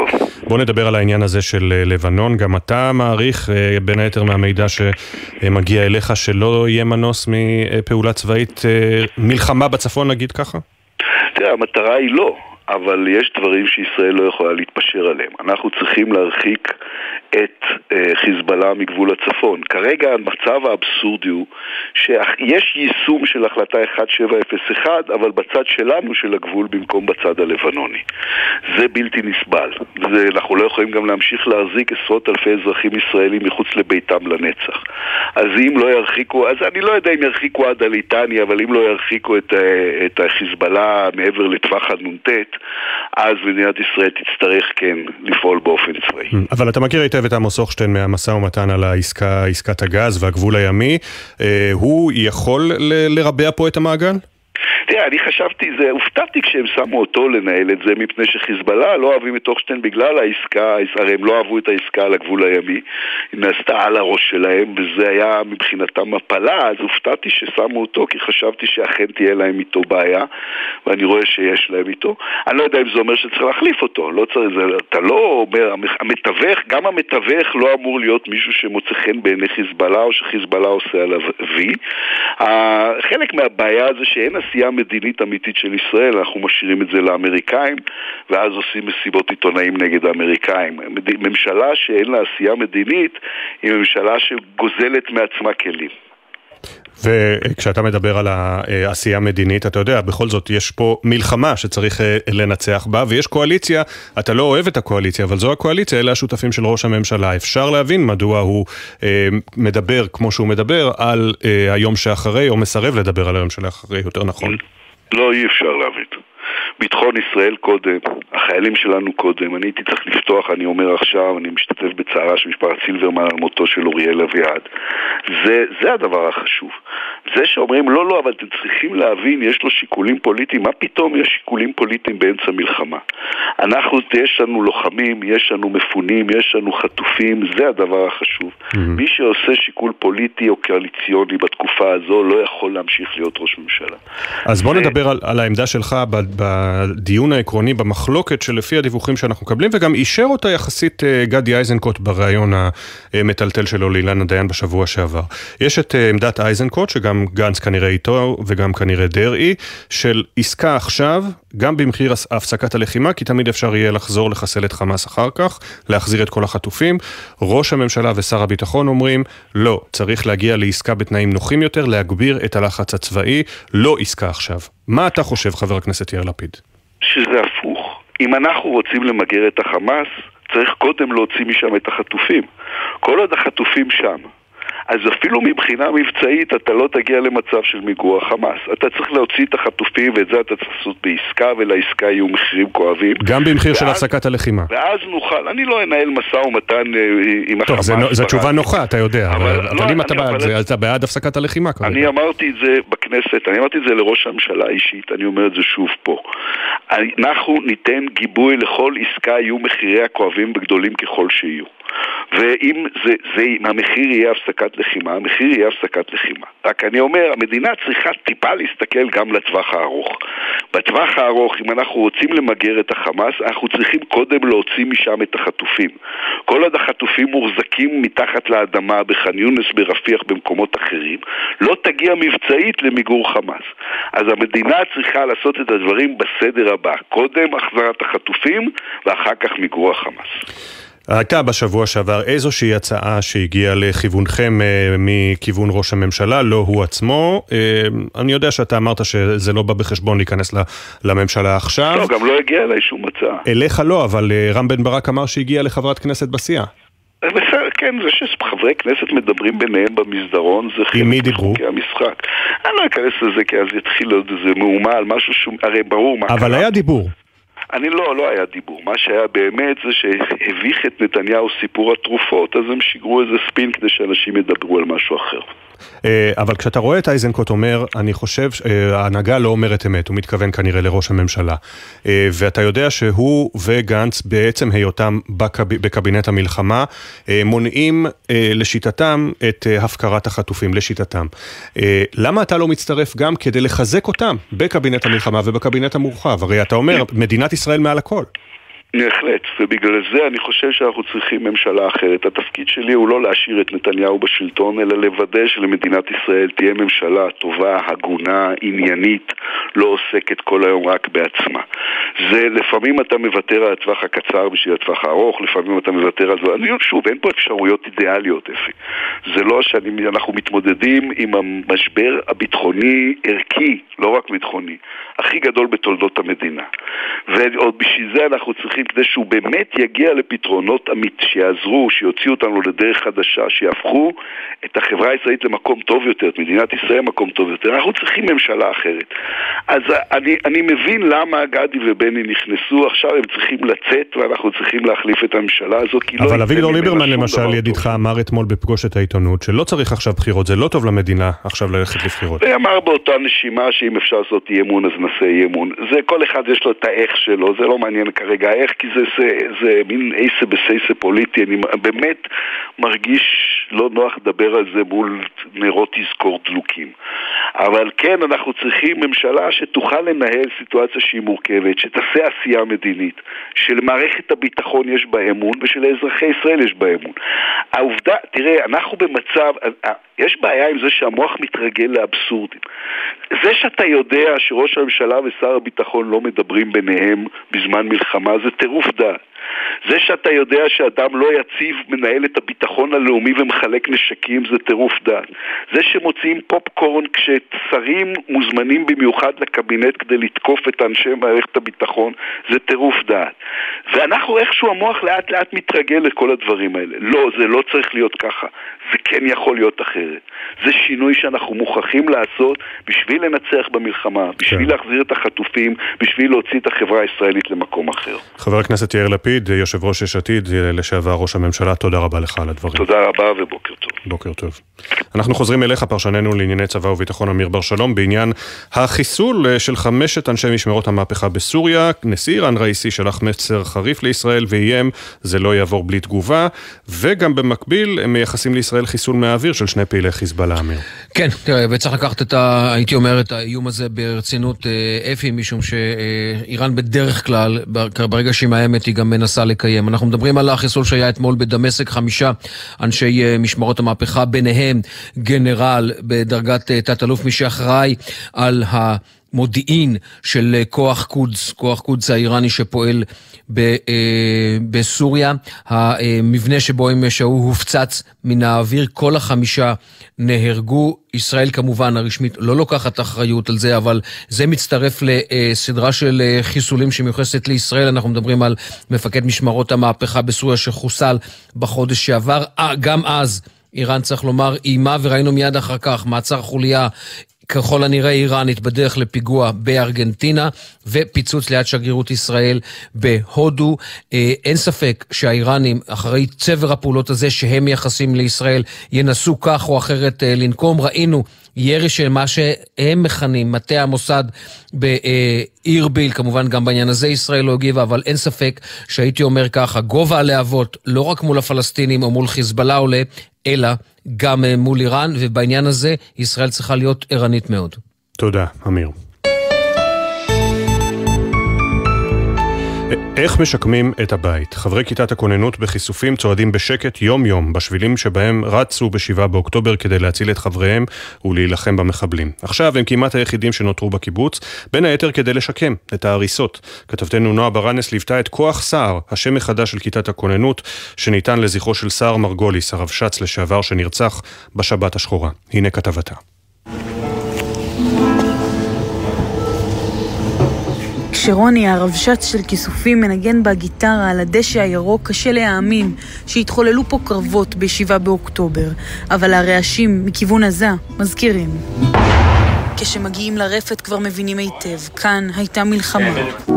בוא נדבר על העניין הזה של לבנון. גם אתה מעריך, בין היתר מהמידע שמגיע אליך, שלא יהיה מנוס מפעולה צבאית, מלחמה בצפון נגיד ככה? תראה, המטרה היא לא, אבל יש דברים שישראל לא יכולה להתפשר עליהם. אנחנו צריכים להרחיק את uh, חיזבאללה מגבול הצפון. כרגע המצב האבסורדי הוא שיש יישום של החלטה אחת שבע אפס אחת, אבל בצד שלנו של הגבול במקום בצד הלבנוני. זה בלתי נסבל. זה, אנחנו לא יכולים גם להמשיך להחזיק עשרות אלפי אזרחים ישראלים מחוץ לביתם לנצח. אז אם לא ירחיקו, אז אני לא יודע אם ירחיקו עד הליטני, אבל אם לא ירחיקו את, את החיזבאללה מעבר לטווח הנונטט, אז מדינת ישראל תצטרך כן לפעול באופן צבאי. אבל אתה מכיר היטב את עמוס הוכשטיין מהמשא ומתן על העסקה, עסקת הגז והגבול הימי. הוא יכול לרבע פה את המעגל? תראה, אני חשבתי, זה, הופתעתי כשהם שמו אותו לנהל את זה, מפני שחיזבאללה לא אוהבים את הוכשטיין בגלל העסקה, הרי הם לא אהבו את העסקה על הגבול הימי, היא נעשתה על הראש שלהם, וזה היה מבחינתם מפלה, אז הופתעתי ששמו אותו, כי חשבתי שאכן תהיה להם איתו בעיה, ואני רואה שיש להם איתו. אני לא יודע אם זה אומר שצריך להחליף אותו, לא צריך, זה, אתה לא אומר, המתווך, גם המתווך לא אמור להיות מישהו שמוצא חן בעיני חיזבאללה, או שחיזבאללה עושה עליו וי. חלק מהבעיה זה שאין עשייה מדינית אמיתית של ישראל, אנחנו משאירים את זה לאמריקאים, ואז עושים מסיבות עיתונאים נגד האמריקאים. ממשלה שאין לה עשייה מדינית, היא ממשלה שגוזלת מעצמה כלים. וכשאתה מדבר על העשייה המדינית, אתה יודע, בכל זאת יש פה מלחמה שצריך לנצח בה, ויש קואליציה, אתה לא אוהב את הקואליציה, אבל זו הקואליציה, אלה השותפים של ראש הממשלה. אפשר להבין מדוע הוא אה, מדבר כמו שהוא מדבר על אה, היום שאחרי, או מסרב לדבר על היום שאחרי, יותר נכון. לא, אי אפשר להבין. ביטחון ישראל קודם, החיילים שלנו קודם. אני הייתי צריך לפתוח, אני אומר עכשיו, אני משתתף בצערה של משפחת סילברמן על מותו של אוריאל אביעד. זה, זה הדבר החשוב. זה שאומרים, לא, לא, אבל אתם צריכים להבין, יש לו שיקולים פוליטיים. מה פתאום יש שיקולים פוליטיים באמצע מלחמה? אנחנו, יש לנו לוחמים, יש לנו מפונים, יש לנו חטופים, זה הדבר החשוב. Mm-hmm. מי שעושה שיקול פוליטי או קואליציוני בתקופה הזו, לא יכול להמשיך להיות ראש ממשלה. אז בוא ו... נדבר על, על העמדה שלך בדיון העקרוני, במחלוקת שלפי הדיווחים שאנחנו מקבלים, וגם אישר אותה יחסית גדי איזנקוט בראיון המטלטל שלו לאילנה דיין בשבוע שעבר. יש את עמדת איזנקוט, שגם גנץ כנראה איתו, וגם כנראה דרעי, של עסקה עכשיו, גם במחיר הפסקת הלחימה, כי תמיד אפשר יהיה לחזור לחסל את חמאס אחר כך, להחזיר את כל החטופים. ראש הממשלה ושר הביטחון אומרים, לא, צריך להגיע לעסקה בתנאים נוחים יותר, להגביר את הלחץ הצבאי, לא עסקה עכשיו. מה אתה חושב, חבר הכנסת יאיר לפיד? שזה הפוך. אם אנחנו רוצים למגר את החמאס, צריך קודם להוציא משם את החטופים. כל עוד החטופים שם, אז אפילו מבחינה מבצעית אתה לא תגיע למצב של מיגור החמאס. אתה צריך להוציא את החטופים, ואת זה אתה צריך לעשות בעסקה, ולעסקה יהיו מחירים כואבים. גם במחיר ואז, של הפסקת הלחימה. ואז נוכל, אני לא אנהל משא ומתן עם טוב, החמאס. טוב, זו תשובה נוחה, אתה יודע. אבל, אבל, לא, אבל אם אתה בעד, אבל... זה, אתה בעד הפסקת הלחימה כרגע. אני אמרתי את זה בכנסת, אני אמרתי את זה לראש הממשלה אישית, אני אומר את זה שוב פה. אנחנו ניתן גיבוי לכל עסקה, יהיו מחירי הכואבים בגדולים ככל שיהיו. ואם זה, זה, אם המחיר יהיה הפסקת לחימה, המחיר יהיה הפסקת לחימה. רק אני אומר, המדינה צריכה טיפה להסתכל גם לטווח הארוך. בטווח הארוך, אם אנחנו רוצים למגר את החמאס, אנחנו צריכים קודם להוציא משם את החטופים. כל עוד החטופים מורזקים מתחת לאדמה, בח'אן יונס, ברפיח, במקומות אחרים, לא תגיע מבצעית למיגור חמאס. אז המדינה צריכה לעשות את הדברים בסדר הבא. קודם החזרת החטופים, ואחר כך מיגור החמאס. הייתה בשבוע שעבר איזושהי הצעה שהגיעה לכיוונכם מכיוון ראש הממשלה, לא הוא עצמו. אני יודע שאתה אמרת שזה לא בא בחשבון להיכנס לממשלה עכשיו. לא, גם לא הגיע אליי שום הצעה. אליך לא, אבל רם בן ברק אמר שהגיע לחברת כנסת בסיעה. כן, זה שחברי כנסת מדברים ביניהם במסדרון, זה חלק מחוקי המשחק. אני לא אכנס לזה, כי אז יתחיל עוד איזה מהומה על משהו שהרי ברור מה קרה. אבל היה דיבור. אני לא, לא היה דיבור. מה שהיה באמת זה שהביך את נתניהו סיפור התרופות, אז הם שיגרו איזה ספין כדי שאנשים ידברו על משהו אחר. אבל כשאתה רואה את איזנקוט אומר, אני חושב, ההנהגה לא אומרת אמת, הוא מתכוון כנראה לראש הממשלה, ואתה יודע שהוא וגנץ בעצם היותם בקבינט המלחמה, מונעים לשיטתם את הפקרת החטופים, לשיטתם. למה אתה לא מצטרף גם כדי לחזק אותם בקבינט המלחמה ובקבינט המורחב? הרי אתה אומר, מדינת ישראל מעל הכל. בהחלט, ובגלל זה אני חושב שאנחנו צריכים ממשלה אחרת. התפקיד שלי הוא לא להשאיר את נתניהו בשלטון, אלא לוודא שלמדינת ישראל תהיה ממשלה טובה, הגונה, עניינית, לא עוסקת כל היום רק בעצמה. זה לפעמים אתה מוותר על הטווח הקצר בשביל הטווח הארוך, לפעמים אתה מוותר על זה. אני שוב, אין פה אפשרויות אידיאליות, אפי. זה לא שאנחנו מתמודדים עם המשבר הביטחוני ערכי, לא רק ביטחוני, הכי גדול בתולדות המדינה. ועוד בשביל זה אנחנו צריכים, כדי שהוא באמת יגיע לפתרונות אמית, שיעזרו, שיוציאו אותנו לדרך חדשה, שיהפכו את החברה הישראלית למקום טוב יותר, את מדינת ישראל למקום טוב יותר. אנחנו צריכים ממשלה אחרת. אז אני, אני מבין למה גדי ובני נכנסו, עכשיו הם צריכים לצאת, ואנחנו צריכים להחליף את הממשלה הזו, כי אבל לא אביגדור ליברמן למשל, ידידך, אמר אתמול בפגוש את העיתונות, שלא צריך עכשיו בחירות, זה לא טוב למדינה עכשיו ללכת לבחירות. ואמר באותה נשימה שאם אפשר לעשות אי אמון, אז נעשה אי אמון. זה כל אחד יש לו את האיך שלו, זה לא מעניין כרגע האיך, כי זה, זה, זה מין איסה בסייסה פוליטי. אני באמת מרגיש לא נוח לדבר על זה מול נרות תזכור דלוקים. אבל כן, אנחנו צריכים ממשלה שתוכל לנהל סיטואציה שהיא מורכבת, שתעשה עשייה מדינית, שלמערכת הביטחון יש בה אמון, ושלאזרחי ישראל יש בה אמון. העובדה, תראה, אנחנו במצב, יש בעיה עם זה שהמוח מתרגל לאבסורדים. זה שאתה יודע שראש הממשלה ושר הביטחון לא מדברים ביניהם בזמן מלחמה, זה טירוף דעת. זה שאתה יודע שאדם לא יציב מנהל את הביטחון הלאומי ומחלק נשקים, זה טירוף דעת. זה שמוציאים פופקורן כששרים מוזמנים במיוחד לקבינט כדי לתקוף את אנשי מערכת הביטחון, זה טירוף דעת. ואנחנו איכשהו המוח לאט לאט מתרגל לכל הדברים האלה. לא, זה לא צריך להיות ככה. זה כן יכול להיות אחרת. זה שינוי שאנחנו מוכרחים לעשות בשביל לנצח במלחמה, בשביל להחזיר את החטופים, בשביל להוציא את החברה הישראלית למקום אחר. חבר הכנסת יאיר לפיד, יושב ראש יש עתיד, לשעבר ראש הממשלה, תודה רבה לך על הדברים. תודה רבה ובוקר טוב. בוקר טוב. אנחנו חוזרים אליך, פרשננו לענייני צבא וביטחון אמיר בר שלום, בעניין החיסול של חמשת אנשי משמרות המהפכה בסוריה. נשיא איראן ראיסי שלח מסר חריף לישראל ואיים, זה לא יעבור בלי תגובה, וגם במקביל הם מייחסים לישראל חיסול מהאוויר של שני פעילי חיזבאללה, אמיר. כן, תראה, וצריך לקחת את ה... הייתי אומר את האיום הזה ברצינות אפי, משום שאיראן בדרך כלל, ברגע שהיא מאיימת, היא גם מנסה לקיים. אנחנו מדברים על החיסול שהיה אתמול בדמשק, חמישה אנשי משמרות המהפכה, ביניהם גנרל בדרגת תת-אלוף, מי שאחראי על המודיעין של כוח קודס, כוח קודס האיראני שפועל בסוריה. המבנה שבו הם שהו הופצץ מן האוויר, כל החמישה נהרגו. ישראל כמובן הרשמית לא לוקחת אחריות על זה, אבל זה מצטרף לסדרה של חיסולים שמיוחסת לישראל. אנחנו מדברים על מפקד משמרות המהפכה בסוריה שחוסל בחודש שעבר. גם אז איראן, צריך לומר, אימה, וראינו מיד אחר כך מעצר חוליה ככל הנראה איראנית בדרך לפיגוע בארגנטינה, ופיצוץ ליד שגרירות ישראל בהודו. אין ספק שהאיראנים, אחרי צבר הפעולות הזה שהם מייחסים לישראל, ינסו כך או אחרת לנקום. ראינו ירי של מה שהם מכנים מטה המוסד באירביל, כמובן גם בעניין הזה ישראל לא הגיבה, אבל אין ספק שהייתי אומר ככה, גובה הלהבות לא רק מול הפלסטינים או מול חיזבאללה עולה, אלא גם מול איראן, ובעניין הזה ישראל צריכה להיות ערנית מאוד. תודה, אמיר. איך משקמים את הבית? חברי כיתת הכוננות בכיסופים צועדים בשקט יום יום בשבילים שבהם רצו בשבעה באוקטובר כדי להציל את חבריהם ולהילחם במחבלים. עכשיו הם כמעט היחידים שנותרו בקיבוץ, בין היתר כדי לשקם את ההריסות. כתבתנו נועה ברנס ליוותה את כוח סער, השם מחדש של כיתת הכוננות, שניתן לזכרו של סער מרגוליס, הרבש"ץ לשעבר שנרצח בשבת השחורה. הנה כתבתה. כשרוני, הרבש"ץ של כיסופים, מנגן בגיטרה על הדשא הירוק, קשה להאמין שהתחוללו פה קרבות בשבעה באוקטובר, אבל הרעשים מכיוון עזה מזכירים. כשמגיעים לרפת כבר מבינים היטב, כאן הייתה מלחמה.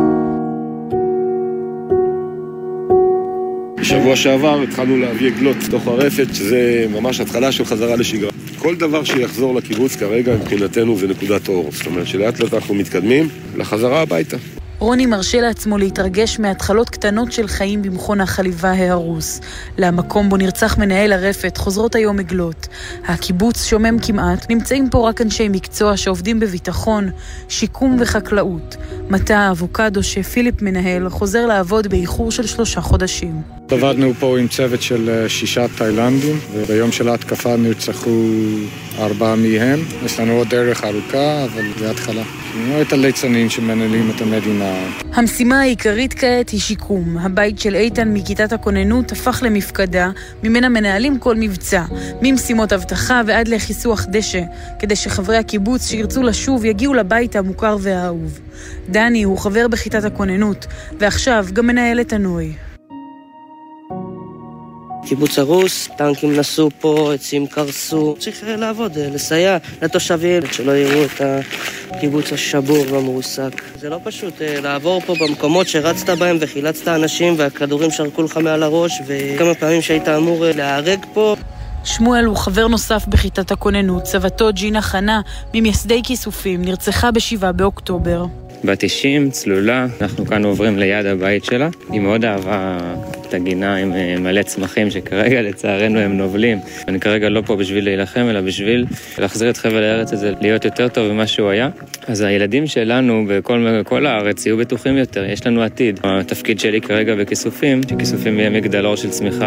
בשבוע שעבר התחלנו להביא עגלות תוך הרפת, שזה ממש התחלה של חזרה לשגרה. כל דבר שיחזור לקיבוץ כרגע מבחינתנו זה נקודת אור. זאת אומרת שלאט לאט אנחנו מתקדמים לחזרה הביתה. רוני מרשה לעצמו להתרגש מהתחלות קטנות של חיים במכון החליבה ההרוס. למקום בו נרצח מנהל הרפת חוזרות היום מגלות. הקיבוץ שומם כמעט, נמצאים פה רק אנשי מקצוע שעובדים בביטחון, שיקום וחקלאות. מטע אבוקדו שפיליפ מנהל חוזר לעבוד באיחור של שלושה חודשים. עבדנו פה עם צוות של שישה תאילנדים, וביום של ההתקפה נרצחו ארבעה מהם. יש לנו עוד דרך ארוכה, אבל זה התחלה. לא את הליצנים שמנהלים את המדינה. המשימה העיקרית כעת היא שיקום. הבית של איתן מכיתת הכוננות הפך למפקדה, ממנה מנהלים כל מבצע, ממשימות הבטחה ועד לחיסוח דשא, כדי שחברי הקיבוץ שירצו לשוב יגיעו לבית המוכר והאהוב. דני הוא חבר בכיתת הכוננות, ועכשיו גם מנהל את הנוי. קיבוץ הרוס, טנקים נסו פה, עצים קרסו. צריך לעבוד, לסייע לתושבים, שלא יראו את הקיבוץ השבור והמרוסק. זה לא פשוט לעבור פה במקומות שרצת בהם וחילצת אנשים והכדורים שרקו לך מעל הראש, וכמה פעמים שהיית אמור להיהרג פה. שמואל הוא חבר נוסף בכיתת הכוננות, צוותו ג'ינה חנה ממייסדי כיסופים, נרצחה בשבעה באוקטובר. ב-תשעים, צלולה, אנחנו כאן עוברים ליד הבית שלה. היא מאוד אהבה את הגינה עם מלא צמחים שכרגע לצערנו הם נובלים. אני כרגע לא פה בשביל להילחם, אלא בשביל להחזיר את חבל הארץ הזה להיות יותר טוב ממה שהוא היה. אז הילדים שלנו בכל כל הארץ יהיו בטוחים יותר, יש לנו עתיד. התפקיד שלי כרגע בכיסופים, שכיסופים יהיה מגדלור של צמיחה.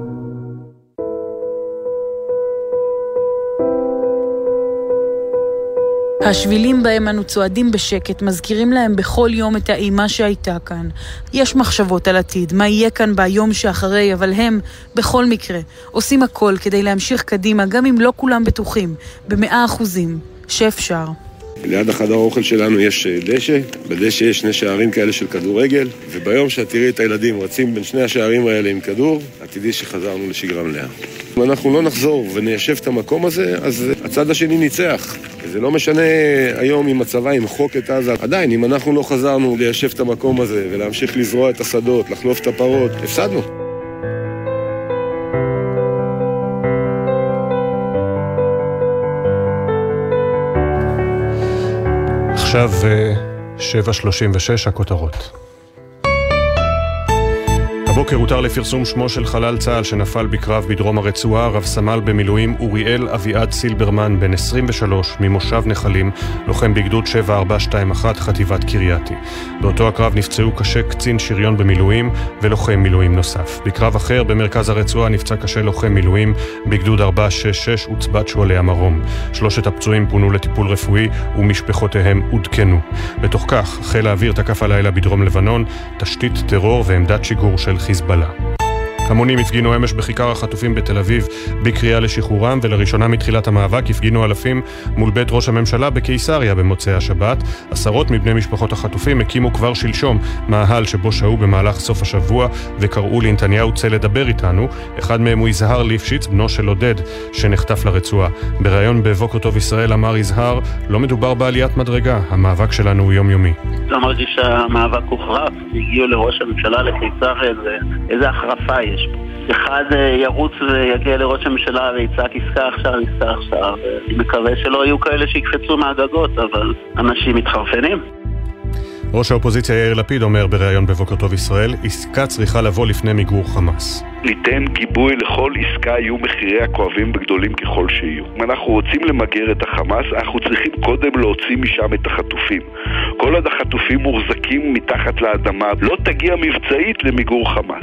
השבילים בהם אנו צועדים בשקט מזכירים להם בכל יום את האימה שהייתה כאן. יש מחשבות על עתיד, מה יהיה כאן ביום שאחרי, אבל הם, בכל מקרה, עושים הכל כדי להמשיך קדימה, גם אם לא כולם בטוחים, במאה אחוזים, שאפשר. ליד החדר האוכל שלנו יש דשא, בדשא יש שני שערים כאלה של כדורגל, וביום שאת תראי את הילדים רצים בין שני השערים האלה עם כדור, את תדעי שחזרנו לשגרה מלאה. אם אנחנו לא נחזור וניישב את המקום הזה, אז הצד השני ניצח. זה לא משנה היום אם הצבא ימחוק את עזה. עדיין, אם אנחנו לא חזרנו ליישב את המקום הזה ולהמשיך לזרוע את השדות, לחלוף את הפרות, הפסדנו. עכשיו שבע שלושים ושש הכותרות. הבוקר הותר לפרסום שמו של חלל צה"ל שנפל בקרב בדרום הרצועה, רב סמל במילואים אוריאל אביעד סילברמן, בן עשרים ושלוש, ממושב נחלים, לוחם בגדוד שבע ארבע שתיים אחת חטיבת קרייתי. באותו הקרב נפצעו קשה קצין שריון במילואים ולוחם מילואים נוסף. בקרב אחר במרכז הרצועה נפצע קשה לוחם מילואים בגדוד ארבע שש שש וצבת שואלי המרום. שלושת הפצועים פונו לטיפול רפואי ומשפחותיהם עודכנו. בתוך כך, חיל האוויר תקף הלילה בדרום לבנון תשתית טרור ועמדת שיגור של חיזבאללה. המונים הפגינו אמש בכיכר החטופים בתל אביב בקריאה לשחרורם, ולראשונה מתחילת המאבק הפגינו אלפים מול בית ראש הממשלה בקיסריה במוצאי השבת. עשרות מבני משפחות החטופים הקימו כבר שלשום מאהל שבו שהו במהלך סוף השבוע וקראו לנתניהו צא לדבר איתנו. אחד מהם הוא יזהר ליפשיץ, בנו של עודד שנחטף לרצועה. בריאיון בבוקר טוב ישראל אמר יזהר, לא מדובר בעליית מדרגה, המאבק שלנו הוא יומיומי. לא מרגיש שהמאבק הוחרף, הגיעו לראש הממשלה לקיסריה, איזה החרפה יש. אחד ירוץ ויגיע לראש הממשלה ויצעק עסקה עכשיו, עסקה עכשיו. אני מקווה שלא יהיו כאלה שיקפצו מהגגות, אבל אנשים מתחרפנים. ראש האופוזיציה יאיר לפיד אומר בריאיון בבוקר טוב ישראל, עסקה צריכה לבוא לפני מיגור חמאס. ניתן גיבוי לכל עסקה, יהיו מחירי הכואבים בגדולים ככל שיהיו. אם אנחנו רוצים למגר את החמאס, אנחנו צריכים קודם להוציא משם את החטופים. כל עוד החטופים מוחזקים מתחת לאדמה, לא תגיע מבצעית למיגור חמאס.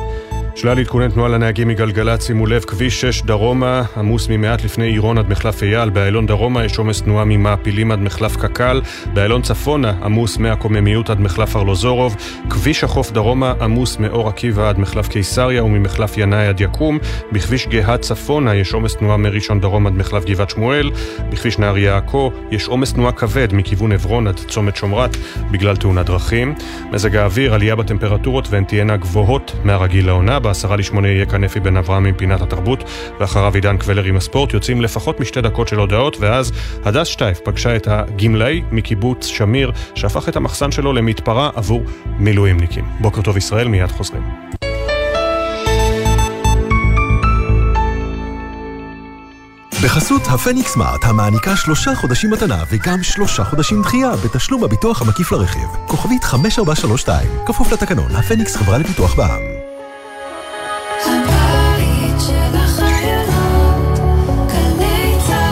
שלל עדכוני תנועה לנהגים מגלגלצ, שימו לב, כביש שש דרומה עמוס ממעט לפני עירון עד מחלף אייל, באיילון דרומה יש עומס תנועה ממעפילים עד מחלף קקל, באיילון צפונה עמוס מהקוממיות עד מחלף ארלוזורוב, כביש החוף דרומה עמוס מאור עקיבא עד מחלף קיסריה וממחלף ינאי עד יקום, בכביש גהת צפונה יש עומס תנועה מראשון דרום עד מחלף גבעת שמואל, בכביש נהריה עכו יש עומס תנועה כבד מכיוון עברון עד צומת שומרת בגלל תאונת דרכים. מזג האוויר, עלייה בטמפרטורות והן תהיינה גבוהות מהרגיל לעונה. בעשרה לשמונה יהיה כאן אפי בן אברהם עם פינת התרבות, ואחריו עידן קבלר עם הספורט. יוצאים לפחות משתי דקות של הודעות, ואז הדס שטייף פגשה את הגמלאי מקיבוץ שמיר שהפך את המחסן שלו למתפרה עבור מילואימניקים. בוקר טוב ישראל, מיד חוזרים. בחסות הפניקס סמארט, המעניקה שלושה חודשים מתנה וגם שלושה חודשים דחייה בתשלום הביטוח המקיף לרכיב. כוכבית חמש ארבע שלוש שתיים, כפוף לתקנון, הפניקס חברה לפיתוח בע"מ. הבית של החיילות, גלי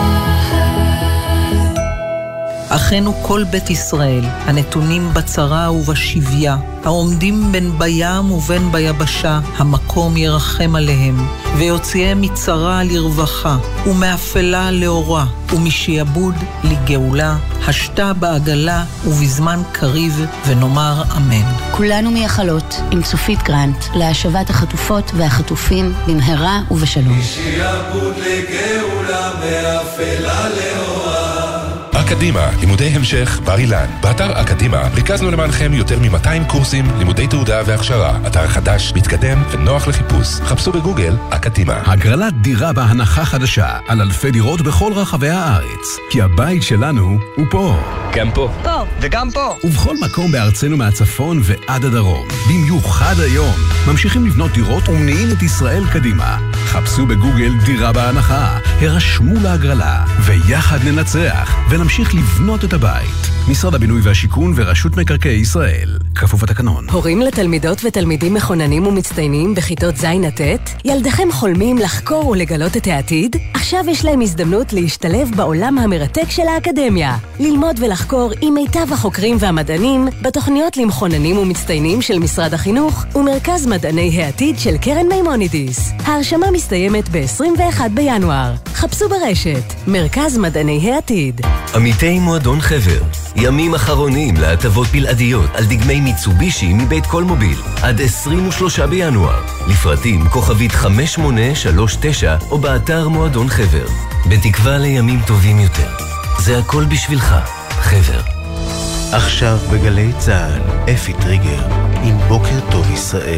צהל. אחינו כל בית ישראל, הנתונים בצרה ובשביה, העומדים בין בים ובין ביבשה, המקום ירחם עליהם, ויוציאם מצרה לרווחה, ומאפלה לאורה, ומשעבוד לגאולה, השתה בעגלה ובזמן קריב, ונאמר אמן. כולנו מייחלות עם צופית גרנט להשבת החטופות והחטופים במהרה ובשלום. משעבוד לגאולה, מאפלה לאורה. אקדימה, לימודי המשך בר אילן. באתר אקדימה ריכזנו למענכם יותר מ-מאתיים קורסים, לימודי תעודה והכשרה. אתר חדש, מתקדם ונוח לחיפוש. חפשו בגוגל אקדימה. הגרלת דירה בהנחה חדשה על אלפי דירות בכל רחבי הארץ. כי הבית שלנו הוא פה. גם פה. פה. וגם פה. ובכל מקום בארצנו מהצפון ועד הדרום. במיוחד היום. ממשיכים לבנות דירות ומניעים את ישראל קדימה. חפשו בגוגל דירה בהנחה. הרשמו להגרלה. ויחד ננצח. ונמשיך לבנות את הבית. משרד הבינוי והשיכון ורשות מקרקעי ישראל. כפוף התקנון. הורים לתלמידות ותלמידים מכוננים ומצטיינים בכיתות ז' עד ט', ילדיכם חולמים לחקור ולגלות את העתיד? עכשיו יש להם הזדמנות להשתלב בעולם המרתק של האקדמיה. ללמוד ולחקור עם מיטב החוקרים והמדענים בתוכניות למכוננים ומצטיינים של משרד החינוך ומרכז מדעני העתיד של קרן מימונידיס. ההרשמה מסתיימת ב-עשרים ואחד בינואר. חפשו ברשת מרכז מדעני העתיד. עמיתי מועדון חבר, ימים אחרונים להטבות בלעדיות על דגמי מיצובישי מבית כל מוביל עד עשרים ושלושה בינואר. לפרטים כוכבית חמש שמונה שלוש תשע או באתר מועדון חבר. בתקווה לימים טובים יותר. זה הכל בשבילך, חבר. עכשיו בגלי צהל, אפי טריגר עם בוקר טוב ישראל.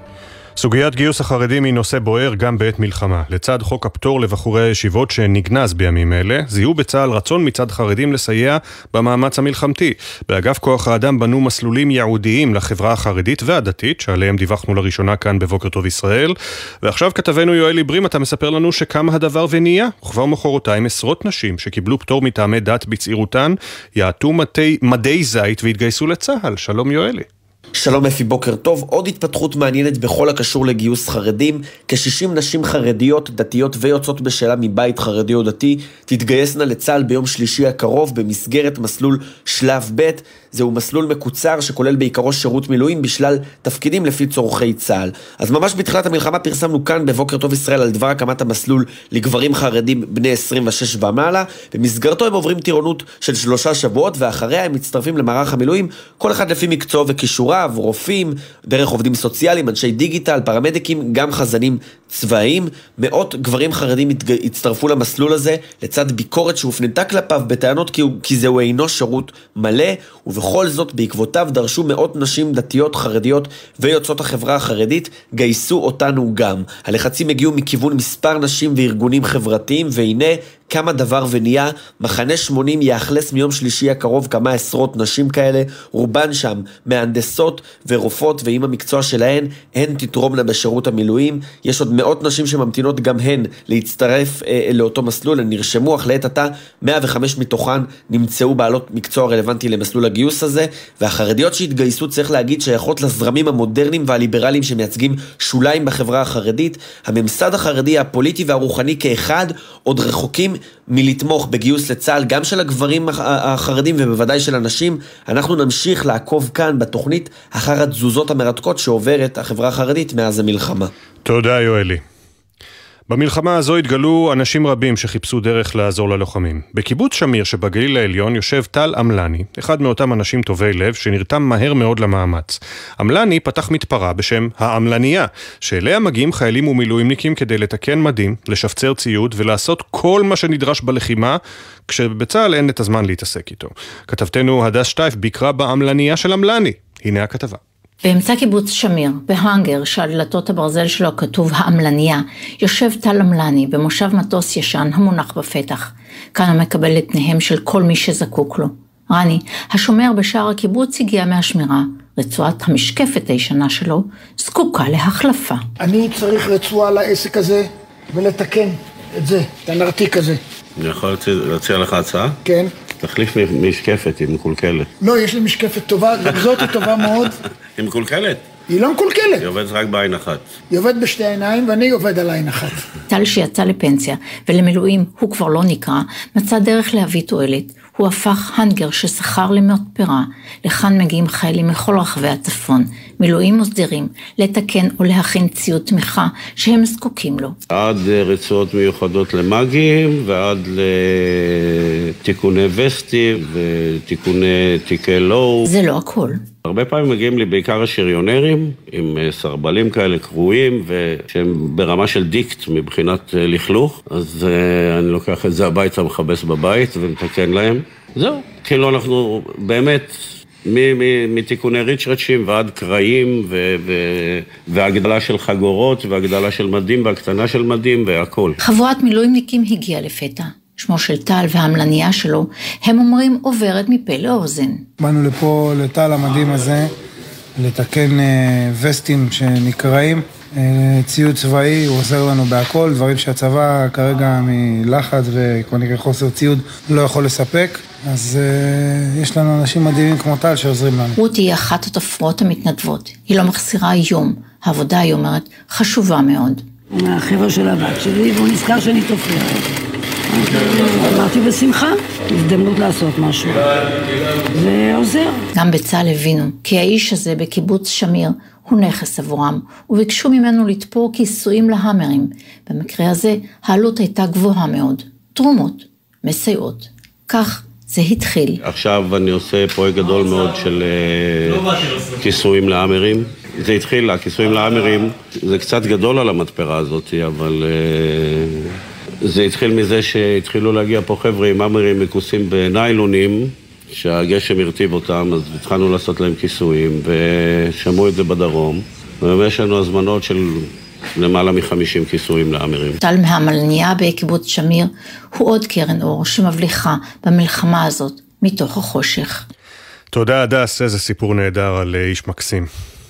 סוגיית גיוס החרדים היא נושא בוער גם בעת מלחמה. לצד חוק הפטור לבחורי הישיבות שנגנז בימים אלה, זיהו בצה"ל רצון מצד חרדים לסייע במאמץ המלחמתי. באגף כוח האדם בנו מסלולים ייעודיים לחברה החרדית והדתית, שעליהם דיווחנו לראשונה כאן בבוקר טוב ישראל. ועכשיו כתבנו יואלי ברים, אתה מספר לנו שכמה הדבר ונהיה, וכבר מחרתיים עשרות נשים שקיבלו פטור מטעמי דת בצעירותן, יעטו מדי, מדי זית והתגייסו לצה"ל. שלום יואלי. שלום אפי, בוקר טוב. עוד התפתחות מעניינת בכל הקשור לגיוס חרדים. כ-שישים נשים חרדיות, דתיות ויוצאות בשאלה מבית חרדי או דתי תתגייסנה לצה"ל ביום שלישי הקרוב במסגרת מסלול שלב ב'. זהו מסלול מקוצר שכולל בעיקרו שירות מילואים בשלל תפקידים לפי צורכי צה"ל. אז ממש בתחילת המלחמה פרסמנו כאן בבוקר טוב ישראל על דבר הקמת המסלול לגברים חרדים בני עשרים ושש ומעלה. במסגרתו הם עוברים טירונות של שלושה שבועות ואחריה הם מצטרפים למערך המילואים, כל אחד לפי מקצוע וכישוריו, רופאים, דרך עובדים סוציאליים, אנשי דיגיטל, פרמדיקים, גם חזנים צבאיים. מאות גברים חרדים הצטרפו למסלול הזה לצד ביקורת שהופנתה כלפיו בטענות כי, כי זהו אינו שירות מלא, ובכל זאת בעקבותיו דרשו מאות נשים דתיות חרדיות ויוצאות החברה החרדית, גייסו אותנו גם. הלחצים הגיעו מכיוון מספר נשים וארגונים חברתיים, והנה כמה דבר ונהיה. מחנה שמונים יאכלס מיום שלישי הקרוב כמה עשרות נשים כאלה, רובן שם מהנדסות ורופאות, ועם המקצוע שלהן הן תתרומנה בשירות המילואים. יש עוד מאות נשים שממתינות גם הן להצטרף אה, לאותו מסלול. הן נרשמו, אך לעת עתה מאה וחמש מתוכן נמצאו בעלות מקצוע רלוונטי למסלול הגיוס הזה, והחרדיות שהתגייסו צריך להגיד שייכות לזרמים המודרניים והליברליים שמייצגים שוליים בחברה החרדית. הממסד החרדי, הפוליטי והרוחני כאחד, עוד רחוקים מלתמוך בגיוס לצה"ל, גם של הגברים החרדים ובוודאי של הנשים. אנחנו נמשיך לעקוב כאן בתוכנית אחר התזוזות המרתקות שעוברת החברה החרדית מאז המלחמה. תודה יואלי. במלחמה הזו התגלו אנשים רבים שחיפשו דרך לעזור ללוחמים. בקיבוץ שמיר שבגליל העליון יושב טל אמלני, אחד מאותם אנשים טובי לב שנרתם מהר מאוד למאמץ. אמלני פתח מתפרה בשם האמלנייה, שאליה מגיעים חיילים ומילואימניקים כדי לתקן מדים, לשפצר ציוד ולעשות כל מה שנדרש בלחימה, כשבצה"ל אין את הזמן להתעסק איתו. כתבתנו הדס שטייף ביקרה באמלנייה של אמלני. הנה הכתבה. באמצע קיבוץ שמיר, בהאנגר, שעל דלתות הברזל שלו כתוב האמלנייה, יושב טל אמלני במושב מטוס ישן המונח בפתח. כאן המקבל את פניהם של כל מי שזקוק לו. רני, השומר בשער הקיבוץ, הגיע מהשמירה. רצועת המשקפת הישנה שלו זקוקה להחלפה. אני צריך רצועה לעסק הזה ולתקן. את זה, את הנרתיק הזה. אני יכול להציע לך הצעה? כן. תחליף משקפת, היא מקולקלת. לא, יש לי משקפת טובה, זאת היא טובה מאוד. היא מקולקלת? היא לא מקולקלת. היא עובדת רק בעין אחת. היא עובדת בשתי עיניים ואני עובד על עין אחת. טל שיצא לפנסיה ולמילואים הוא כבר לא נקרא, מצא דרך להביא תועלת. הוא הפך הנגר ששכר למאות פירה. לכאן מגיעים חיילים מכל רחבי הצפון, מילואים מוסדרים, לתקן או להכין ציוד תמיכה שהם זקוקים לו. עד רצועות מיוחדות למאגים ועד לתיקוני וסטים ותיקוני תיקי לואו. זה לא הכל. הרבה פעמים מגיעים לי בעיקר השריונרים עם סרבלים כאלה קרועים ושהם ברמה של דיקט מבחינת לכלוך, אז אני לוקח את זה הביתה, מחבס בבית ומתקן להם. זהו, כאילו אנחנו באמת מתיקוני ריצ'רצ'ים ועד קרעים ו- ו- והגדלה של חגורות והגדלה של מדים והקטנה של מדים והכל. חבורת מילואימניקים הגיעה לפתע. שמו של טל והמלנייה שלו, הם אומרים עוברת מפה לאוזן. באנו לפה לטל המדהים הזה, לתקן וסטים שנקראים, ציוד צבאי, הוא עוזר לנו בהכל, דברים שהצבא כרגע מלחץ וכנראה חוסר ציוד לא יכול לספק, אז יש לנו אנשים מדהימים כמו טל שעוזרים לנו. רותי היא אחת התופרות המתנדבות, היא לא מחסירה יום, העבודה היא אומרת חשובה מאוד. הוא מהחבר'ה של הבת שלי והוא נזכר שאני תופרת. אמרתי בשמחה, הזדמנות לעשות משהו. זה עוזר. גם בצה"ל הבינו, כי האיש הזה בקיבוץ שמיר הוא נכס עבורם, וביקשו ממנו לתפור כיסויים להמרים. במקרה הזה העלות הייתה גבוהה מאוד. תרומות, מסייעות. כך זה התחיל. עכשיו אני עושה פרויקט גדול מאוד של כיסויים להמרים. זה התחיל, הכיסויים להמרים, זה קצת גדול על המדפרה הזאת, אבל זה התחיל מזה שהתחילו להגיע פה חבר'ה עם המרים מכוסים בניילונים, שהגשם הרטיב אותם, אז התחלנו לעשות להם כיסויים, ושמעו את זה בדרום, ויש לנו הזמנות של למעלה מחמישים כיסויים להמרים. טל מהמלנייה בקיבוץ שמיר הוא עוד קרן אור שמבליחה במלחמה הזאת מתוך החושך. תודה הדס, איזה סיפור נהדר על איש מקסים.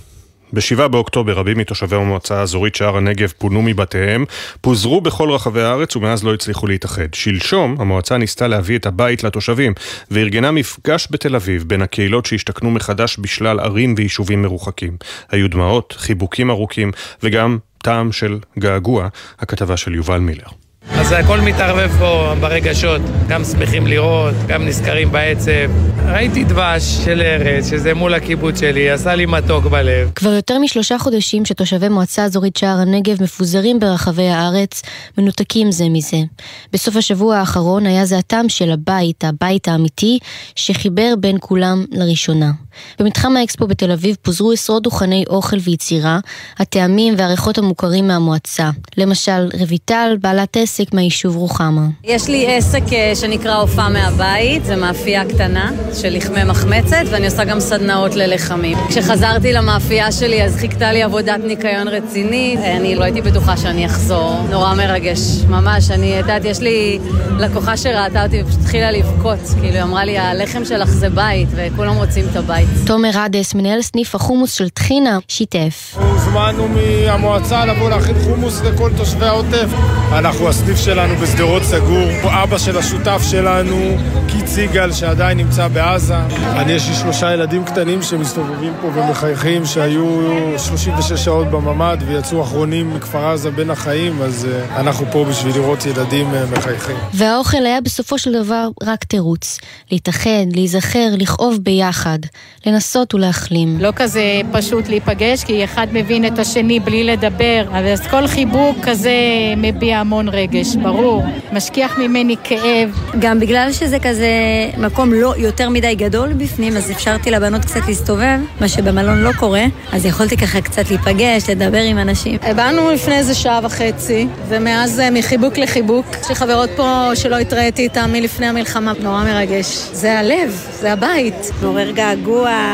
בשבעה באוקטובר רבים מתושבי המועצה האזורית שער הנגב פונו מבתיהם, פוזרו בכל רחבי הארץ ומאז לא הצליחו להתאחד. שלשום המועצה ניסתה להביא את הבית לתושבים וארגנה מפגש בתל אביב בין הקהילות שהשתכנו מחדש בשלל ערים ויישובים מרוחקים. היו דמעות, חיבוקים ארוכים וגם טעם של געגוע. הכתבה של יובל מילר. אז הכל מתערבב פה ברגשות, גם שמחים לראות, גם נזכרים בעצב. ראיתי דבש של ארץ, שזה מול הקיבוץ שלי, עשה לי מתוק בלב. כבר יותר משלושה חודשים שתושבי מועצה אזורית שער הנגב מפוזרים ברחבי הארץ, מנותקים זה מזה. בסוף השבוע האחרון היה זה הטעם של הבית, הבית האמיתי, שחיבר בין כולם לראשונה. במתחם האקספו בתל אביב פוזרו עשרות דוכני אוכל ויצירה, הטעמים והריחות המוכרים מהמועצה. למשל, רביטל, בעלת עסק מהיישוב רוחמה. יש לי עסק שנקרא הופעה מהבית, זה מאפייה קטנה של לחמי מחמצת, ואני עושה גם סדנאות ללחמים. כשחזרתי למאפייה שלי, אז חיכתה לי עבודת ניקיון רצינית. אני לא הייתי בטוחה שאני אחזור. נורא מרגש, ממש. אני יודעת, יש לי לקוחה שראתה אותי ופשוט התחילה לבכות. כאילו, היא אמרה לי, הלחם שלך זה בית, וכולם רוצים את הבית. תומר רדס, מנהל סניף החומוס של תחינה, שיתף. הוזמנו מהמועצה לבוא להכין חומוס לכל תושבי העוטף. אנחנו, הסניף שלנו בסדרות סגור. אבא של השותף שלנו, קיץ סיגל, שעדיין נמצא בעזה. אני יש לי שלושה ילדים קטנים שמסתובבים פה ומחייכים, שהיו שלושים ושש שעות בממד ויצאו אחרונים מכפר עזה בין החיים, אז אנחנו פה בשביל לראות ילדים מחייכים. והאוכל היה בסופו של דבר רק תירוץ. להתאחד, להיזכר, לכאוב ביחד. לנסות ולהחלים. לא כזה פשוט להיפגש, כי אחד מבין את השני בלי לדבר, אז כל חיבוק כזה מביע המון רגש, ברור. משכיח ממני כאב. גם בגלל שזה כזה מקום לא יותר מדי גדול בפנים, אז אפשרתי לבנות קצת להסתובב, מה שבמלון לא קורה, אז יכולתי ככה קצת להיפגש, לדבר עם אנשים. באנו לפני איזה שעה וחצי, ומאז מחיבוק לחיבוק, שחברות פה שלא התראיתי איתם מלפני המלחמה, נורא מרגש. זה הלב, זה הבית. מעורר געגוע,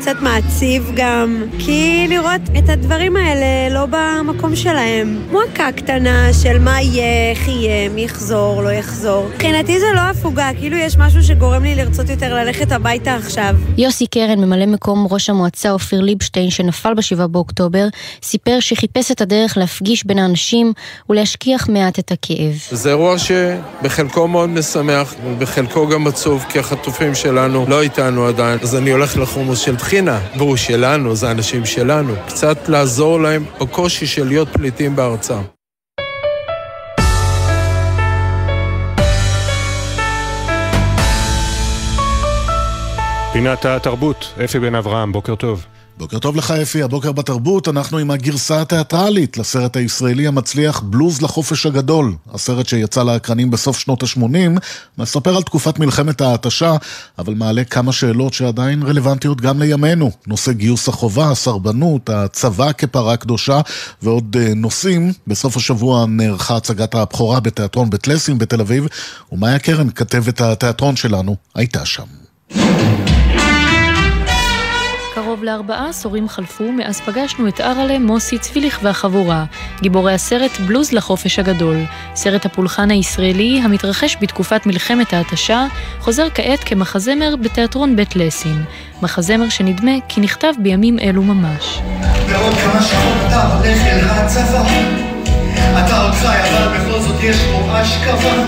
קצת מעציב גם, כי לראות את הדברים האלה לא במקום שלהם. מועקה קטנה של מה יהיה, איך יהיה, מי יחזור, לא יחזור. מבחינתי זה לא הפוגה, כאילו יש משהו שגורם לי לרצות יותר ללכת הביתה עכשיו. יוסי קרן, ממלא מקום ראש המועצה אופיר ליבשטיין שנפל בשבעה באוקטובר, סיפר שחיפש את הדרך להפגיש בין האנשים ולהשכיח מעט את הכאב. זה אירוע שבחלקו מאוד משמח, ובחלקו גם עצוב, כי החטופים שלנו לא איתנו עדיין. אז אני הולך לחומוס של תחינה, והוא שלנו, זה האנשים שלנו. קצת לעזור להם בקושי של להיות פליטים בארצם. פינת התרבות, אפי בן אברהם, בוקר טוב. בוקר טוב לך אפי, הבוקר בתרבות אנחנו עם הגרסה התיאטרלית לסרט הישראלי המצליח בלוז לחופש הגדול. הסרט שיצא לאקרנים בסוף שנות ה-שמונים, מספר על תקופת מלחמת ההתשה, אבל מעלה כמה שאלות שעדיין רלוונטיות גם לימינו. נושא גיוס החובה, הסרבנות, הצבא כפרה קדושה ועוד נושאים. בסוף השבוע נערכה הצגת הבכורה בתיאטרון בית לסין בתל אביב, ומאיה קרן, כתבת התיאטרון שלנו, הייתה שם. קרוב לארבעה עשורים חלפו מאז פגשנו את ארלה, מוסי, צביליך והחבורה, גיבורי הסרט בלוז לחופש הגדול. סרט הפולחן הישראלי המתרחש בתקופת מלחמת ההתשה, חוזר כעת כמחזמר בתיאטרון בית לסין. מחזמר שנדמה כי נכתב בימים אלו ממש. בעוד כמה שעות אתה הולך אל הצבא, אתה עוד חי אבל בכל זאת יש פה אשכבה,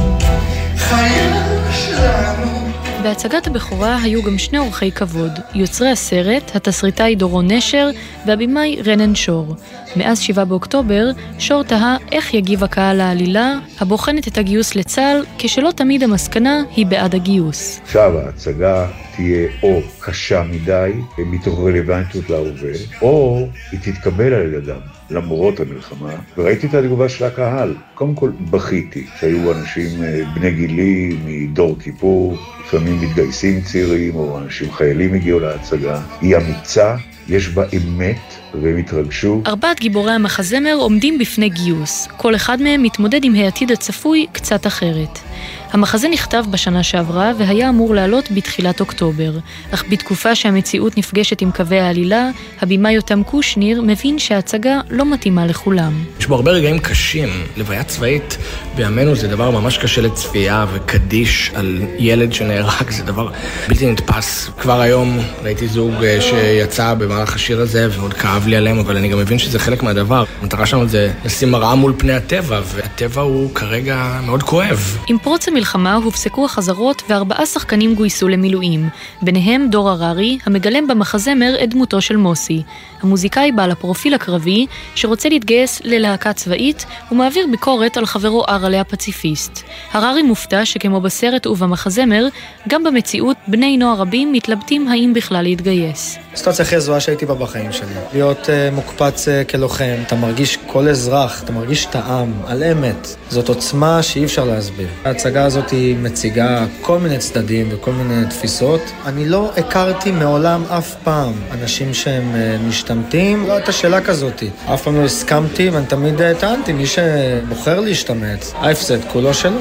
חיים שלנו. בהצגת הבכורה היו גם שני אורחי כבוד, יוצרי הסרט, התסריטאי דורון נשר והבימאי רנן שור. מאז שבעה באוקטובר, שור תהה איך יגיב הקהל לעלילה, הבוחנת את הגיוס לצה"ל, כשלא תמיד המסקנה היא בעד הגיוס. עכשיו ההצגה תהיה או קשה מדי, מתוך רלוונטיות להווה, או היא תתקבל על ידם. למרות המלחמה, וראיתי את התגובה של הקהל. קודם כל בכיתי, שהיו אנשים בני גילי מדור כיפור, לפעמים מתגייסים צעירים, או אנשים חיילים הגיעו להצגה. היא אמיצה, יש בה אמת, והם התרגשו. ארבעת גיבורי המחזמר עומדים בפני גיוס. כל אחד מהם מתמודד עם העתיד הצפוי קצת אחרת. המחזה נכתב בשנה שעברה והיה אמור לעלות בתחילת אוקטובר, אך בתקופה שהמציאות נפגשת עם קווי העלילה, הבימאי יותם קושניר מבין שההצגה לא מתאימה לכולם. יש בו הרבה רגעים קשים. לוויה צבאית בימינו זה דבר ממש קשה לצפייה, וקדיש על ילד שנהרג זה דבר בלתי נתפס. כבר היום ראיתי זוג שיצא במהלך השיר הזה ועוד כאב לי עליהם, אבל אני גם מבין שזה חלק מהדבר. המטרה שלנו זה לשים מראה מול פני הטבע, והטבע הוא כרגע מאוד כואב. עם פרוץ המלחמה הופסקו החזרות וארבעה שחקנים גויסו למילואים, ביניהם דור הררי, המגלם במחזמר את דמותו של מוסי. המוזיקאי בעל הפרופיל הקרבי, שרוצה להתגייס ללהקה צבאית, ומעביר ביקורת על חברו ארלה הפציפיסט. הררי מופתע שכמו בסרט ובמחזמר, גם במציאות בני נוער רבים מתלבטים האם בכלל להתגייס. סיטואציה הכי זוהה שהייתי בה בחיים שלי. להיות uh, מוקפץ uh, כלוחם, אתה מרגיש כל אזרח, אתה מרגיש טעם, על אמת. זאת עוצמה שאי אפשר להסביר. ההצגה הזאת היא מציגה כל מיני צדדים וכל מיני תפיסות. אני לא הכרתי מעולם אף פעם אנשים שהם uh, משתמטים. לא הייתה שאלה כזאת. אף פעם לא הסכמתי ואני תמיד uh, טענתי, מי שבוחר להשתמט, ההפסד כולו שלו.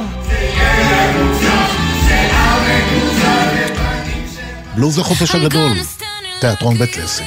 בלוז לחופש הגדול, תיאטרון בית לסין.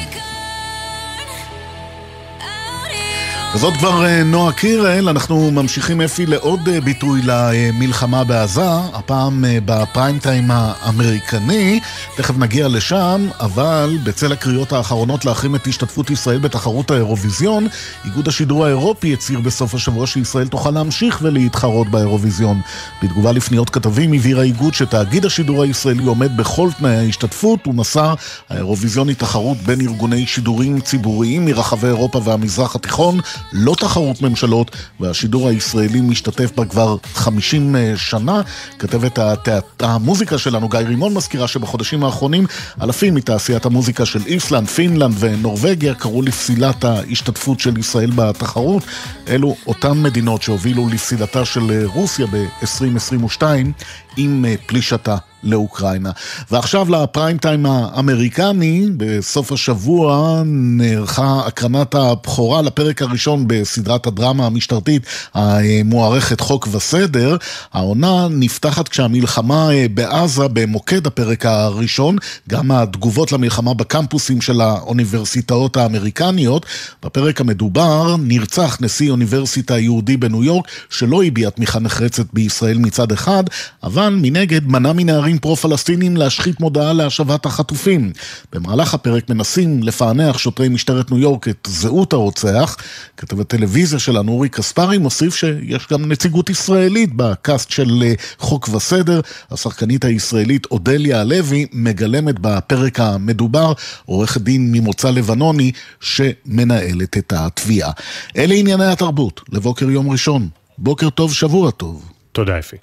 וזאת כבר נועה קירל, אנחנו ממשיכים אפי לעוד ביטוי למלחמה בעזה, הפעם בפריים טיים האמריקני, תכף נגיע לשם, אבל בצל הקריאות האחרונות להחרים את השתתפות ישראל בתחרות האירוויזיון, איגוד השידור האירופי הצהיר בסוף השבוע שישראל תוכל להמשיך ולהתחרות באירוויזיון. בתגובה לפניות כתבים הבהיר האיגוד שתאגיד השידור הישראלי עומד בכל תנאי ההשתתפות, ומסר האירוויזיון היא תחרות בין ארגוני שידורים ציבוריים מרחבי אירופה והמזרח התיכון, לא תחרות ממשלות, והשידור הישראלי משתתף בה כבר חמישים שנה. כתבת התיאט... המוזיקה שלנו גיא רימון מזכירה שבחודשים האחרונים אלפים מתעשיית המוזיקה של איסלנד, פינלנד ונורווגיה קראו לפסילת ההשתתפות של ישראל בתחרות. אלו אותן מדינות שהובילו לפסילתה של רוסיה ב-עשרים עשרים ושתיים עם פלישתה לאוקראינה. ועכשיו לפריים טיים האמריקני, בסוף השבוע נערכה הקרנת הבכורה לפרק הראשון בסדרת הדרמה המשטרתית המוערכת חוק וסדר. העונה נפתחת כשהמלחמה בעזה במוקד הפרק הראשון, גם התגובות למלחמה בקמפוסים של האוניברסיטאות האמריקניות. בפרק המדובר נרצח נשיא אוניברסיטה יהודי בניו יורק, שלא הביע תמיכה נחרצת בישראל מצד אחד, אבל מנגד מנע מנערים פרו-פלסטינים להשחית מודעה להשבת החטופים. במהלך הפרק מנסים לפענח שוטרי משטרת ניו יורק את זהות הרוצח. כתב הטלוויזיה שלנו אורי קספרי מוסיף שיש גם נציגות ישראלית בקאסט של חוק וסדר. השחקנית הישראלית אודליה הלוי מגלמת בפרק המדובר עורכת דין ממוצא לבנוני שמנהלת את התביעה. אלה ענייני התרבות לבוקר יום ראשון. בוקר טוב, שבוע טוב. תודה אפי.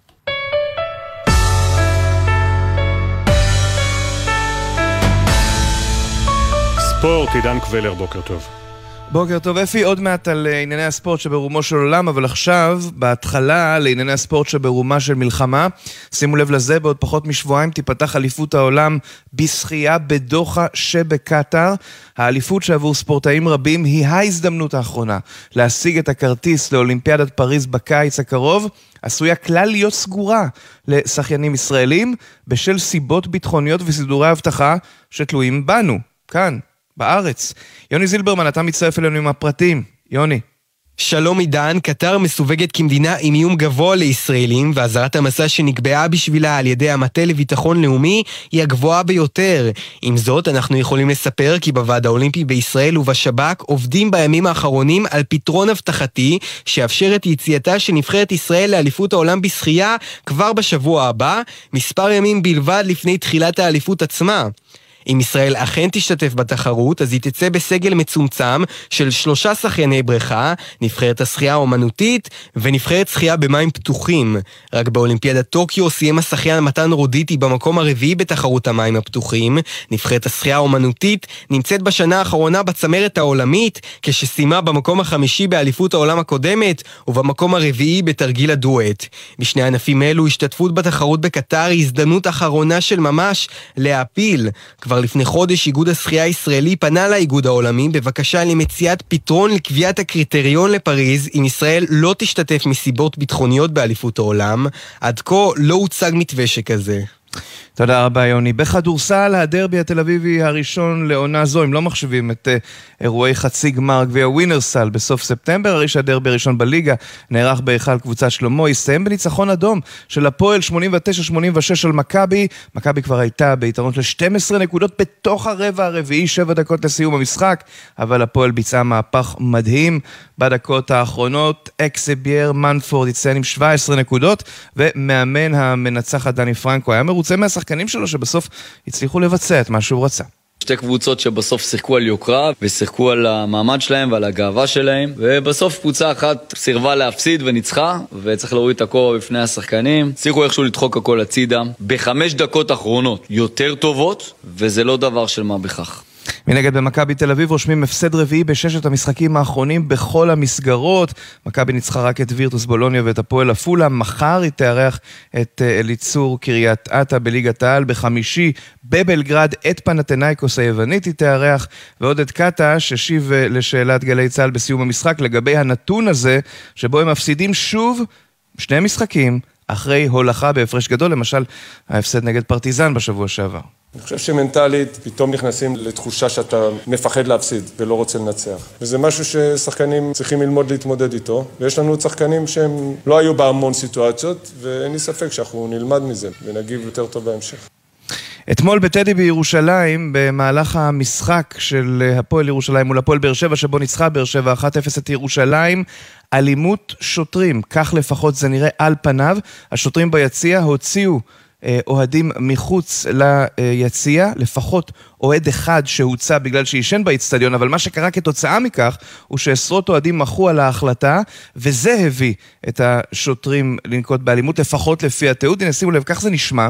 ספורט, עידן קבלר, בוקר טוב. בוקר טוב אפי, עוד מעט על ענייני הספורט שברומו של עולם, אבל עכשיו בהתחלה לענייני הספורט שברומה של מלחמה. שימו לב לזה, בעוד פחות משבועיים תיפתח אליפות העולם בשחייה בדוחה שבקטר. האליפות שעבור ספורטאים רבים היא ההזדמנות האחרונה להשיג את הכרטיס לאולימפיאדת פריז בקיץ הקרוב. עשויה כלל להיות סגורה לשחיינים ישראלים בשל סיבות ביטחוניות וסידורי הבטחה שתלויים בנו, כאן בארץ. יוני זילברמן, אתה מצטרף אלינו עם הפרטים. יוני. שלום עידן, קטר מסווגת כמדינה עם איום גבוה לישראלים, והזרת המסע שנקבעה בשבילה על ידי המטה לביטחון לאומי היא הגבוהה ביותר. עם זאת, אנחנו יכולים לספר כי בוועד האולימפי בישראל ובשב"כ עובדים בימים האחרונים על פתרון הבטחתי שיאפשר את יציאתה של נבחרת ישראל לאליפות העולם בשחייה כבר בשבוע הבא, מספר ימים בלבד לפני תחילת האליפות עצמה. אם ישראל אכן תשתתף בתחרות, אז היא תצא בסגל מצומצם של שלושה שחייני בריכה, נבחרת השחייה האומנותית ונבחרת שחייה במים פתוחים. רק באולימפיאדת טוקיו סיים השחיין מתן רודיטי במקום הרביעי בתחרות המים הפתוחים. נבחרת השחייה האומנותית נמצאת בשנה האחרונה בצמרת העולמית, כשסיימה במקום החמישי באליפות העולם הקודמת, ובמקום הרביעי בתרגיל הדואט. בשני ענפים אלו השתתפות בתחרות בקטר היא הזדמנות אחרונה של ממש להפיל. כבר לפני חודש איגוד השחייה הישראלי פנה לאיגוד העולמי בבקשה למציאת פתרון לקביעת הקריטריון לפריז אם ישראל לא תשתתף מסיבות ביטחוניות באליפות העולם. עד כה לא הוצג מתווה שכזה. תודה רבה יוני. בכדורסל, הדרבי התל אביבי הראשון לעונה זו, אם לא מחשבים את uh, אירועי חצי גמר גביע ווינרסל בסוף ספטמבר, הרי שהדרבי הראשון בליגה נערך בהיכל קבוצת שלמה, הסתיים בניצחון אדום של הפועל שמונים ותשע שמונים ושש על מכבי. מכבי כבר הייתה ביתרון של שתים עשרה נקודות בתוך הרבע הרביעי, שבע דקות לסיום המשחק, אבל הפועל ביצעה מהפך מדהים בדקות האחרונות. אקסבייר מנפורד יציין עם שבע עשרה נקודות, ומאמן המנצחת דני פרנקו היה מרוצה מהשחקנים שלו שבסוף הצליחו לבצע את מה שהוא רצה. שתי קבוצות שבסוף שיחקו על יוקרה ושיחקו על המעמד שלהם ועל הגאווה שלהם, ובסוף קבוצה אחת סירבה להפסיד וניצחה, וצריך להוריד את הכובע בפני השחקנים. הצליחו איכשהו לדחוק הכל הצידה בחמש דקות אחרונות יותר טובות, וזה לא דבר של מה בכך. מנגד במכבי תל אביב רושמים הפסד רביעי בששת המשחקים האחרונים בכל המסגרות. מכבי ניצחה רק את וירטוס בולוניה ואת הפועל עפולה. מחר היא תארח את אליצור קריית אתא בליגת העל. בחמישי בבלגרד את פנתנייקוס היוונית היא תארח, ועוד את קטה ששיב לשאלת גלי צהל בסיום המשחק לגבי הנתון הזה שבו הם מפסידים שוב שני משחקים אחרי הולכה בהפרש גדול, למשל ההפסד נגד פרטיזן בשבוע שעבר. אני חושב שמנטלית פתאום נכנסים לתחושה שאתה מפחד להפסיד ולא רוצה לנצח. וזה משהו ששחקנים צריכים ללמוד להתמודד איתו, ויש לנו שחקנים שהם לא היו בהמון סיטואציות, ואין לי ספק שאנחנו נלמד מזה ונגיב יותר טוב בהמשך. אתמול בטדי בירושלים, במהלך המשחק של הפועל ירושלים מול הפועל באר שבע, שבו ניצחה באר שבע אחת אפס את ירושלים, אלימות שוטרים, כך לפחות זה נראה על פניו. השוטרים ביציע הוציאו אוהדים מחוץ ליציע, לפחות אוהד אחד שהוצא בגלל שישן באצטדיון, אבל מה שקרה כתוצאה מכך הוא שעשרות אוהדים מחו על ההחלטה, וזה הביא את השוטרים לנקוט באלימות, לפחות לפי התיעוד. הנה שימו לב, כך זה נשמע.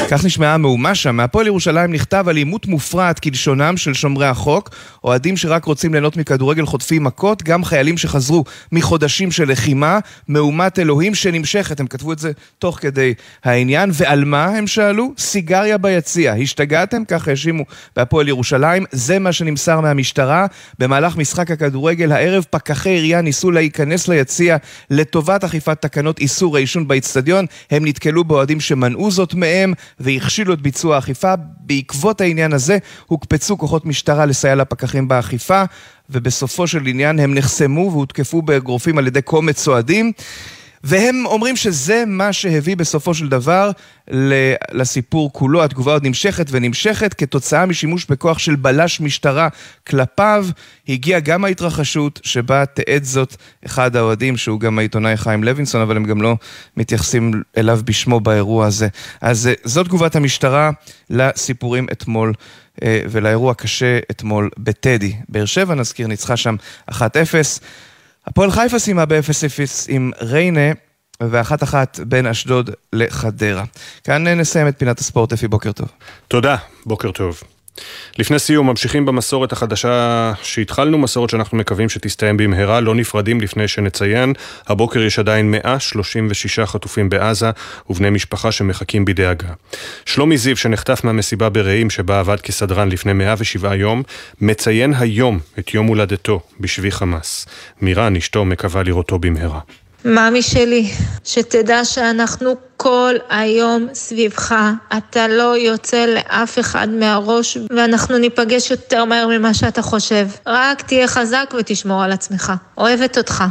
כך נשמעה המהומה שם. מהפועל ירושלים נכתב על עימות מופרט כלשונם של שומרי החוק, אוהדים שרק רוצים ליהנות מכדורגל חוטפים מכות, גם חיילים שחזרו מחודשים של לחימה, מהומת אלוהים שנמשכת. הם כתבו את זה תוך כדי העניין. ועל מה הם שאלו? סיגריה ביציע. השתגעתם? ככה האשימו בהפועל ירושלים. זה מה שנמסר מהמשטרה. במהלך משחק הכדורגל הערב פקחי עירייה ניסו להיכנס ליציע לטובת אכיפת תקנות איסור העישון באצטדיון. הם נתקלו באוהדים שמנעו זאת מהם והכשילו את ביצוע האכיפה. בעקבות העניין הזה הוקפצו כוחות משטרה לסייע לפקחים באכיפה, ובסופו של עניין הם נחסמו והותקפו באגרופים על ידי קומץ אוהדים. והם אומרים שזה מה שהביא בסופו של דבר לסיפור כולו. התגובה עוד נמשכת ונמשכת כתוצאה משימוש בכוח של בלש משטרה כלפיו. הגיעה גם ההתרחשות שבה תעד זאת אחד האוהדים, שהוא גם העיתונאי חיים לוינסון, אבל הם גם לא מתייחסים אליו בשמו באירוע הזה. אז זאת תגובת המשטרה לסיפורים אתמול ולאירוע קשה אתמול בטדי. באר שבע, נזכיר, ניצחה שם אחת אפס. הפועל חיפה סיימה ב-אפס אפס עם ריינה, ואחת אחת בין אשדוד לחדרה. כאן נסיים את פינת הספורט. אפי, בוקר טוב. תודה, בוקר טוב. לפני סיום, ממשיכים במסורת החדשה שהתחלנו, מסורת שאנחנו מקווים שתסתיים במהרה, לא נפרדים לפני שנציין. הבוקר יש עדיין מאה שלושים ושש חטופים בעזה ובני משפחה שמחכים בדאגה. שלומי זיו, שנחטף מהמסיבה ברעים שבה עבד כסדרן לפני מאה ושבעה יום, מציין היום את יום הולדתו בשבי חמאס. מירן, אשתו, מקווה לראותו במהרה. מאמי שלי, שתדע שאנחנו כל היום סביבך, אתה לא יוצא לאף אחד מהראש, ואנחנו ניפגש יותר מהר ממה שאתה חושב. רק תהיה חזק ותשמור על עצמך. אוהבת אותך.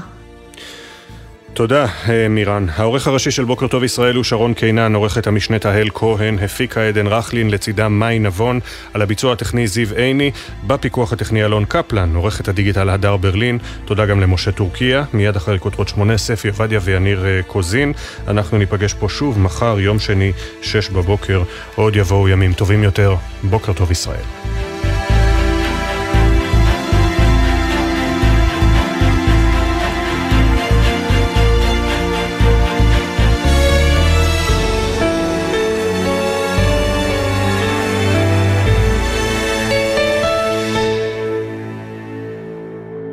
תודה, מירן. העורך הראשי של בוקר טוב ישראל הוא שרון קינן, עורכת המשנה תהל כהן, הפיקה עדן רחלין, לצידה מאי נבון, על הביצוע הטכני זיו עיני, בפיקוח הטכני אלון קפלן, עורכת הדיגיטל הדר ברלין. תודה גם למשה טורקיה, מיד אחרי כותרות שמונה, ספי עבדיה ויניר קוזין. אנחנו ניפגש פה שוב מחר, יום שני, שש בבוקר. עוד יבואו ימים טובים יותר. בוקר טוב ישראל.